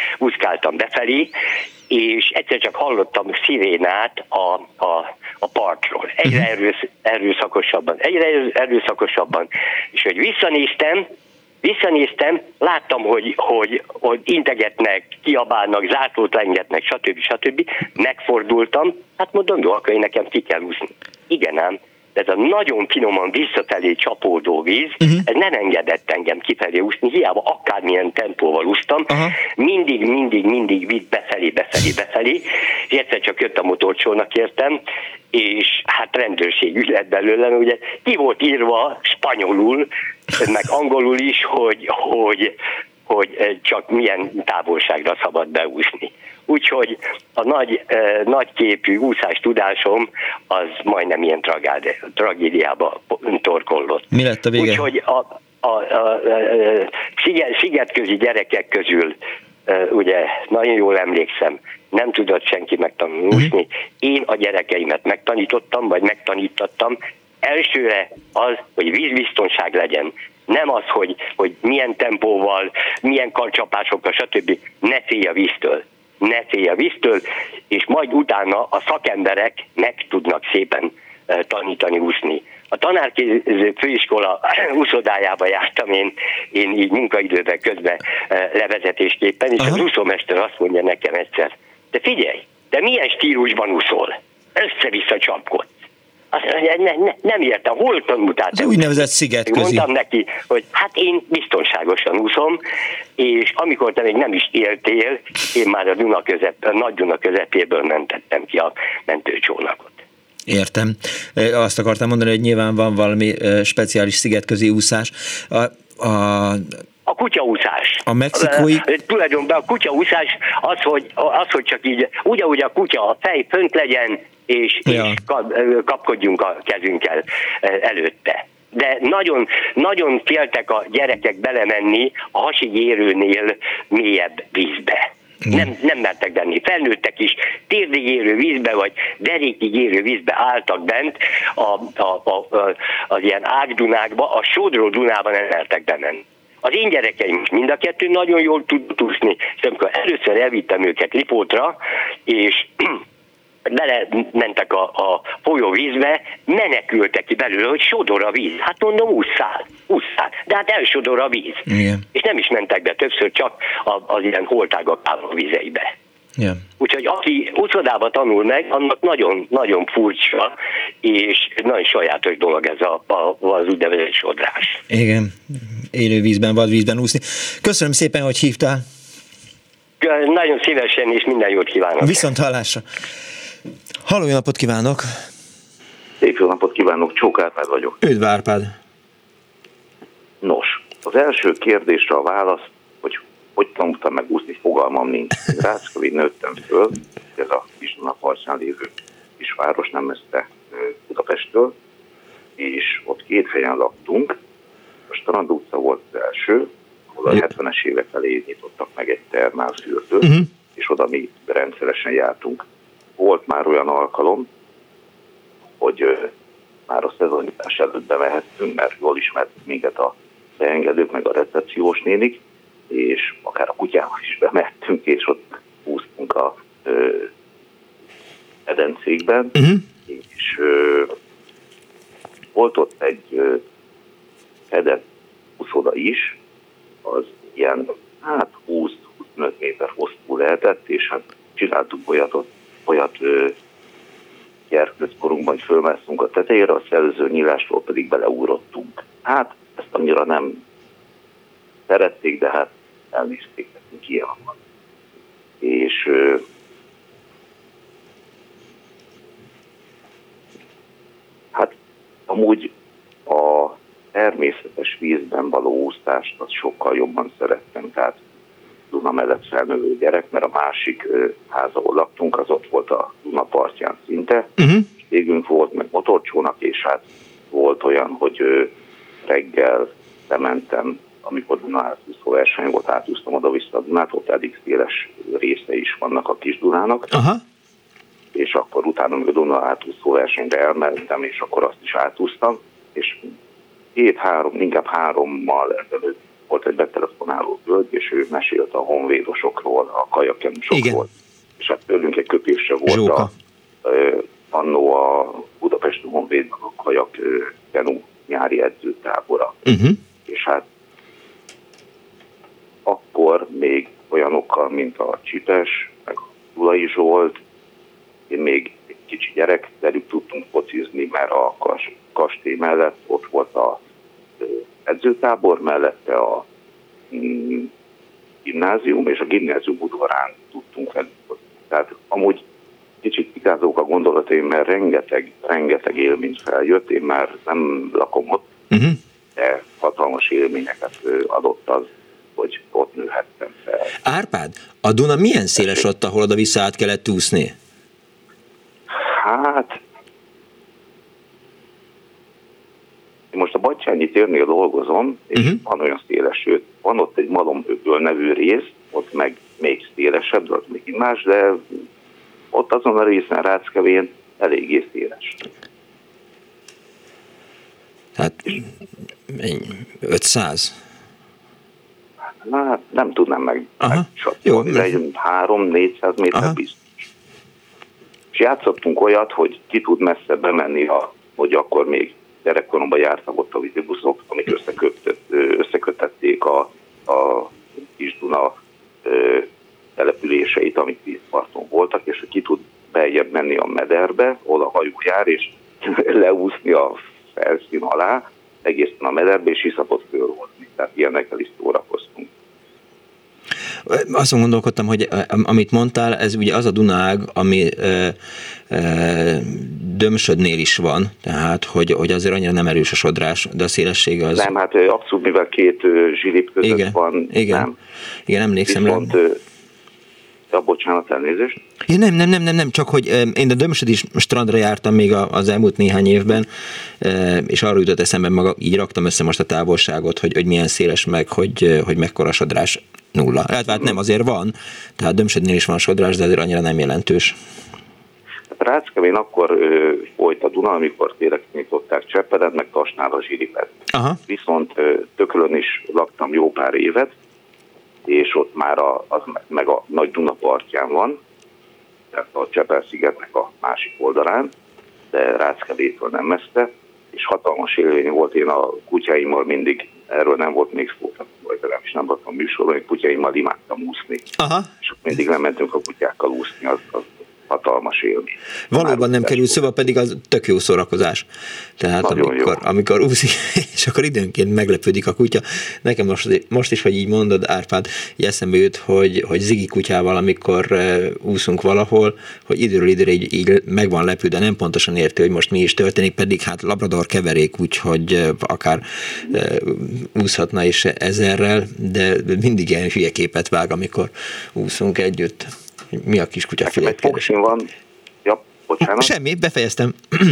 úszkáltam befelé, és egyszer csak hallottam szirénát a harcról. Egyre erőszakosabban. És hogy visszanéztem, láttam, hogy integetnek, kiabálnak, zászlót lengetnek, stb. Megfordultam, hát mondom, jó, akkor én nekem ki kell úszni. Igen ám, de ez a nagyon finoman visszafelé csapódó víz, ez nem engedett engem kifelé úszni, hiába akármilyen tempóval úsztam, mindig vitt befelé, és egyszer csak jött a motorcsónak értem, és hát rendőrségű lett belőlem, ugye ki volt írva spanyolul, meg angolul is, hogy csak milyen távolságra szabad beúszni. Úgyhogy a nagyképű úszás tudásom az majdnem ilyen tragédiába torkollott. Mi lett a vége? Úgyhogy a szigetközi gyerekek közül ugye nagyon jól emlékszem, nem tudott senki megtanulni úszni. Én a gyerekeimet megtanítottam. Elsőre az, hogy vízbiztonság legyen. Nem az, hogy milyen tempóval, milyen karcsapásokkal, stb. Ne félj a víztől, és majd utána a szakemberek meg tudnak szépen tanítani úszni. A tanárképző főiskola úszodájába jártam én így munkaidőben közben levezetésképpen, és az úszómester azt mondja nekem egyszer, de figyelj, de milyen stílusban úszol? Össze-vissza csapkodsz. Nem értem, hol tanultál? Az úgynevezett szigetközi. Mondtam neki, hogy hát én biztonságosan úszom, és amikor te még nem is éltél, én már a Nagy Duna közepéből mentettem ki a mentőcsónakot. Értem. Azt akartam mondani, hogy nyilván van valami speciális szigetközi úszás. A kutyaúszás. A mexikói... Tulajdonban a kutyaúszás az, hogy csak így, úgy a kutya a fej fönt legyen, és kapkodjunk a kezünkkel előtte. De nagyon, nagyon féltek a gyerekek belemenni a hasig érőnél mélyebb vízbe. Nem mertek benni. Felnőttek is térdig érő vízbe, vagy derékig érő vízbe álltak bent az ilyen ágdunákba, a Sodró Dunában nem mertek bemenni. Az én gyerekeim mind a kettő nagyon jól tudott úszni, és amikor először elvittem őket Lipótra, és bele mentek a folyóvízbe, menekültek ki belőle, hogy sodor a víz. Hát mondom, ússzál. De hát elsodor a víz. Igen. És nem is mentek be többször, csak az ilyen holtágak álló vizeibe. Yeah. Úgyhogy aki úszodába tanul meg, annak nagyon, nagyon furcsa, és nagyon sajátos dolog ez az úgynevezett sodrás. Igen, élő vízben, vadvízben úszni. Köszönöm szépen, hogy hívtál. Nagyon szívesen, és minden jót kívánok. Viszont hallásra. Halló, jó napot kívánok! Szép jó napot kívánok, Csók Árpád vagyok. Üdv Árpád! Nos, az első kérdésre a válasz, hogy tanultam meg úszni, fogalmam nincs. Ráckavin nőttem föl, ez a Kis-Dunapartján lévő kisváros, nem messze Budapesttől, és ott két helyen laktunk. A Strand utca volt az első, ahol a 70-es évek elé nyitottak meg egy termálfürdőt, és oda mi rendszeresen jártunk. Volt már olyan alkalom, hogy már a szezonnyitás előtt bemehettünk, mert jól ismertük minket a beengedők, meg a recepciós nénik, és akár a kutyával is bemettünk, és ott úsztunk a medencékben, és volt ott egy fedett úszoda is, az ilyen 20-25 méter hosszú lehetett, és hát csináltuk olyat gyerkőckorunkban, hogy fölmásztunk a tetejére, a szelőző nyílástól pedig beleugrottunk. Hát ezt annyira nem szerették, de hát elnézték, nekünk ilyen van. És hát amúgy a természetes vízben való úszást azt sokkal jobban szerettem, tehát Duna mellett felnövő gyerek, mert a másik ház, ahol laktunk, az ott volt a Duna partján szinte. Végünk volt, meg motorcsónak, és hát volt olyan, hogy reggel bementem, amikor Duna átúszó verseny volt, átúztam oda-vissza a Dunát, ott elég széles része is vannak a Kis Dunának. És akkor utána még a Duna átúszó versenyre elmentem, és akkor azt is átúztam, és 2-3, inkább 3-mal ezelőtt volt egy betelefonáló hölgy, és ő mesélte a honvédosokról, a kajakkenusokról. És hát tőlünk egy köpésre volt annó a Honvéd a kajak kenu nyári edzőtábora. És hát akkor még olyanokkal, mint a Csipes, meg a Gyulai Zsolt, én még egy kicsi gyerek, velük tudtunk focizni, mert a kastély mellett ott volt a edzőtábor, mellette a gimnázium, és a gimnázium udvarán tudtunk velük. Tehát amúgy kicsit igazók a gondolataim, mert rengeteg élményt feljött, én már nem lakom ott, de hatalmas élményeket adott az, hogy ott nőhettem fel. Árpád, a Duna milyen széles ott, ahol oda-vissza át kellett úszni? Hát, most a Batthyányi térnél dolgozom, és van olyan széles, sőt, van ott egy Malomöböl nevű rész, ott meg még szélesebb, ott még más, de ott azon a részen Ráckevén eléggé széles. Hát 500? Hát nem tudnám megsatolni, de egy 300-400 méter biztos. És játszottunk olyat, hogy ki tud messze bemenni, hogy akkor még gyerekkoromban jártak ott a vízibuszok, amik összekötették a Kis-Duna településeit, amik vízparton voltak, és hogy ki tud beljebb menni a mederbe, ahol a hajó jár, és leúszni a felszín alá, egészen a mederbe, és iszapot fölhozni. Tehát ilyenekkel is szórakoztunk. Azon gondolkodtam, hogy amit mondtál, ez ugye az a Dunaág, ami Dömsödnél is van, tehát hogy azért annyira nem erős a sodrás, de a szélessége az... Nem, hát abszolút, mivel két zsilip között van. Igen, emlékszem. Viszont, bocsánat, elnézést. Nem, csak hogy én a Dömsödi strandra jártam még az elmúlt néhány évben, és arra jutott eszembe, maga így raktam össze most a távolságot, hogy milyen széles meg, hogy mekkora sodrás, 0. Hát nem, azért van, tehát Dömsödnél is van sodrás, de azért annyira nem jelentős. Ráckevén akkor folyt a Duna, amikor tényleg nyitották Cseppedet, meg Tasnál a zsilipet. Viszont Tökölön is laktam jó pár évet, és ott már meg a Nagy Duna partján van, tehát a Csepel-szigetnek a másik oldalán, de Ráckevétől nem messze, és hatalmas élmény volt. Én a kutyáimmal mindig, erről nem volt még szó, vagy nem is nem voltam műsorban, hogy kutyáimmal imádtam úszni. És mindig nem mentünk a kutyákkal úszni, az hatalmas élmény. Valóban nem kerül szóba, pedig az tök jó szórakozás. Tehát amikor úszik, és akkor időnként meglepődik a kutya. Nekem most is, hogy így mondod, Árpád, eszembe jut, hogy Zigi kutyával, amikor úszunk valahol, hogy időről időre így meg van lepődve, nem pontosan érti, hogy most mi is történik, pedig hát labrador keverék, úgyhogy akár úszhatna is ezerrel, de mindig ilyen hülye képet vág, amikor úszunk együtt. Mi a kis kutya figyelj? Foxin van. Ja, bocsánat. Semmi, befejeztem.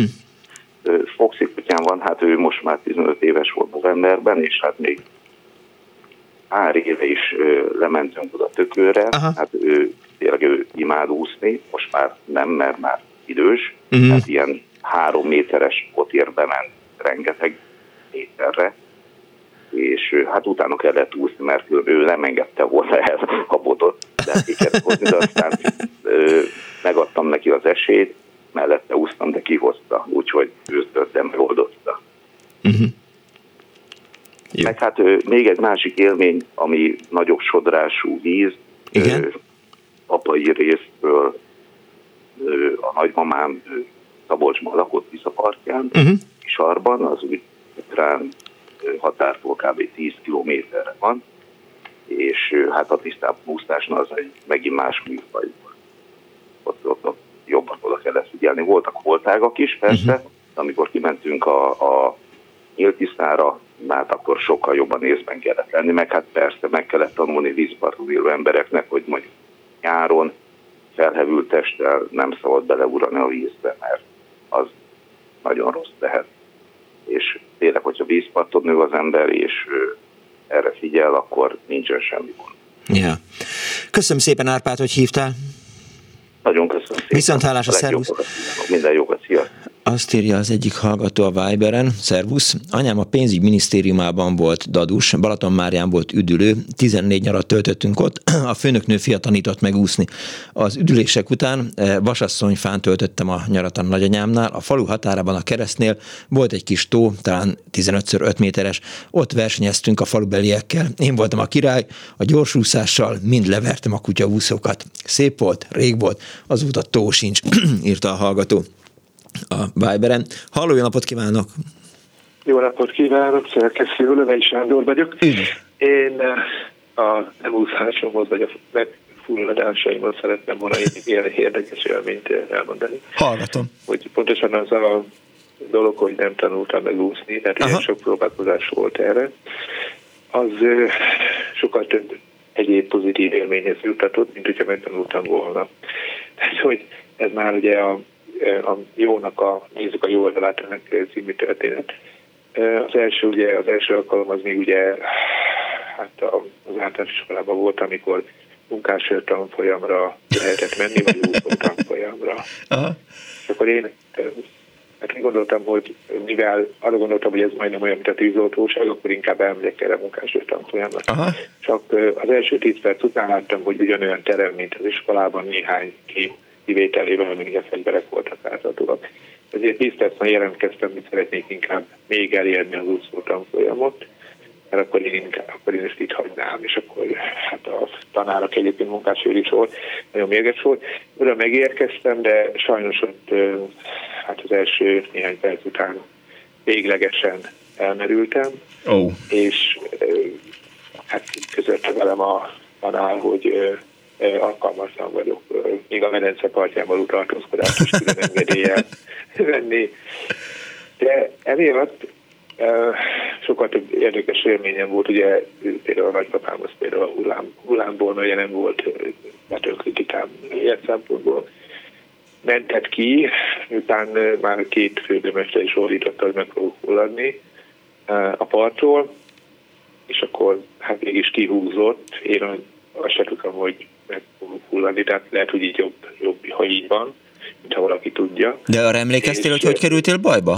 Foxy kutyán van, hát ő most már 15 éves volt novemberben, és hát még pár éve is lementünk oda Tökölre. Hát ő imád úszni, most már nem, mert már idős. Hát ilyen 3 méteres potérbe ment rengeteg méterre, és hát utána kellett úszni, mert ő nem engedte volna el a botot, de aztán megadtam neki az esélyt, mellette úsztam, de kihozta, úgyhogy ősztöltem, megoldotta. Meg hát még egy másik élmény, ami nagyobb sodrású víz, apai részből a nagymamám Szabolcsban lakott Tiszapartján, Kisarban, az úgy rám határtól kb. 10 kilométerre van, és hát a tisztább úszásnál az egy megint más műfaj volt. Ott jobban oda kellett figyelni. Voltak holtágak is, persze, de amikor kimentünk a nyílt tisztára, hát akkor sokkal jobban észben kellett lenni, meg hát persze meg kellett tanulni vízparton élő embereknek, hogy mondjuk nyáron felhevült testtel nem szabad beleurani a vízbe, mert az nagyon rossz lehet. És tényleg, hogyha vízparton nő az ember, és erre figyel, akkor nincsen semmi gond. Ja. Köszönöm szépen, Árpád, hogy hívtál. Nagyon köszönöm szépen. Viszonthálásra, szervusz. Minden jókat, szia. Azt írja az egyik hallgató a Viberen, szervusz, anyám a pénzügyminisztériumában volt dadus, Balatonmárján volt üdülő, 14 nyarat töltöttünk ott, a főnöknő fia tanított meg úszni. Az üdülések után Vasasszonyfán töltöttem a nyarat a nagyanyámnál, a falu határában a keresztnél volt egy kis tó, talán 15x5 méteres, ott versenyeztünk a falubeliekkel, én voltam a király, a gyorsúszással mind levertem a kutyaúszókat. Szép volt, rég volt, azóta tó sincs, írta a hallgató a Viberen. Halló, jó napot kívánok! Jó napot kívánok, szerkesztő Lövei Sándor vagyok. Én a nem úszásomhoz vagy a megfulladásaimhoz szeretném volna egy ilyen érdekes élményt elmondani. Hallgatom. Hogy pontosan az a dolog, hogy nem tanultam meg úszni, tehát ilyen sok próbálkozás volt erre. Az sokkal több egyéb pozitív élményhez juttatott, mint hogyha megtanultam volna. Tehát, hogy ez már ugye a jónak nézzük a jó oldalát ennek című történet. Az első alkalom az még ugye hát az általános iskolában volt, amikor munkásőr tanfolyamra lehetett menni, vagy úszó tanfolyamra. És akkor én gondoltam, hogy mivel arra gondoltam, hogy ez majdnem olyan, mint a tűzoltóság, akkor inkább elmegyek erre a munkásőr tanfolyamra. Csak az első 10 perc után láttam, hogy ugyanolyan terem, mint az iskolában, néhány kivételével, amíg a fegyverek voltak láthatóak. Ezért 10 percben jelentkeztem, hogy szeretnék inkább még elérni az úszó tanfolyamot, mert akkor én ezt itt hagynám, és akkor hát a tanárok egyébként munkásőr is volt, nagyon mérges volt. Oda megérkeztem, de sajnos ott hát az első néhány perc után véglegesen elmerültem, és hát közölte velem a tanár, hogy alkalmatlan vagyok, még a medence partján való tartózkodást is külön engedéllyel venni. De emiatt sokkal több érdekes élményem volt, ugye például a nagypapámhoz például a hullámból, mert nem volt vetőkritikám ilyen szempontból. Mentett ki, miután már 2 főbőmester is ordította, hogy meg fogok hulladni a partról, és akkor hát mégis kihúzott. Én azt se tudtam, hogy meg fogok hulladni, tehát lehet, hogy így jobb, ha így van, mint ha valaki tudja. De arra emlékeztél, hogy kerültél bajba?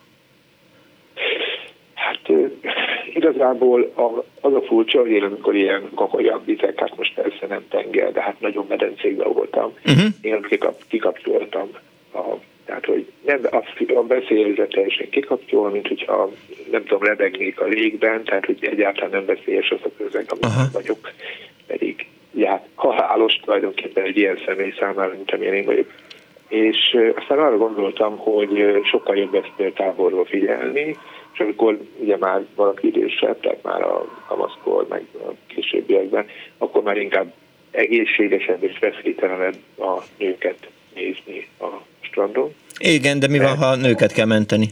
Hát igazából az a furcsa, hogy én amikor ilyen komolyabb vizek, hát most persze nem tenger, de hát nagyon medencékben voltam. Én kikapcsoltam. Tehát, hogy nem, a beszélyezet teljesen kikapcsol, mint hogyha nem tudom, lebegnék a légben, tehát, hogy egyáltalán nem veszélyes az a közeg, amiben vagyok. Pedig hát halálos tulajdonképpen egy ilyen személy számára, mint amilyen én vagyok. És aztán arra gondoltam, hogy sokkal jobb ezt távolról figyelni, és amikor ugye már valaki idősebb, tehát már a kamaszkor, meg a későbbiekben, akkor már inkább egészségesebb és veszélytelenebb a nőket nézni a strandon. Igen, de mi van, ha nőket kell menteni?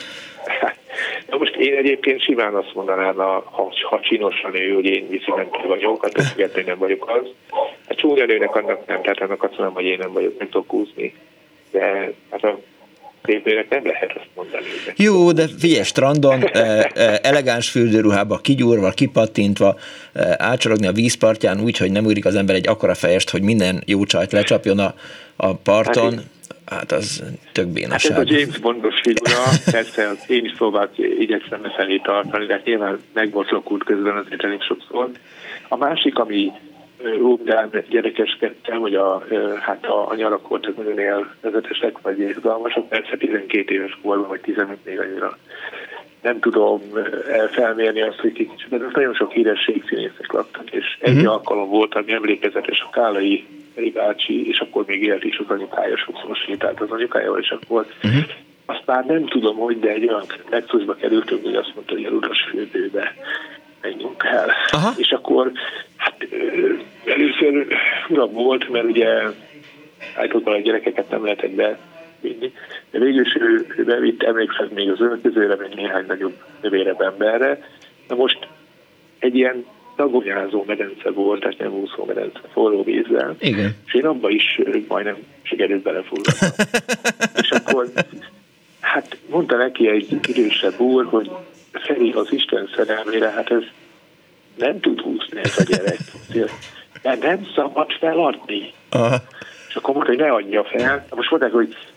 Na most én egyébként simán azt mondanám, ha csinos a nő, hogy én vízimentő vagyok, hát függetlenül nem vagyok az. Hát csúnya nőnek annak nem, tehát annak azt mondom, hogy én nem vagyok, nem tudok úszni. De hát a szép nőnek nem lehet azt mondani. Jó, de figyelj, strandon, elegáns fürdőruhába, kigyúrva, kipattintva, átsorogni a vízpartján úgy, hogy nem úrik az ember egy akkora fejest, hogy minden jó csajt lecsapjon a parton. Hát az tök bénaság. Hát ez a James Bondos figura, persze én is igyekszem felé tartani, de nyilván megbotlok közben azért elég sokszor. A másik, ami után gyerekeskedtem, hogy a nyarak voltak nagyon élvezetesek, vagy izgalmasak, persze 12 éves korban, vagy 15 még annyira nem tudom felmérni azt, hogy kicsit, de nagyon sok híresség színészek laktak, és egy alkalom volt, ami emlékezetes, a Kálai bácsi, és akkor még élt is az anyukája, sokszor sétált az anyukájával, és akkor azt már nem tudom, hogy, de egy olyan lexusba kerültünk, hogy azt mondta, hogy a Rudas fürdőbe menjünk el. És akkor hát először uram volt, mert ugye állítólag a gyerekeket nem lehetett bevinni, de végül is ő bevitt, emlékszem még az öltözőre, még néhány nagyobb növérebb emberre. Na most egy ilyen tagonyázó medence volt, tehát nem úszó medence, forró vízzel. Igen. És én abba is majdnem sikerült belefulladni. És akkor hát mondta neki egy idősebb úr, hogy Feri, az Isten szerelmére, hát ez nem tud úszni ez a gyerek. De nem szabad feladni. És akkor mondta, hogy ne adja fel. Most mondták, hogy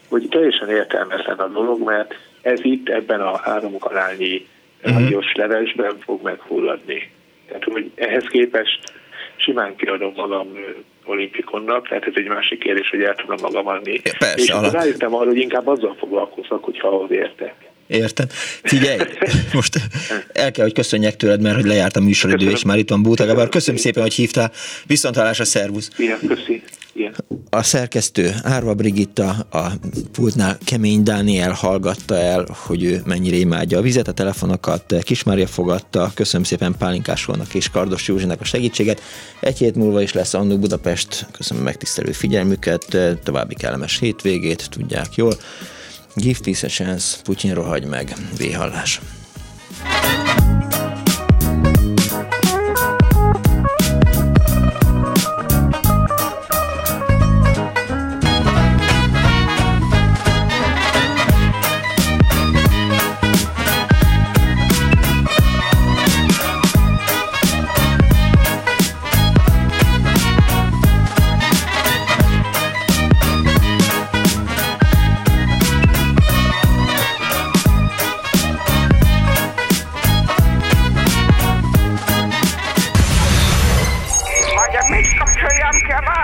hogy teljesen értelmetlen a dolog, mert ez itt ebben a 3 kanálnyi rádiós levesben fog megfulladni. Tehát, hogy ehhez képest simán kiadom magam olimpikonnak, tehát ez egy másik kérdés, hogy el tudom magam adni. Persze, és akkor rájöttem arra, hogy inkább azzal foglalkozok, hogyha ahhoz értek. Értem. Figyelj, most el kell, hogy köszönjek tőled, mert hogy lejárt a műsoridő, és már itt van Bóta Gábor. Köszönöm szépen, hogy hívtál. Viszonthallásra, szervusz. Igen, köszi. Igen. A szerkesztő Árva Brigitta, a pultnál Kemény Dániel hallgatta el, hogy ő mennyire imádja a vizet, a telefonokat Kismária fogadta. Köszönöm szépen Pálinkásónak és Kardos Józsinak a segítséget. Egy hét múlva is lesz Annó Budapest. Köszönöm megtisztelő figyelmüket, további kellemes hétvégét, tudják jól. Give peace a chance, Putyin rohagy meg, véhallás.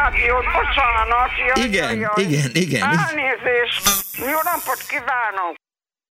Bocsánat, igen. Elnézést, jó napot kívánok!